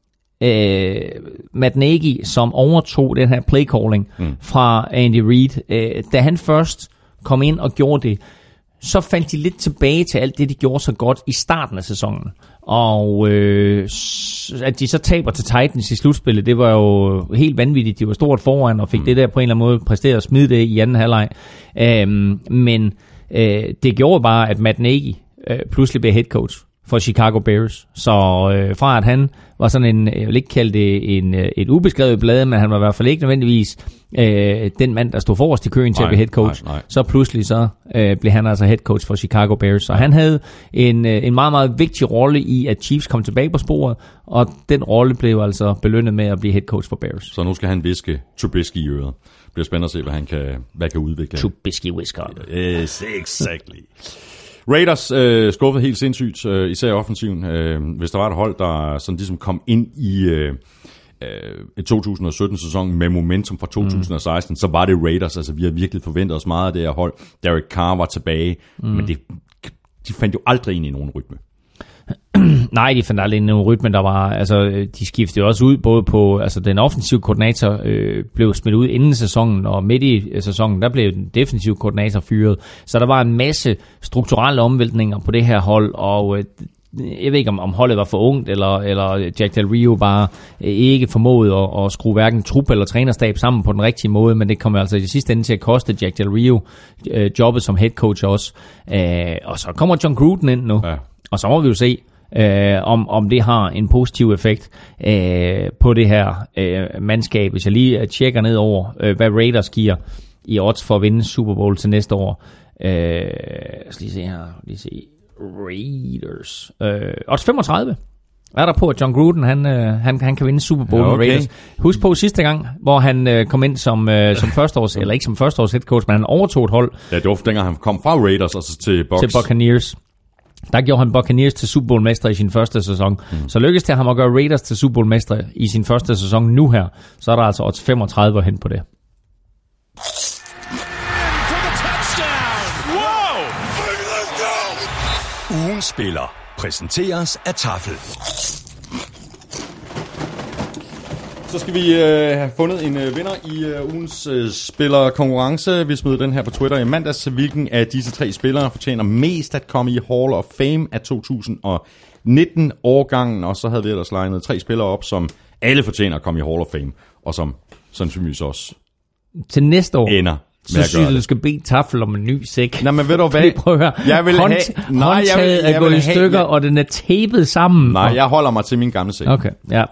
øh, Matt Nagy, som overtog den her playcalling mm. fra Andy Reid, øh, da han først kom ind og gjorde det, så faldt de lidt tilbage til alt det, de gjorde så godt i starten af sæsonen. Og øh, at de så taber til Titans i slutspillet, det var jo helt vanvittigt. De var stort foran og fik mm. det der på en eller anden måde præsteret at smide det i anden halvleg. Øhm, men øh, det gjorde bare, at Matt Nagy øh, pludselig blev head coach for Chicago Bears. Så øh, fra at han var sådan en, jeg vil ikke kalde det en, et ubeskrevet blad, men han var i hvert fald ikke nødvendigvis øh, den mand, der stod forrest i køen til nej, at blive head coach. Nej, nej. Så pludselig så øh, blev han altså head coach for Chicago Bears. Og han havde en, en meget, meget vigtig rolle i, at Chiefs kom tilbage på sporet, og den rolle blev altså belønnet med at blive head coach for Bears.
Så nu skal han viske Trubisky i øret. Det bliver spændende at se, hvad han kan, hvad kan udvikle.
Trubisky whisker.
Yes, exactly. Raiders øh, skuffede helt sindssygt, øh, især offensiven. Øh, hvis der var et hold, der sådan ligesom kom ind i øh, øh, to tusind og sytten-sæsonen med momentum fra to tusind og seksten, mm. så var det Raiders. Altså, vi har virkelig forventet os meget af det her hold. Derek Carr var tilbage, mm. men det, de fandt jo aldrig ind i nogen rytme.
Nej, de fandt aldrig ind i nogen rytme, der var, altså, de skiftede også ud, både på, altså, den offensive koordinator øh, blev smidt ud inden sæsonen, og midt i sæsonen, der blev den defensive koordinator fyret. Så der var en masse strukturelle omvæltninger på det her hold, og øh, jeg ved ikke, om, om holdet var for ungt, eller, eller Jack Del Rio bare ikke formåede at, at skrue hverken trup eller trænerstab sammen på den rigtige måde, men det kommer altså i det sidste ende til at koste Jack Del Rio øh, jobbet som head coach også. Øh, og så kommer John Gruden ind nu, ja. Og så må vi jo se, øh, om, om det har en positiv effekt øh, på det her øh, mandskab. Hvis jeg lige tjekker ned over, øh, hvad Raiders giver i odds for at vinde Super Bowl til næste år. Øh, lad os lige se her, lige se. Raiders. Øh, odds femogtredive er der på, at John Gruden han, øh, han, han kan vinde Super Bowl ja, okay. med Raiders. Husk på sidste gang, hvor han øh, kom ind som, øh, som førsteårs, eller ikke som førsteårs head coach, men han overtog et hold.
Ja, det var dengang han kom fra Raiders og så til Bucs.
Til Buccaneers. Der gjorde han Buccaneers til Super Bowl mestre i sin første sæson. Mm. Så lykkedes det ham at gøre Raiders til Super Bowl mestre i sin første sæson nu her. Så er der altså odds femogtredive hen på det.
Ugens spiller præsenteres af Tafel.
Så skal vi øh, have fundet en øh, vinder i øh, ugens øh, spillerkonkurrence. Vi smed den her på Twitter i mandags. Hvilken af disse tre spillere fortjener mest at komme i Hall of Fame af to tusind nitten-årgangen? Og så havde vi ellers legnet tre spillere op, som alle fortjener at komme i Hall of Fame, og som sandsynligvis også
til næste år
ender.
Så synes jeg, du skal bede Tafel om en ny sæk.
Nej, men ved du hvad?
Prøv at høre.
Jeg vil
Hånd,
have... Nej, jeg vil, jeg
er gået i stykker, have, og den er tapet sammen.
Nej, jeg holder mig til min gamle sæk.
Okay, ja.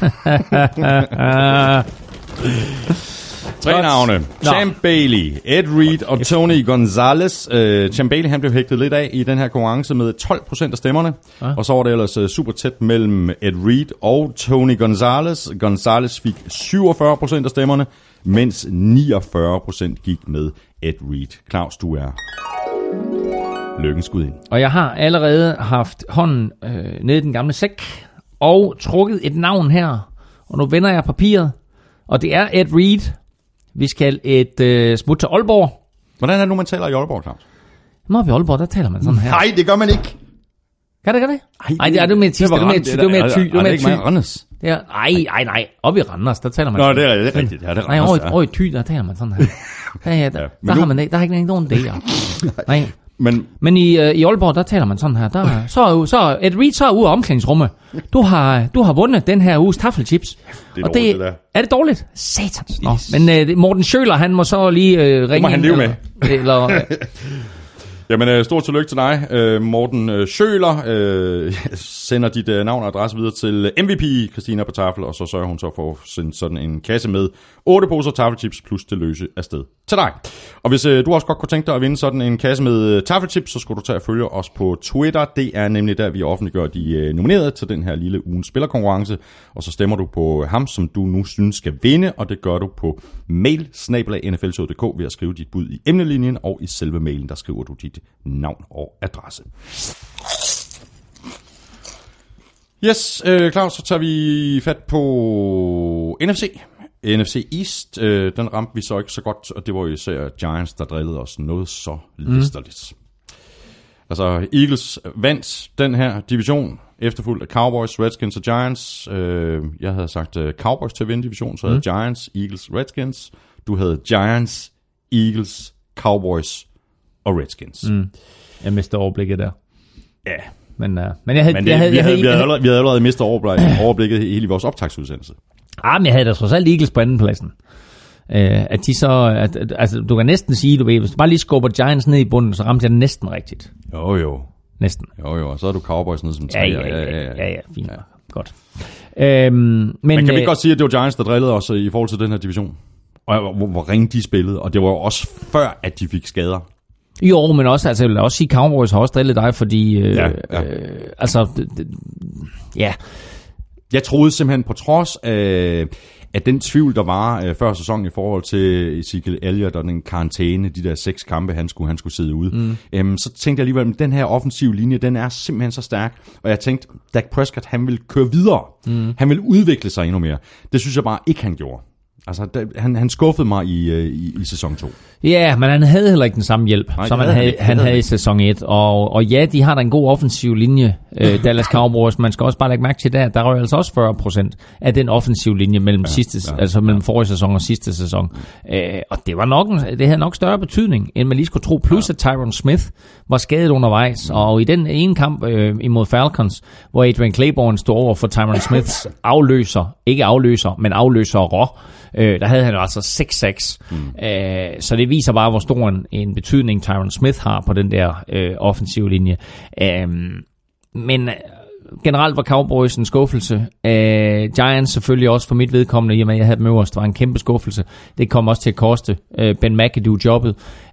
Tre navne. Champ Bailey, Ed Reed og Tony Gonzalez. Uh, Champ Bailey, han blev hægtet lidt af i den her konkurrence med tolv procent af stemmerne. Ja. Og så var det ellers uh, super tæt mellem Ed Reed og Tony Gonzalez. Gonzalez fik syvogfyrre procent af stemmerne, mens niogfyrre procent gik med Ed Reed. Claus, du er lykkens skud ind.
Og jeg har allerede haft hånden øh, nede i den gamle sæk og trukket et navn her. Og nu vender jeg papiret, og det er Ed Reed. Vi skal et øh, smut til Aalborg.
Hvordan er det nu, man taler i Aalborg, Claus?
Nå, i Aalborg, der taler man sådan her.
Nej, det gør man ikke.
Kan det, kan det? Nej, det er det med tysk. Det er med ty. Det er med ty. Det er
ikke med Randers.
Nej, nej, nej. Oppe i Randers, der taler man.
Nå, det er, det er rigtigt. Ja, det er
nej, over, over i Ty, der taler man sådan her. Ja, ja, der, ja, der nu... har man der har ikke nogen idéer. Nej. Men, Men i, uh, i Aalborg, der taler man sådan her. Der, så er så Ed Reed så er ude af omklædningsrummet. Du har, du har vundet den her uges taffelchips.
Det er og dårligt, det, det der.
Er det dårligt? Satans. Nå. Men uh, Morten Schøler, han må så lige uh, ringe. Det
må han leve med.
Eller... Uh,
Jamen, stort tillykke til dig, Morten Schøler. Øh, sender dit navn og adresse videre til M V P Christina på Tafel, og så sørger hun så for at sende sådan en kasse med otte poser taffelchips plus det løse afsted til dig. Og hvis øh, du også godt kunne tænke dig at vinde sådan en kasse med taffelchips, så skulle du tage og følge os på Twitter. Det er nemlig der, vi offentliggør de øh, nominerede til den her lille ugens spillerkonkurrence. Og så stemmer du på ham, som du nu synes skal vinde, og det gør du på mail snabel-a n f l punktum d k ved at skrive dit bud i emnelinjen, og i selve mailen, der skriver du dit navn og adresse. Yes, øh, Claus, så tager vi fat på N F C. N F C East, øh, den ramte vi så ikke så godt, og det var jo især Giants, der drillede os noget så listerligt. Mm. Altså, Eagles vandt den her division, efterfulgt af Cowboys, Redskins og Giants. Øh, jeg havde sagt uh, Cowboys til at vinde division, så havde mm. Giants, Eagles, Redskins. Du havde Giants, Eagles, Cowboys og Redskins. Mm.
Jeg mistede overblikket der.
Ja.
Men, uh, men jeg havde...
Men det,
jeg havde,
vi,
jeg
havde,
havde,
vi, havde allerede, vi havde allerede mistet overblikket hele i vores optagsudsendelse.
Ah, men jeg havde da trods alt Eagles på anden pladsen. Uh, at de så... At, at, altså, du kan næsten sige, du ved, hvis du bare lige skubber Giants ned i bunden, så ramte jeg den næsten rigtigt.
Jo, jo.
Næsten.
Jo, jo, og så er du Cowboys nede som
tre. Ja, ja, ja, ja, ja, ja, fint. Ja. Godt.
Øhm, men, men kan vi ikke godt sige, at det var Giants, der drillede os i forhold til den her division? Og hvor, hvor ringe de spillede, og det var jo også før, at de fik skader.
Jo, men også, altså jeg vil også sige, Cowboys har også drillet dig, fordi... Øh, ja, ja. Øh, altså, det, det, ja...
Jeg troede simpelthen på trods af, af den tvivl, der var øh, før sæsonen i forhold til Ezekiel Elliott og den karantæne, de der seks kampe, han skulle, han skulle sidde ude. Mm. Øhm, så tænkte jeg alligevel, at den her offensive linje, den er simpelthen så stærk. Og jeg tænkte, Dak Prescott, han vil køre videre. Mm. Han vil udvikle sig endnu mere. Det synes jeg bare ikke, han gjorde. Altså, der, han, han skuffede mig i, i, i sæson to.
Ja, men han havde heller ikke den samme hjælp, Nej, som han havde, han, han havde i sæson et. Og, og ja, de har da en god offensiv linje, øh, Dallas Cowboys. Man skal også bare lægge mærke til der, der røg altså også fyrre procent af den offensiv linje mellem ja, sidste, ja, altså mellem ja. forrige sæson og sidste sæson. Øh, og det var nok, det havde nok større betydning, end man lige skulle tro. Plus ja. at Tyron Smith var skadet undervejs. Og i den ene kamp øh, imod Falcons, hvor Adrian Claiborne stod over for Tyron Smiths afløser, ikke afløser, men afløsere, øh, der havde han altså seks seks. Mm. Øh, så det viser bare, hvor stor en, en betydning Tyron Smith har på den der øh, offensive linje. Øh, men generelt var Cowboys en skuffelse. Øh, Giants selvfølgelig også for mit vedkommende, i og med at jeg havde dem øverst, var en kæmpe skuffelse. Det kom også til at koste øh, Ben McAdoo jobbet.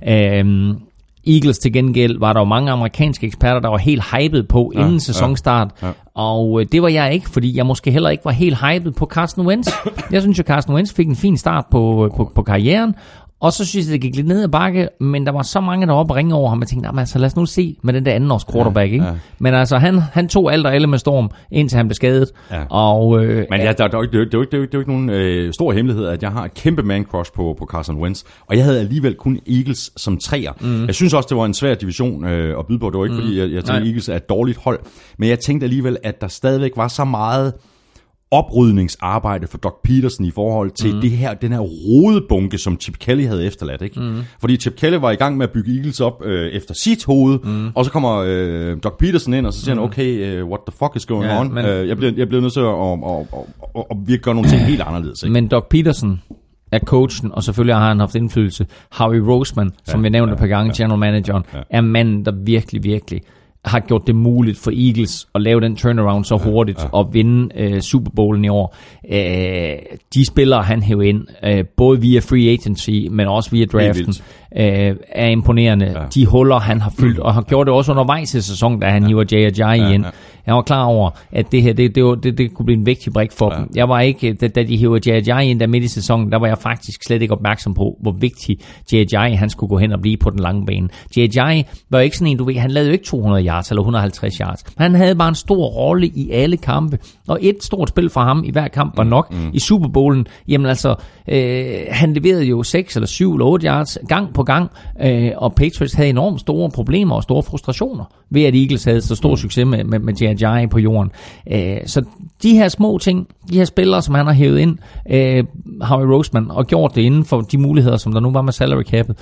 Øh, Eagles til gengæld var der jo mange amerikanske eksperter, der var helt hyped på ja, inden sæsonstart, ja, ja. og øh, det var jeg ikke, fordi jeg måske heller ikke var helt hyped på Carson Wentz. Jeg synes jo, Carson Wentz fik en fin start på, på, på karrieren, og så synes jeg, det gik lidt ned ad bakke, men der var så mange, der var oppe og ringe over ham, og jeg tænkte, nah, altså, lad os nu se med den der anden års quarterback, ikke? Ja, ja. Men altså, han, han tog alt og alle med storm, indtil han blev skadet. Ja. Og, øh,
men ja, der, der, det, er jo, det, er jo, det er jo ikke nogen øh, stor hemmelighed, at jeg har et kæmpe man-crush på, på Carson Wentz, og jeg havde alligevel kun Eagles som treer. Mm. Jeg synes også, det var en svær division øh, at byde på. Det var ikke, mm. fordi jeg, jeg tænkte, Eagles er et dårligt hold, men jeg tænkte alligevel, at der stadigvæk var så meget oprydningsarbejde for Doug Peterson i forhold til mm. det her, den her rodebunke, som Chip Kelly havde efterladt, ikke? Mm. Fordi Chip Kelly var i gang med at bygge Eagles op øh, efter sit hoved, mm. og så kommer øh, Doug Peterson ind, og så siger mm. han, okay, uh, what the fuck is going ja, on? Men, uh, jeg, bliver, jeg bliver nødt til at og, og, og, og, og virkelig gøre nogle ting helt anderledes, ikke?
Men Doug Peterson er coachen, og selvfølgelig har han haft indflydelse. Howie Roseman, som ja, vi nævnte ja, et par gange, ja, general manageren, ja. er manden, der virkelig, virkelig har gjort det muligt for Eagles at lave den turnaround så hurtigt ja, ja. og vinde øh, Super Bowlen i år. Øh, de spillere, han hæver ind, øh, både via free agency, men også via draften, øh, er imponerende. Ja. De huller, han har fyldt, og har gjort det også undervejs i sæsonen, da han ja. hiver Jay Ajayi ja, ind. Ja. Jeg var klar over, at det her, det, det, var, det, det kunne blive en vigtig brik for ja. dem. Jeg var ikke, da, da de hiver Jay Ajayi ind der midt i sæsonen, der var jeg faktisk slet ikke opmærksom på, hvor vigtig Jay Ajayi, han skulle gå hen og blive på den lange bane. Jay Ajayi var ikke sådan en, du ved, han lavede jo ikke to hundrede yards eller et hundrede og halvtreds yards. Han havde bare en stor rolle i alle kampe, og et stort spil for ham i hver kamp var nok. Mm, mm. I Super Bowlen, jamen altså, øh, han leverede jo seks eller syv eller otte yards gang på gang, øh, og Patriots havde enormt store problemer og store frustrationer ved, at Eagles havde så stor mm. succes med, med, med Jay Ajayi på jorden. Øh, så de her små ting, de her spillere, som han har hævet ind, øh, Howie Roseman, og gjort det inden for de muligheder, som der nu var med salary cap'et,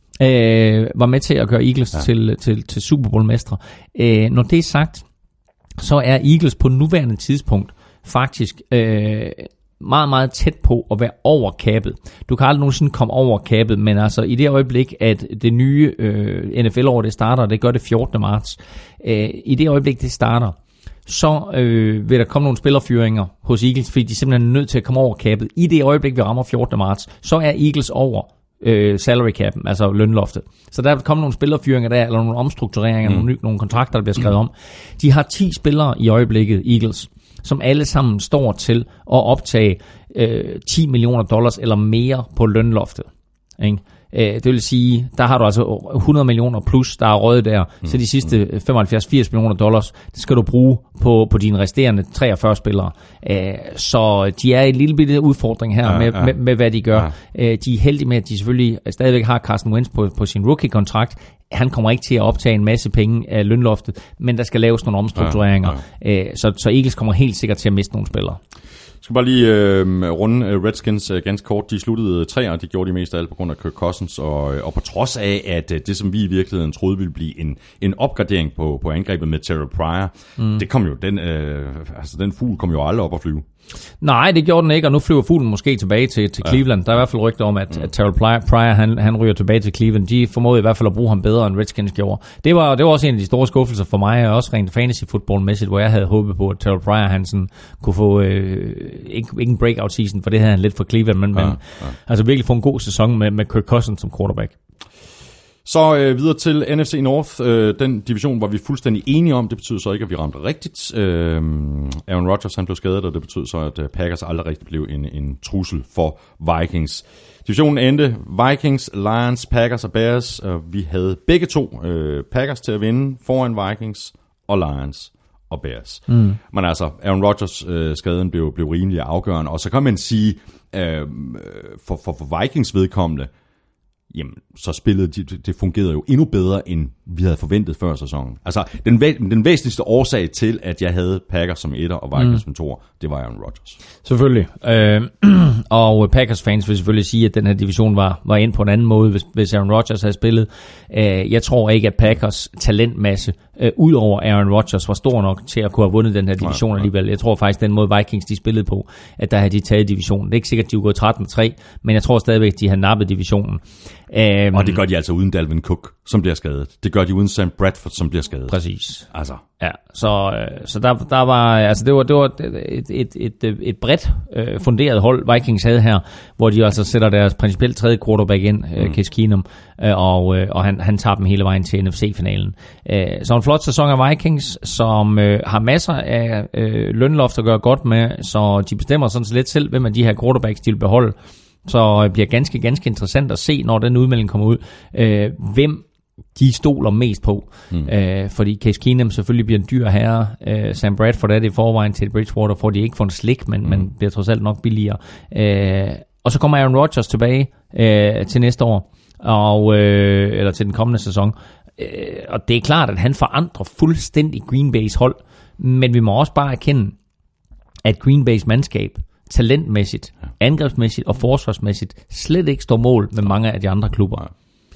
Øh, var med til at gøre Eagles ja. til, til, til Super Bowl-mestre. Øh, når det er sagt, så er Eagles på nuværende tidspunkt faktisk øh, meget, meget tæt på at være over cap'et. Du kan aldrig nogensinde komme over cap'et, men altså i det øjeblik, at det nye øh, N F L-år det starter, det gør det fjortende marts, øh, i det øjeblik, det starter, så øh, vil der komme nogle spillerfyringer hos Eagles, fordi de simpelthen er nødt til at komme over cap'et. I det øjeblik, vi rammer fjortende marts, så er Eagles over Øh, salary cap, altså lønloftet. Så der vil komme nogle spillerfyringer der, eller nogle omstruktureringer, mm. nogle, nogle kontrakter, der bliver skrevet om. De har ti spillere i øjeblikket, Eagles, som alle sammen står til at optage øh, ti millioner dollars eller mere på lønloftet. Ikke? Det vil sige, der har du altså hundrede millioner plus, der er røget der, mm. så de sidste femoghalvfjerds til firs millioner dollars, det skal du bruge på, på dine resterende treogfyrre spillere. Så de er en lille bitte udfordring her ja, med, ja. Med, med, hvad de gør. Ja. De er heldige med, at de selvfølgelig stadigvæk har Carson Wentz på, på sin rookie-kontrakt. Han kommer ikke til at optage en masse penge af lønloftet, men der skal laves nogle omstruktureringer. Ja, ja. Så, så Eagles kommer helt sikkert til at miste nogle spillere.
Jeg skal bare lige øh, runde Redskins øh, ganske kort. De sluttede tre, og de gjorde de mest af alt på grund af Kirk Cousins, og, og på trods af, at øh, det som vi i virkeligheden troede ville blive en, en opgradering på, på angrebet med Terrell Pryor, mm. det kom jo, den, øh, altså den fugl kom jo aldrig op at flyve.
Nej, det gjorde den ikke, og nu flyver fuglen måske tilbage til, til Cleveland. Ja. Der er i hvert fald rygter om, at, mm. at Terrell Pryor, han, han ryger tilbage til Cleveland. De formåede i hvert fald at bruge ham bedre, end Redskins gjorde. Det var, det var også en af de store skuffelser for mig, og også rent fantasy-football-mæssigt, hvor jeg havde håbet på, at Terrell Pryor, han sådan, kunne få øh, ikke, ikke en breakout-season, for det havde han lidt for Cleveland, men, ja, men ja. altså virkelig få en god sæson med, med Kirk Cousins som quarterback.
Så øh, videre til N F C North, øh, den division var vi fuldstændig enige om. Det betyder så ikke, at vi ramte rigtigt. Øh, Aaron Rodgers han blev skadet, og det betød så, at Packers aldrig rigtig blev en, en trussel for Vikings. Divisionen endte Vikings, Lions, Packers og Bears. Og vi havde begge to øh, Packers til at vinde foran Vikings og Lions. og Bears.
Mm.
Men altså, Aaron Rodgers øh, skaden blev, blev rimelig afgørende, og så kan man sige, øh, for, for, for Vikings vedkommende, jamen, så spillede de, det fungerede jo endnu bedre, end vi havde forventet før sæsonen. Altså, den, den væsentligste årsag til, at jeg havde Packers som etter og Vikings mm. som toer, det var Aaron Rodgers.
Selvfølgelig. Øh, og Packers fans vil selvfølgelig sige, at den her division var, var ind på en anden måde, hvis, hvis Aaron Rodgers havde spillet. Øh, jeg tror ikke, at Packers talentmasse, øh, ud over Aaron Rodgers, var stor nok til at kunne have vundet den her division nej, nej. alligevel. Jeg tror faktisk, den måde Vikings de spillede på, at der havde de taget divisionen. Det er ikke sikkert, at de var gået tretten tre, men jeg tror stadigvæk, at de har nappet divisionen.
Um, og det gør de altså uden Dalvin Cook, som bliver skadet. Det gør de uden Sam Bradford, som bliver skadet.
Præcis.
Altså.
Ja, så, så der, der var, altså det var, det var et, et, et, et bredt øh, funderet hold, Vikings havde her, hvor de altså sætter deres principielt tredje quarterback ind, øh, mm. Case Keenum, øh, og, øh, og han, han tager dem hele vejen til N F C-finalen. Øh, så en flot sæson af Vikings, som øh, har masser af øh, lønloft at gøre godt med, så de bestemmer sådan lidt selv, hvem af de her quarterbacks de vil beholde. Så bliver ganske, ganske interessant at se, når den udmelding kommer ud, øh, hvem de stoler mest på. Mm. Øh, fordi Case Keenum selvfølgelig bliver en dyr herre. Øh, Sam Bradford er det i forvejen til Bridgewater, får de ikke for en slik, men, mm. men bliver trods alt nok billigere. Øh, og så kommer Aaron Rodgers tilbage øh, til næste år, og, øh, eller til den kommende sæson. Øh, og det er klart, at han forandrer fuldstændig Green Bay's hold, men vi må også bare erkende, at Green Bay's mandskab talentmæssigt, angrebsmæssigt og forsvarsmæssigt slet ikke står mål med mange af de andre klubber.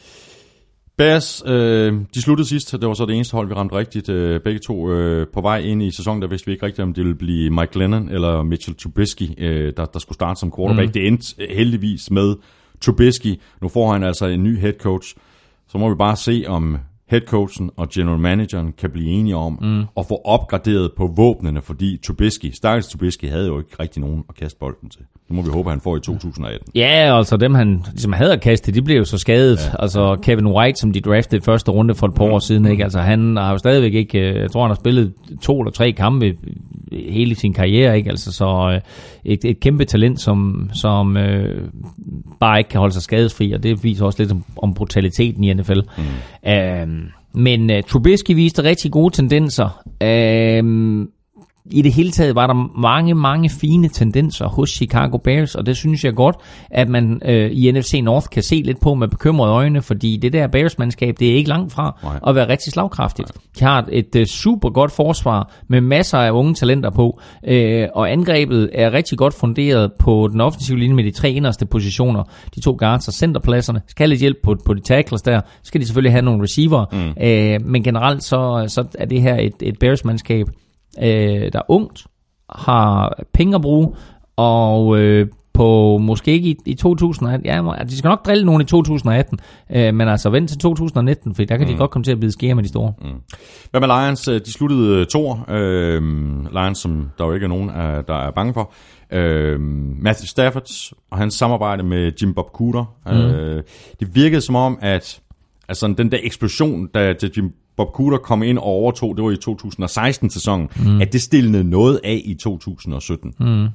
Bears, øh, de sluttede sidst. Det var så det eneste hold, vi ramte rigtigt. Øh, begge to øh, på vej ind i sæsonen, der vidste vi ikke rigtigt, om det ville blive Mike Glennon eller Mitchell Trubisky, øh, der, der skulle starte som quarterback. Mm. Det endte heldigvis med Trubisky. Nu får han altså en ny head coach. Så må vi bare se, om headcoachen og general manageren kan blive enige om mm. at få opgraderet på våbnene, fordi Trubisky, stakkels Trubisky, havde jo ikke rigtig nogen at kaste bolden til. Det må vi håbe, han får i to tusind atten.
Ja, altså dem, han ligesom havde at kaste, de blev jo så skadet. Ja. Altså Kevin White, som de draftede i første runde for et par mm. år siden, ikke? Altså han har jo stadigvæk ikke, jeg tror han har spillet to eller tre kampe hele sin karriere, ikke? Altså så et, et kæmpe talent, som, som øh, bare ikke kan holde sig skadesfri, og det viser også lidt om, om brutaliteten i N F L. Mm. Øh, men uh, Trubisky viste rigtig gode tendenser. Uh, I det hele taget var der mange, mange fine tendenser hos Chicago Bears, og det synes jeg godt, at man uh, i N F C North kan se lidt på med bekymrede øjne, fordi det der Bears-mandskab, det er ikke langt fra Nej. at være rigtig slagkraftigt. Nej. De har et uh, super godt forsvar med masser af unge talenter på, uh, og angrebet er rigtig godt funderet på den offensive linje med de tre inderste positioner, de to guards og centerpladserne. Skal have lidt hjælp på, på de tackles der, skal de selvfølgelig have nogle receiver, mm. uh, men generelt så, så er det her et, et Bears-mandskab, Øh, der er ungt, har penge at bruge, og øh, på måske ikke i, i to tusind atten, ja, de skal nok drille nogen i to tusind atten, øh, men altså vent til to tusind nitten, for der kan de mm. godt komme til at bide skære med de store. Mm.
Hvad med Lions? De sluttede toer. Øh, Lions, som der jo ikke er nogen, der er bange for. Øh, Matthew Stafford og hans samarbejde med Jim Bob Cooter. Mm. Øh, det virkede som om, at altså, den der eksplosion, da Jim Bob Cooter kom ind og overtog, det var i to tusind og seksten-sæsonen, mm. at det stillede noget af i to tusind og sytten. Mm.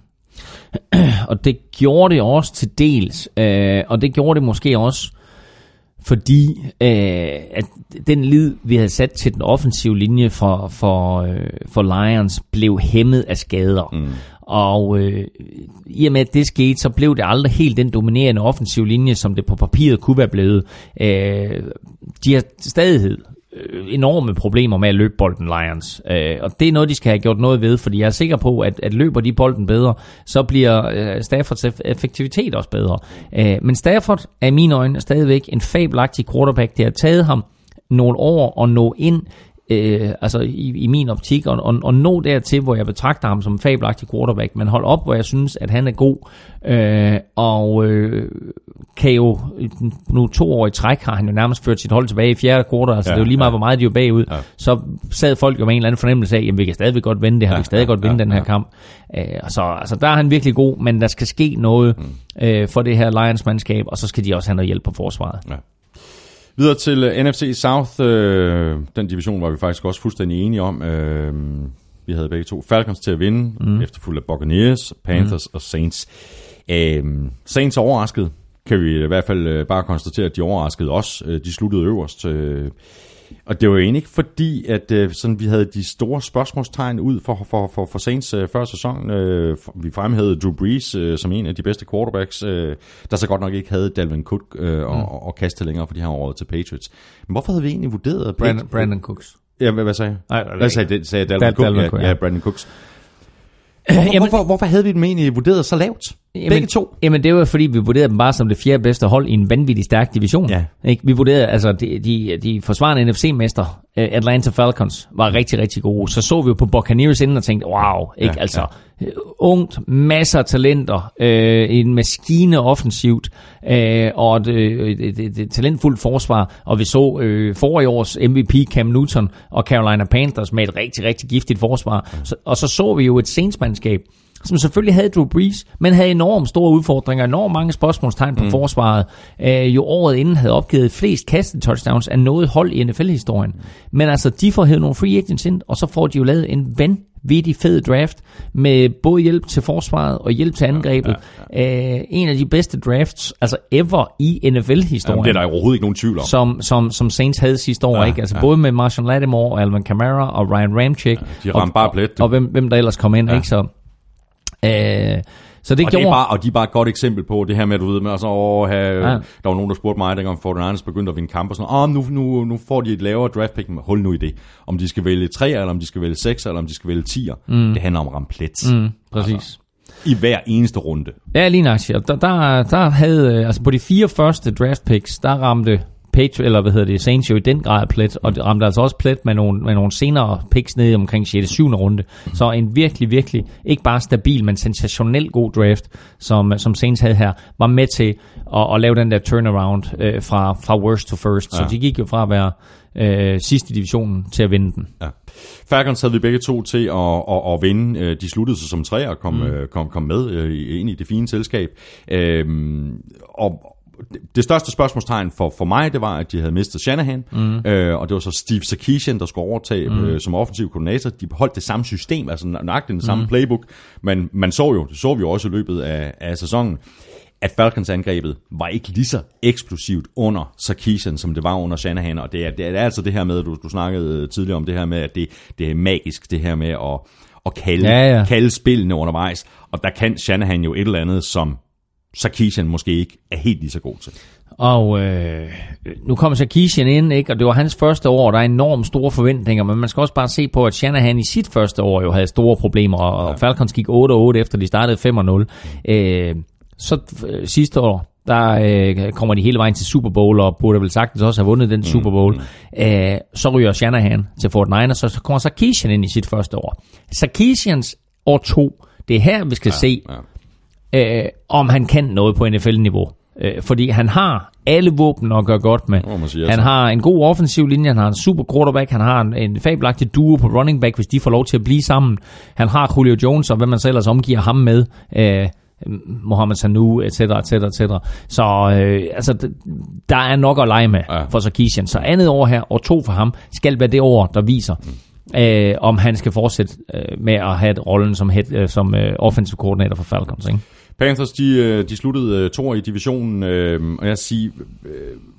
Og det gjorde det også til dels, øh, og det gjorde det måske også, fordi øh, at den lid, vi havde sat til den offensive linje for, for, øh, for Lions, blev hæmmet af skader. Mm. Og øh, i og med at det skete, så blev det aldrig helt den dominerende offensive linje, som det på papiret kunne være blevet. Øh, de har stadighed enorme problemer med at løbe bolden, Lions. Øh, og det er noget, de skal have gjort noget ved, fordi jeg er sikker på, at, at løber de bolden bedre, så bliver øh, Staffords effektivitet også bedre. Øh, men Stafford er i mine øjne stadigvæk en fabelagtig quarterback. Det har taget ham nogle år at nå ind Øh, altså i, i min optik, og, og, og nå dertil, hvor jeg betragter ham som en fabelagtig quarterback, men hold op, hvor jeg synes, at han er god, øh, og øh, kan jo, nu to år i træk, har han jo nærmest ført sit hold tilbage i fjerde kvartal, altså ja, det er jo lige meget, ja. hvor meget de er bagud, ja. Så sad folk jo med en eller anden fornemmelse af, jamen vi kan stadigvæk godt vinde det her, ja, vi kan stadig ja, godt vinde ja, den her ja. kamp, øh, så altså, der er han virkelig god, men der skal ske noget mm. øh, for det her Lions-mandskab, og så skal de også have noget hjælp på forsvaret. Ja.
Videre til N F C South, øh, den division var vi faktisk også fuldstændig enige om. Øh, vi havde begge to Falcons til at vinde, mm. efterfulgt af Buccaneers, Panthers mm. og Saints. Øh, Saints overraskede, kan vi i hvert fald bare konstatere, at de overraskede os. De sluttede øverst. Øh, Og det var jo egentlig ikke fordi, at øh, sådan, vi havde de store spørgsmålstegn ud for, for, for, for Saints øh, før sæsonen. Øh, vi fremhævede Drew Brees øh, som en af de bedste quarterbacks, øh, der så godt nok ikke havde Dalvin Cook øh, og, mm. og, og kaste længere, for de her året til Patriots. Men hvorfor havde vi egentlig vurderet...
Brandon, Brandon Cooks.
Ja, hvad, hvad sagde jeg?
Nej,
hvad sagde jeg? Sagde Dalvin Cook?
Dalvin Cook,
ja, ja, Brandon Cooks. Hvorfor, jamen, hvorfor, hvorfor havde vi dem egentlig vurderet så lavt?
Jamen,
Begge to?
Jamen det var fordi, vi vurderede dem bare som det fjerde bedste hold i en vanvittig stærk division.
Ja.
Ikke? Vi vurderede, altså de, de, de forsvarende N F C-mester, Atlanta Falcons, var rigtig, rigtig gode. Så så vi jo på Buccaneers inden og tænkte, wow, ikke? Ja, altså ja. Ungt, masser af talenter, øh, en maskine offensivt, øh, og et, et, et, et talentfuldt forsvar. Og vi så øh, forrige års M V P Cam Newton og Carolina Panthers med et rigtig, rigtig giftigt forsvar. Ja. Så, og så så vi jo et Saints-mandskab, som selvfølgelig havde Drew Brees, men havde enormt store udfordringer, enormt mange spørgsmålstegn på mm. forsvaret. Øh, jo året inden havde opgivet flest kastet touchdowns af noget hold i N F L-historien. Men altså, de får hævet nogle free agents ind, og så får de jo lavet en vanvittig fed draft med både hjælp til forsvaret og hjælp til angrebet. Ja, ja, ja. Øh, en af de bedste drafts, altså ever i N F L-historien.
Ja, det er der overhovedet ikke nogen tvivl om.
Som, som, som Saints havde sidste år, ja, ikke? Altså ja. Både med Marshawn Lattimore og Alvin Kamara og Ryan Ramczyk.
Ja, de ramte bare plet.
Og, og hvem, hvem der ellers kom ind, ja. Ikke? Så... Øh, så det
og,
gjorde...
det er bare, og de er bare et godt eksempel på det her med, du ved, med, altså, åh, have, ja. Der var nogen, der spurgte mig, dengang forty-niners begyndte at vinde kamp, og sådan, åh, nu, nu, nu får de et lavere draft pick, men hold nu i det. Om de skal vælge tre, eller om de skal vælge seks, eller om de skal vælge tier. Mm. Det handler om ramplet.
Mm, præcis. Altså,
i hver eneste runde.
Ja, lige nok. Der, der, der havde, altså på de fire første draft picks, der ramte Patriot, eller hvad hedder det, Saints jo i den grad plet, og det ramte altså også plet med nogle, med nogle senere picks nede omkring sjette syvende runde. Mm. Så en virkelig, virkelig, ikke bare stabil, men sensationel god draft, som, som Saints havde her, var med til at, at lave den der turnaround øh, fra, fra worst to first. Ja. Så de gik jo fra at være øh, sidst i divisionen til at vinde den. Ja.
Falcons havde vi begge to til at, at, at vinde. De sluttede sig som treer og kom, mm. kom, kom med øh, ind i det fine selskab. Øhm, og det største spørgsmålstegn for, for mig, det var, at de havde mistet Shanahan, mm. øh, og det var så Steve Sarkisian, der skulle overtage mm. øh, som offensiv koordinator. De beholdt det samme system, altså nøjagtigt den samme mm. playbook, men man så jo, det så vi jo også i løbet af, af sæsonen, at Falcons angrebet var ikke lige så eksplosivt under Sarkisian, som det var under Shanahan, og det er, det er altså det her med, du, du snakkede tidligere om det her med, at det, det er magisk, det her med at, at kalde, ja, ja. kalde spillene undervejs, og der kan Shanahan jo et eller andet, som Sarkisian måske ikke er helt lige så god til.
Og øh, nu kommer Sarkisian ind, ikke? Og det var hans første år, og der er enormt store forventninger, men man skal også bare se på, at Shanahan i sit første år jo havde store problemer, og ja. Falcons gik otte og otte efter de startede fem og nul. Øh, så øh, sidste år, der øh, kommer de hele vejen til Super Bowl, og burde vel sagtens også have vundet den Super Bowl. Mm. Øh, så ryger Shanahan til forty-niners, så, så kommer Sarkisian ind i sit første år. Sarkisians år to, det er her, vi skal ja, se, ja. Øh, om han kan noget på N F L-niveau. Øh, fordi han har alle våben at gøre godt med. Oh, han altså. har en god offensiv linje, han har en super quarterback, han har en, en fabelagtig duo på running back, hvis de får lov til at blive sammen. Han har Julio Jones, og hvad man så ellers omgiver ham med. Øh, Mohamed Sanu, et cetera, et cetera, et cetera. Så øh, altså, der er nok at lege med ja. for Sarkisian. Så andet år her, år to for ham, skal være det år, der viser, mm. øh, om han skal fortsætte øh, med at have rollen som, head, øh, som øh, offensive coordinator for Falcons, ikke?
Panthers, de, de sluttede to i divisionen, øh, og jeg siger, øh,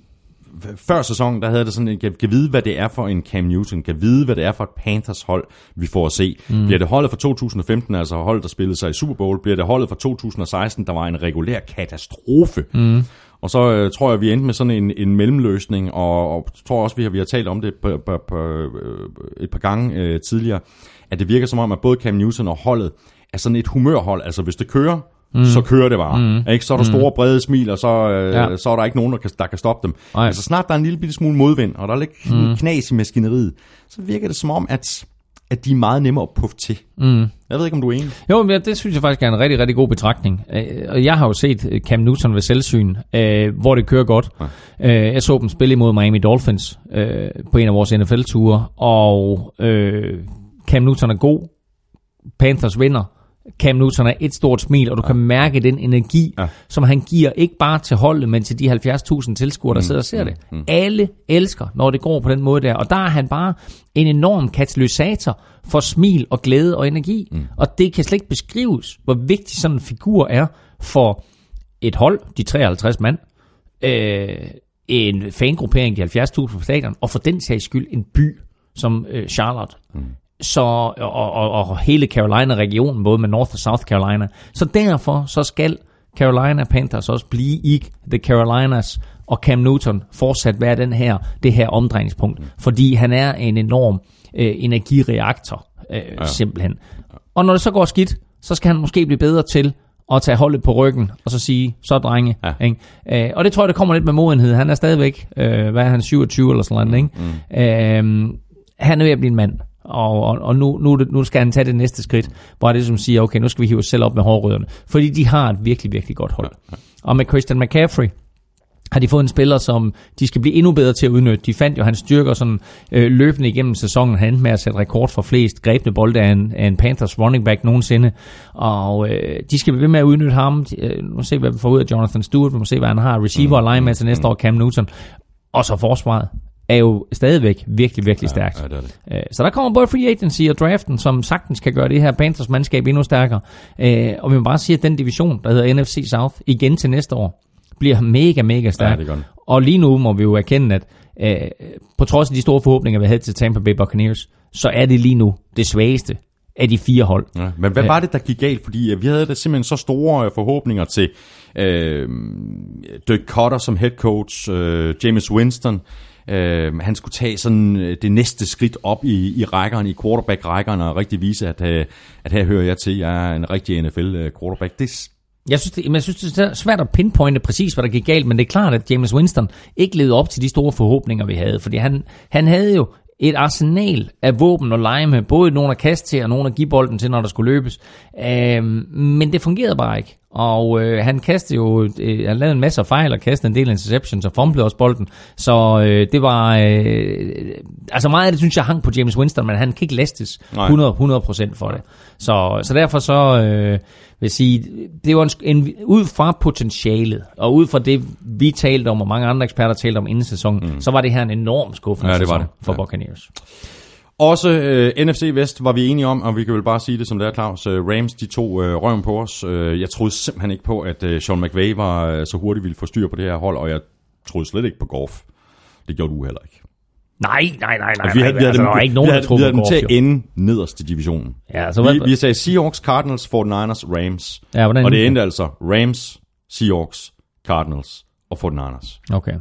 før sæsonen, der havde det sådan, at kan, kan vide, hvad det er for en Cam Newton, kan vide, hvad det er for et Panthers hold, vi får at se. Mm. Bliver det holdet fra to tusind og femten, altså holdet, der spillede sig i Super Bowl, bliver det holdet fra to tusind og seksten, der var en regulær katastrofe. Mm. Og så øh, tror jeg, vi endte med sådan en, en mellemløsning, og, og tror også, vi har, vi har talt om det på, på, på, et par gange øh, tidligere, at det virker som om, at både Cam Newton og holdet er sådan et humørhold. Altså hvis det kører, Mm. så kører det bare. Mm. Ikke? Så er der store, brede smil, og så, øh, ja. så er der ikke nogen, der kan, der kan stoppe dem. Ej. Men så snart der er en lille bitte smule modvind, og der er lidt mm. knas i maskineriet, så virker det som om, at, at de er meget nemmere at puffe til. Mm. Jeg ved ikke, om du er enig?
Jo, men det synes jeg faktisk er en rigtig, rigtig god betragtning. Og jeg har jo set Cam Newton ved selvsyn, øh, hvor det kører godt. Ja. Jeg så dem spille imod Miami Dolphins øh, på en af vores N F L-ture, og øh, Cam Newton er god. Panthers vinder. Cam Newton er et stort smil, og du ja. kan mærke den energi, ja. som han giver, ikke bare til holdet, men til de halvfjerds tusind tilskuere, der mm, sidder og ser mm, det. Mm. Alle elsker, når det går på den måde der, og der er han bare en enorm katalysator for smil og glæde og energi. Mm. Og det kan slet ikke beskrives, hvor vigtig sådan en figur er for et hold, de treoghalvtreds mand, øh, en fangruppering, de halvfjerds tusind på stadion, og for den sags skyld en by som øh, Charlotte. Mm. Så, og, og, og hele Carolina-regionen, både med North og South Carolina. Så derfor så skal Carolina Panthers også blive i The Carolinas, og Cam Newton fortsat være den her, det her omdrejningspunkt, mm. fordi han er en enorm øh, energireaktor, øh, ja. simpelthen. Og når det så går skidt, så skal han måske blive bedre til at tage holdet på ryggen, og så sige, så drenge. Ja. Ikke? Øh, og det tror jeg, det kommer lidt med modenhed. Han er stadigvæk, øh, hvad er han, syvogtyve eller sådan noget, ikke? Mm. Øh, han er ved at blive en mand. Og, og, og nu, nu, nu skal han tage det næste skridt, hvor det som siger, okay, nu skal vi hive os selv op med hårrødderne. Fordi de har et virkelig, virkelig godt hold. Ja, ja. Og med Christian McCaffrey har de fået en spiller, som de skal blive endnu bedre til at udnytte. De fandt jo hans styrker sådan, øh, løbende igennem sæsonen. Han endte med at sætte rekord for flest grebne bolde af en, af en Panthers running back nogensinde. Og øh, de skal blive ved med at udnytte ham. Øh, nu må se, hvad vi får ud af Jonathan Stewart. Vi må se, hvad han har. Receiver og line med til næste år, Cam Newton. Og så forsvaret er jo stadigvæk virkelig, virkelig stærkt. Ja, ja, det er det. Så der kommer både free agency og draften, som sagtens kan gøre det her Panthers mandskab endnu stærkere. Og vi må bare sige, at den division, der hedder N F C South, igen til næste år, bliver mega, mega stærk. Ja, og lige nu må vi jo erkende, at øh, på trods af de store forhåbninger, vi havde til Tampa Bay Buccaneers, så er det lige nu det svageste af de fire hold. Ja,
men hvad var det, der gik galt? Fordi vi havde da simpelthen så store forhåbninger til øh, Dirk Koetter som head coach, øh, Jameis Winston. Uh, han skulle tage sådan det næste skridt op i, i rækkerne, i quarterback-rækkerne, og rigtig vise, at, uh, at her hører jeg til, jeg er en rigtig N F L-quarterback. Det
Jeg synes, det, jeg synes, det er svært at pinpointe præcis, hvad der gik galt, men det er klart, at Jameis Winston ikke levede op til de store forhåbninger, vi havde. Fordi han, han havde jo et arsenal af våben og lege med, både nogle at kaste til og nogle at give bolden til, når der skulle løbes. Uh, men det fungerede bare ikke. Og øh, han kastede jo, øh, han lavede en masse fejl og kastede en del interceptions og fumblede også bolden. Så øh, det var, øh, altså meget af det synes jeg hang på Jameis Winston, men han kan ikke læstes hundrede procent for det. Så, så derfor så øh, vil jeg sige, det var en, en, ud fra potentialet, og ud fra det vi talte om, og mange andre eksperter talte om inden sæsonen, mm. så var det her en enorm skuffende ja, sæson det for ja. Buccaneers.
Også øh, N F C Vest var vi enige om, og vi kan vel bare sige det som det er, Claus. Øh, Rams, de to øh, røven på os. Øh, jeg troede simpelthen ikke på, at øh, Sean McVay var øh, så hurtigt ville få styr på det her hold, og jeg troede slet ikke på Goff. Det gjorde du heller ikke.
Nej, nej, nej, nej.
Vi havde, vi havde,
altså,
dem,
der var ikke nogen,
vi havde,
der troede
vi havde
på
dem
Goff,
til at ende nederst i divisionen.
Ja, så
vi, vi sagde Seahawks, Cardinals, forty-niners, Rams.
Ja,
og det endte altså Rams, Seahawks, Cardinals og forty-niners.
Okay.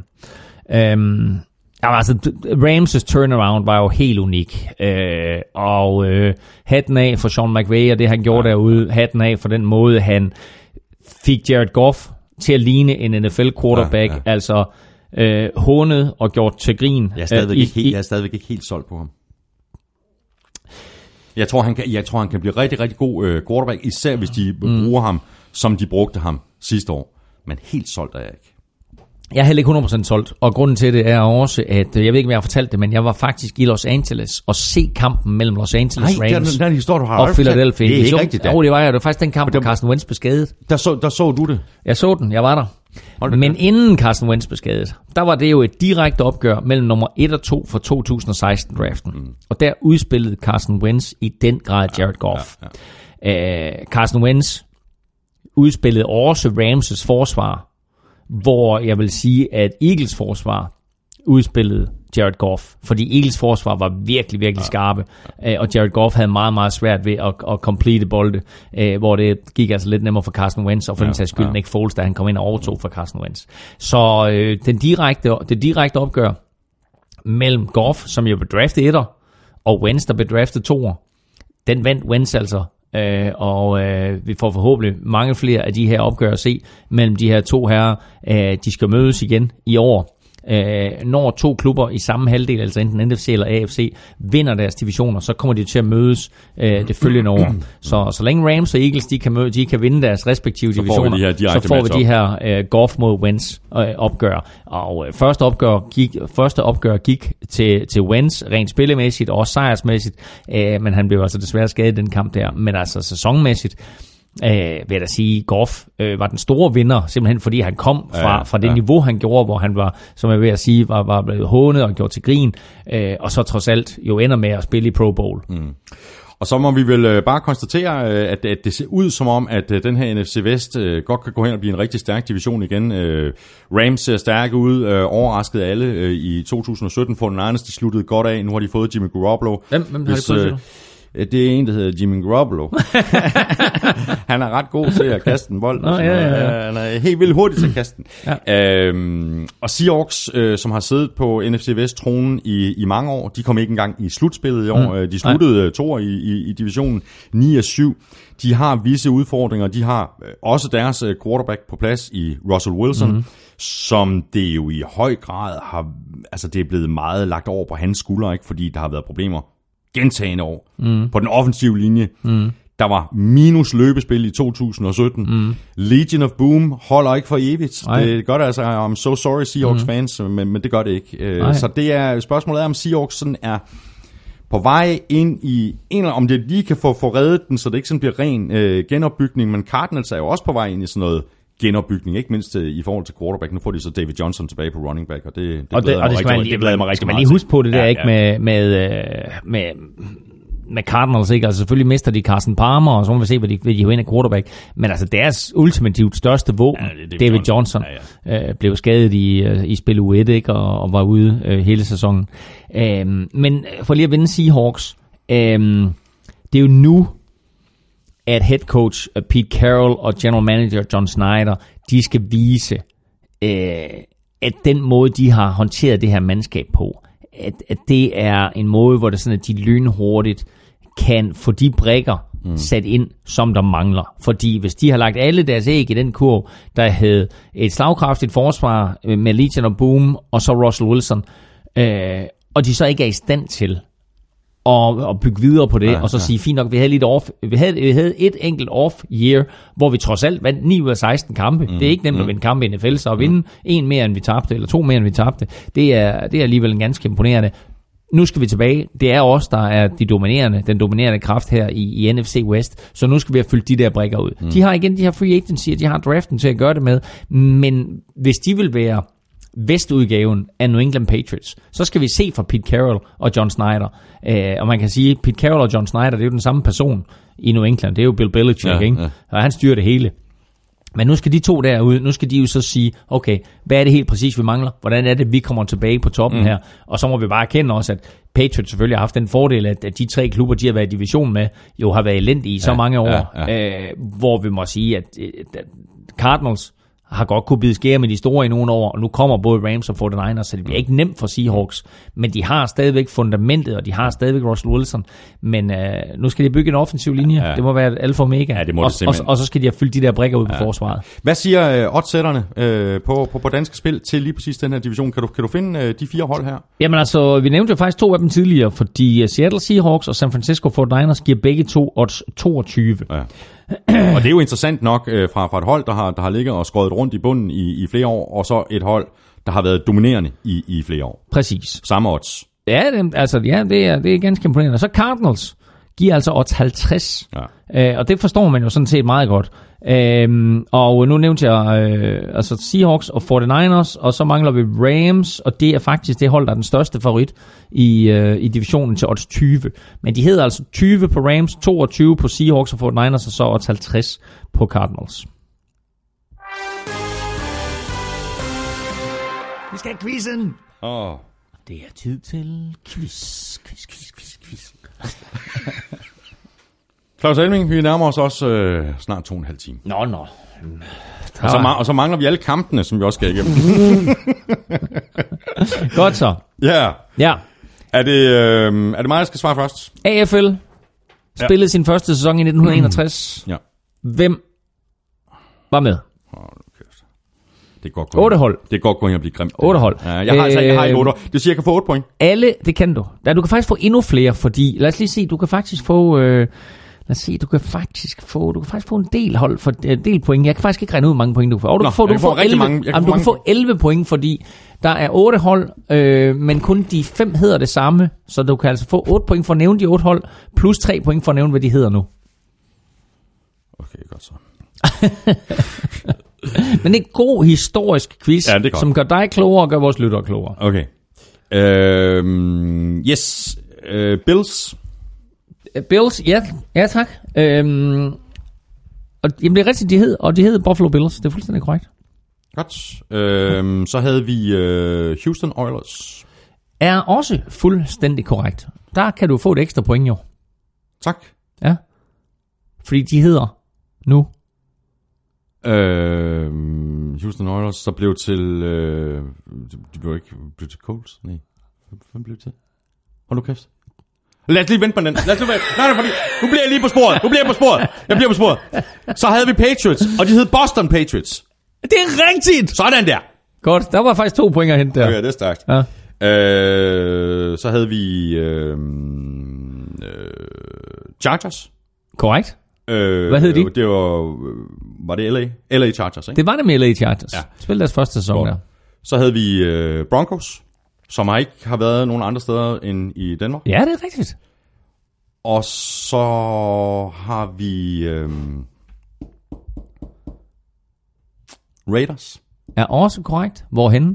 Um Ja, altså, Rams' turnaround var jo helt unik, øh, og øh, hatten af for Sean McVay og det, han gjorde ja. derude, hatten af for den måde, han fik Jared Goff til at ligne en N F L-quarterback, ja, ja. altså øh, hånet og gjort til grin.
Jeg er stadigvæk, øh, ikke, helt, jeg er stadigvæk ikke helt solgt på ham. Jeg tror, han kan, jeg tror, han kan blive rigtig, rigtig god øh, quarterback, især hvis de mm. bruger ham, som de brugte ham sidste år. Men helt solgt er jeg ikke.
Jeg er heller ikke hundrede procent solgt, og grunden til det er også, at jeg ved ikke, om jeg har fortalt det, men jeg var faktisk i Los Angeles og se kampen mellem Los Angeles
Nej,
Rams
den, den historie, du har
og Philadelphia.
Det er ikke rigtigt.
Jo, det var jeg. Det var faktisk den kamp, hvor Carson Wentz blev skadet.
Der så, der så du det?
Jeg så den, jeg var der. Hold men det. Inden Carson Wentz blev skadet, der var det jo et direkte opgør mellem nummer et og to for to tusind og seksten-draften. Mm. Og der udspillede Carson Wentz i den grad Jared Goff. Ja, ja, ja. Uh, Carson Wentz udspillede også Rams' forsvar, hvor jeg vil sige, at Eagles forsvar udspillede Jared Goff, fordi Eagles forsvar var virkelig, virkelig skarpe, ja. og Jared Goff havde meget, meget svært ved at, at complete bolde, hvor det gik altså lidt nemmere for Carson Wentz, og for ja, den sags skyld ja. Nick Foles, da han kom ind og overtog for Carson Wentz. Så øh, den direkte, det direkte opgør mellem Goff, som jo blev draftet etter, og Wentz, der blev draftet toer, den vandt Wentz altså. Uh, og uh, vi får forhåbentlig mange flere af de her opgør at se mellem de her to herrer. Uh, de skal mødes igen i år. Uh, når to klubber i samme halvdel, altså enten N F C eller A F C, vinder deres divisioner, så kommer de til at mødes uh, det følgende år. Så så længe Rams og Eagles de kan, møde, de kan vinde deres respektive så divisioner, får så får vi de her uh, Goff mod Wentz uh, opgør. Og uh, første opgør gik, første opgør gik til, til Wentz rent spillemæssigt og også sejrsmæssigt, uh, men han blev altså desværre skadet i den kamp der. Men altså sæsonmæssigt, Øh, vil jeg da sige, Goff øh, var den store vinder, simpelthen fordi han kom fra, ja, fra det ja. niveau, han gjorde, hvor han var, som jeg vil at sige, var, var blevet hånet og gjort til grin, øh, og så trods alt jo ender med at spille i Pro Bowl. Mm.
Og så må vi vel øh, bare konstatere, øh, at, at det ser ud som om, at øh, den her N F C Vest øh, godt kan gå hen og blive en rigtig stærk division igen. Øh, Rams ser stærke ud, øh, overraskede alle øh, i to tusind og sytten. For den Niners, de sluttede godt af. Nu har de fået Jimmy Garoppolo.
Hvem, hvem har de fået, øh,
Det er en, der hedder Jimmy Garoppolo. Han er ret god til at kaste en bold.
Nå, ja, ja, ja.
Han er helt vildt hurtig til at kaste den.
Ja.
Øhm, og Seahawks, øh, som har siddet på N F C Vest-tronen i, i mange år, de kom ikke engang i slutspillet i år. Mm. De sluttede to år i, i, i divisionen, ni af syv. De har visse udfordringer. De har også deres quarterback på plads i Russell Wilson, mm. som det jo i høj grad har... Altså, det er blevet meget lagt over på hans skuldre, ikke? Fordi der har været problemer gentagende år mm. på den offensive linje. Mm. Der var minus løbespil i to tusind og sytten. Mm. Legion of Boom holder ikke for evigt. Ej. Det gør det altså. I'm so sorry Seahawks mm. fans, men, men det gør det ikke. Ej. Så det er spørgsmålet er, om Seahawks sådan er på vej ind i en, om det lige kan få, få reddet den, så det ikke sådan bliver ren øh, genopbygning. Men Cardinals er jo også på vej ind i sådan noget genopbygning, ikke mindst uh, i forhold til quarterback. Nu får de så David Johnson tilbage på running back, og det, det
og det, og det skal man, det man, mig rigtig meget. Man lige huske på det der, ja, ikke ja. med med med med Cardinals, ikke? Altså selvfølgelig mister de Carson Palmer, og så må vi se, hvad de vil de ind af quarterback. Men altså deres ultimativt største våben, ja, David, David Johnson, Johnson ja, ja. Øh, blev skadet i i spil U et, ikke? Og, og var ude øh, hele sæsonen. Øhm, men for lige at vinde Seahawks, øhm, det er jo nu, at head coach Pete Carroll og general manager John Schneider, de skal vise, øh, at den måde, de har håndteret det her mandskab på, at, at det er en måde, hvor det sådan, at de lynhurtigt kan få de brikker mm. sat ind, som der mangler. Fordi hvis de har lagt alle deres æg i den kurv, der havde et slagkraftigt forsvar med Legion of Boom og så Russell Wilson, øh, og de så ikke er i stand til Og, og bygge videre på det, ja, og så ja. sige, fint nok, vi havde lidt off, vi havde, vi havde et enkelt off-year, hvor vi trods alt vandt ni ud af seksten kampe. Mm. Det er ikke nemt mm. at vinde kampe i N F L, så at vinde mm. en mere, end vi tabte, eller to mere, end vi tabte, det er, det er alligevel en ganske imponerende. Nu skal vi tilbage. Det er os, der er de dominerende, den dominerende kraft her i, i N F C West, så nu skal vi have fyldt de der brikker ud. Mm. De har igen de her free agency, de har draften til at gøre det med, men hvis de vil være vestudgaven af New England Patriots, så skal vi se fra Pete Carroll og John Schneider. Øh, og man kan sige, Pete Carroll og John Schneider, det er jo den samme person i New England. Det er jo Bill Belichick, ja, ikke? Ja. Og han styrer det hele. Men nu skal de to derude, nu skal de jo så sige, okay, hvad er det helt præcis, vi mangler? Hvordan er det, vi kommer tilbage på toppen mm. her? Og så må vi bare erkende også, at Patriots selvfølgelig har haft den fordel, at de tre klubber, de har været i division med, jo har været elendige i så ja, mange år, ja, ja. Øh, hvor vi må sige, at, at Cardinals har godt kunne bide skære med de store i nogle år, og nu kommer både Rams og forty-niners, så det bliver ikke nemt for Seahawks, men de har stadigvæk fundamentet, og de har stadigvæk Russell Wilson, men øh, nu skal de bygge en offensiv linje, ja. Det må være et alfa og omega,
ja, det må
og,
det
og, og så skal de have fyldt de der brikker ud ja. på forsvaret.
Hvad siger øh, oddsætterne øh, på, på, på danske spil til lige præcis den her division? Kan du, kan du finde øh, de fire hold her?
Jamen altså, vi nævnte jo faktisk to af dem tidligere, fordi Seattle Seahawks og San Francisco forty-niners giver begge to odds toogtyve. Ja.
Og det er jo interessant nok øh, fra, fra et hold, der har, der har ligget og skåret rundt i bunden i, i flere år, og så et hold, der har været dominerende i, i flere år.
Præcis.
Samme odds.
Ja, det, altså, ja det, er, det er ganske imponerende. Så Cardinals giver altså odds halvtreds, ja. øh, og det forstår man jo sådan set meget godt. Øhm, og nu nævnte jeg øh, altså Seahawks og forty-niners, og så mangler vi Rams, og det er faktisk det hold, der er den største favorit i, øh, i divisionen til odds tyve. Men de hedder altså tyve på Rams, toogtyve på Seahawks og forty-niners, og så odds halvtreds på Cardinals. Vi skal have quizzen!
Åh. Oh.
Det er tid til quiz, quiz, quiz, quiz, quiz.
Claus Elming, vi nærmer os også øh, snart to og en halv time.
Nå, nå.
Og så, og så mangler vi alle kampene, som vi også skal igennem.
Godt så.
Ja. Yeah.
Ja.
Er det, øh, er det mig, der skal svare først?
A F L spillede ja. sin første sæson i nitten enogtres.
Ja.
Hvem var med?
Det er godt gå
otte hold.
Det er godt gå ind og blive grimt.
otte hold.
Ja, jeg har, altså, jeg har et otte. Det siger, jeg kan få otte point.
Alle, det kan du. Ja, du kan faktisk få endnu flere, fordi, lad os lige se, du kan faktisk få, øh, lad os se, du kan faktisk få, du kan faktisk få en del hold for en del point. Jeg kan faktisk ikke regne ud, hvor mange point du kan få. Og du
Nå,
kan få, du kan få elleve,
mange,
jamen, du kan få elleve point, fordi der er otte hold, øh, men kun de fem hedder det samme, så du kan altså få otte point for at nævne de otte hold, plus tre point for at nævne, hvad de hedder nu.
Okay, godt så.
Men det er en god historisk quiz,
ja,
som gør dig klogere og gør vores lyttere klogere.
Okay. Uh, yes. Uh, Bills.
Bills, ja, ja tak. Øhm, og jamen, det er rigtigt, de hed, og de hed Buffalo Bills. Det er fuldstændig korrekt.
Godt. Øhm, så havde vi øh, Houston Oilers.
Er også fuldstændig korrekt. Der kan du få et ekstra point, jo.
Tak.
Ja. Fordi de hedder nu.
Øh, Houston Oilers, så blev til... Øh, de blev ikke blev til Colts? Nej. Hvem blev det til? Hold nu kæft. Lad os lige vente på den. Lad os lige vente. Nej, nej, fordi nu bliver jeg lige på sporet. Nu bliver jeg på sporet. Jeg bliver på sporet. Så havde vi Patriots, og de hed Boston Patriots.
Det er rigtigt!
Sådan der.
Godt, der var faktisk to point at hente der.
Okay, det er stærkt.
Ja.
Øh, så havde vi øh, øh, Chargers.
Korrekt.
Øh,
Hvad hed de?
Det var, var det L A? L A Chargers, ikke?
Det var det med L A Chargers.
Ja.
Spil deres første sæson
Godt.
der.
Så havde vi øh, Broncos, som ikke har været nogen andre steder end i Danmark.
Ja, det er rigtigt.
Og så har vi øh, Raiders.
Er også korrekt. Hvorhenne?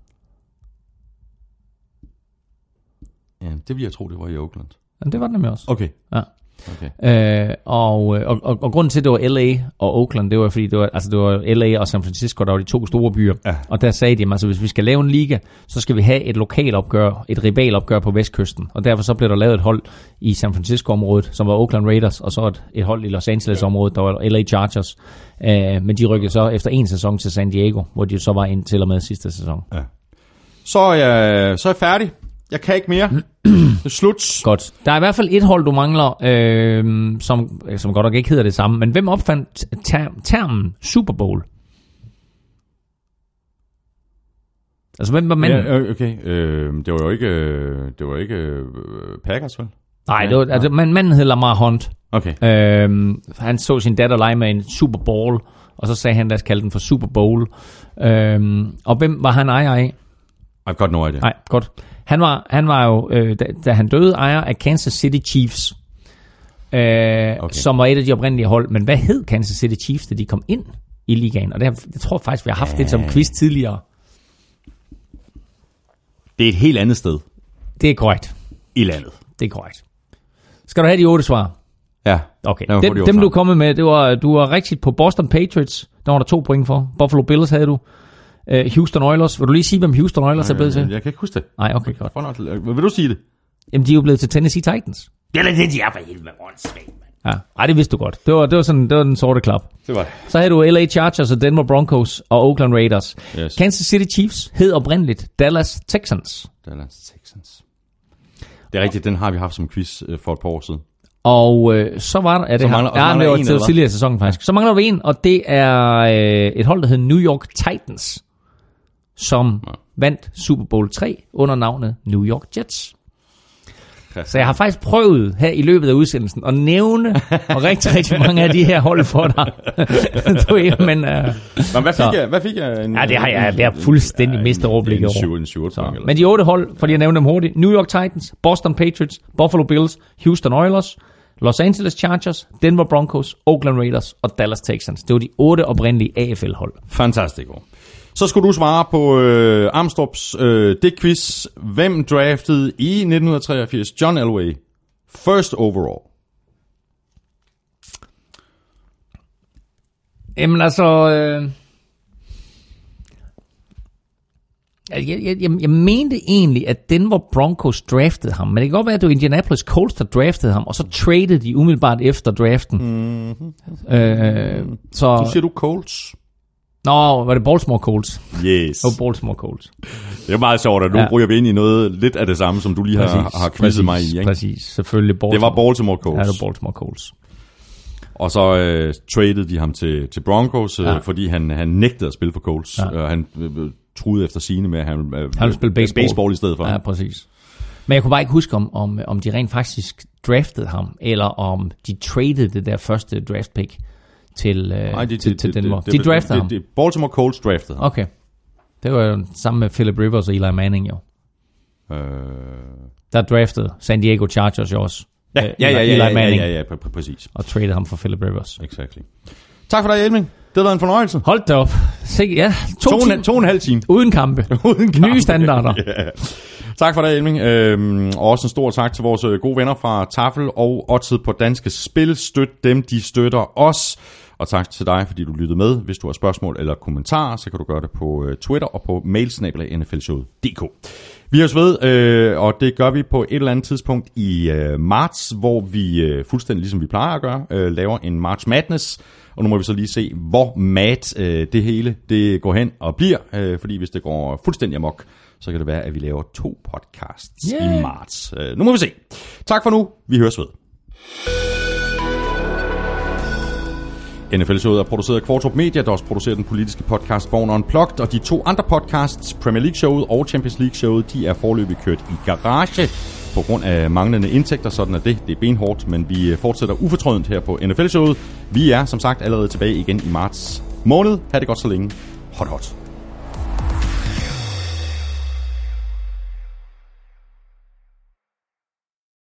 Ja, det vil jeg tro, det var i Oakland.
Jamen, det var det nemlig også.
Okay.
Ja.
Okay.
Øh, og, og, og, og grunden til, at det var L A og Oakland, det var fordi, det var, altså det var L A og San Francisco, der var de to store byer.
Ja.
Og der sagde de, at altså, hvis vi skal lave en liga, så skal vi have et lokalopgør, et rivalopgør på vestkysten. Og derfor så blev der lavet et hold i San Francisco-området, som var Oakland Raiders, og så et, et hold i Los Angeles-området, der var L A Chargers. Øh, men de rykkede så efter en sæson til San Diego, hvor de så var ind til og med sidste sæson.
Ja. Så er jeg, så er jeg færdig. Jeg kan ikke mere. Det er slut.
Godt. Der er i hvert fald et hold, du mangler, øh, som, som godt nok ikke hedder det samme. Men hvem opfandt ter- termen Super Bowl? Altså, hvem var manden?
Ja, okay. Øh, det var jo ikke, det var ikke øh, Packers, vel?
Nej, det var, altså, man, manden hed Lamar Hunt.
Okay.
Øh, han så sin datter lege med en Super Bowl, og så sagde han, lad os kalde den for Super Bowl. Øh, og hvem var han ejer af?
I've got no idea.
Nej, godt. Han var, han var jo, øh, da, da han døde, ejer af Kansas City Chiefs, øh, okay. som var et af de oprindelige hold. Men hvad hed Kansas City Chiefs, da de kom ind i ligaen? Og det, har, jeg tror faktisk, vi har haft ja. det som quiz tidligere.
Det er et helt andet sted.
Det er korrekt.
I landet.
Det er korrekt. Skal du have de otte svar?
Ja.
Okay. Dem, de dem du kom med, det var, du var rigtigt på Boston Patriots. Der var der to point for. Buffalo Bills havde du. Uh, Houston Oilers. Vil du lige sige, hvem Houston Oilers
Nej,
er blevet til?
Jeg, jeg kan ikke huske det.
Nej, okay, godt.
Vil du sige det?
Jamen, de er jo blevet til Tennessee Titans.
Det er det, de er for helvede, åndssvagt, mand.
Ja, ej, det vidste du godt. Det var, det var, sådan, det var den sorte klap.
Det var det.
Så havde du L A Chargers og Denver Broncos og Oakland Raiders.
Yes.
Kansas City Chiefs hed oprindeligt Dallas Texans.
Dallas Texans. Det er rigtigt, den har vi haft som quiz øh, for et par år siden.
Og øh, så var der... Er det
så
her?
Mangler,
ja, det var til tidligere i sæsonen faktisk.
Ja.
Så mangler vi en, og det er øh, et hold, der hedder New York Titans, som ja. vandt Super Bowl tre under navnet New York Jets. Så jeg har faktisk prøvet her i løbet af udsendelsen at nævne og rigtig, rigtig mange af de her hold for dig. Du er, men, uh,
men hvad fik så. jeg? Hvad fik jeg? En,
ja, det har jeg, jeg fuldstændig ja, mistet overblikket over.
En syv, en syv,
men de otte hold, fordi jeg nævnte dem hurtigt. New York Titans, Boston Patriots, Buffalo Bills, Houston Oilers, Los Angeles Chargers, Denver Broncos, Oakland Raiders og Dallas Texans. Det var de otte oprindelige A F L-hold.
Fantastisk. Så skulle du svare på øh, Armstrongs øh, det-quiz. Hvem draftede i nitten treogfirs John Elway first overall?
Jamen altså... Øh, jeg, jeg, jeg, jeg mente egentlig, at Denver Broncos draftede ham. Men det kan godt være, at det var Indianapolis Colts, der draftede ham. Og så tradede de umiddelbart efter draften.
Mm-hmm.
Øh, så
så siger du Colts?
Nå, var det Baltimore Colts?
Yes.
Og Baltimore Colts.
Det er meget sjovt, at nu ja. ryger vi ind i noget lidt af det samme, som du lige præcis, har, har quizzet mig i. Ikke?
Præcis, selvfølgelig
Baltimore. Det var Baltimore Colts.
Ja, det var Baltimore Colts.
Og så øh, tradede de ham til, til Broncos, øh, ja. fordi han, han nægtede at spille for Colts. Ja. Øh, han øh, truede efter sigende med, at han øh,
ville spille baseball.
baseball i stedet for.
Ja, præcis. Men jeg kunne bare ikke huske, om, om, om de rent faktisk draftede ham, eller om de tradede det der første draft pick til, øh, Nej, de, til, de, til de, Denver. De, de, de draftede de, ham?
De, Baltimore Colts draftede ham.
Okay. Det var jo sammen med Philip Rivers og Eli Manning jo.
Øh...
Der draftede San Diego Chargers jo også.
Ja, ja, ja, ja,
Eli
ja,
Manning,
ja, ja, ja, præcis.
og traded ham for Philip Rivers.
Exactly. Tak for dig, Elming. Det har været en fornøjelse.
Hold da op. Se, ja, to,
to,
time,
to og en halv time.
Uden kampe.
Uden kampe.
Nye standarder.
Yeah. Tak for det, Elming. Øhm, og også en stor tak til vores gode venner fra Tafel og Odset på Danske Spil. Støt dem, de støtter os. Og tak til dig, fordi du lyttede med. Hvis du har spørgsmål eller kommentarer, så kan du gøre det på Twitter og på mail snabel-a n f l showet punktum d k. Vi høres ved, øh, og det gør vi på et eller andet tidspunkt i øh, marts, hvor vi øh, fuldstændig ligesom vi plejer at gøre, øh, laver en March Madness. Og nu må vi så lige se, hvor mad øh, det hele det går hen og bliver. Øh, fordi hvis det går fuldstændig amok, så kan det være, at vi laver to podcasts yeah. i marts. Øh, nu må vi se. Tak for nu. Vi høres ved. N F L-showet er produceret af Kvartrup Media, der også producerer den politiske podcast Born Unplugged, og de to andre podcasts, Premier League-showet og Champions League-showet, de er foreløbig kørt i garage på grund af manglende indtægter. Sådan er det. Det er benhårdt, men vi fortsætter ufortrødent her på N F L-showet. Vi er som sagt allerede tilbage igen i marts måned. Ha' det godt så længe. Hot hot.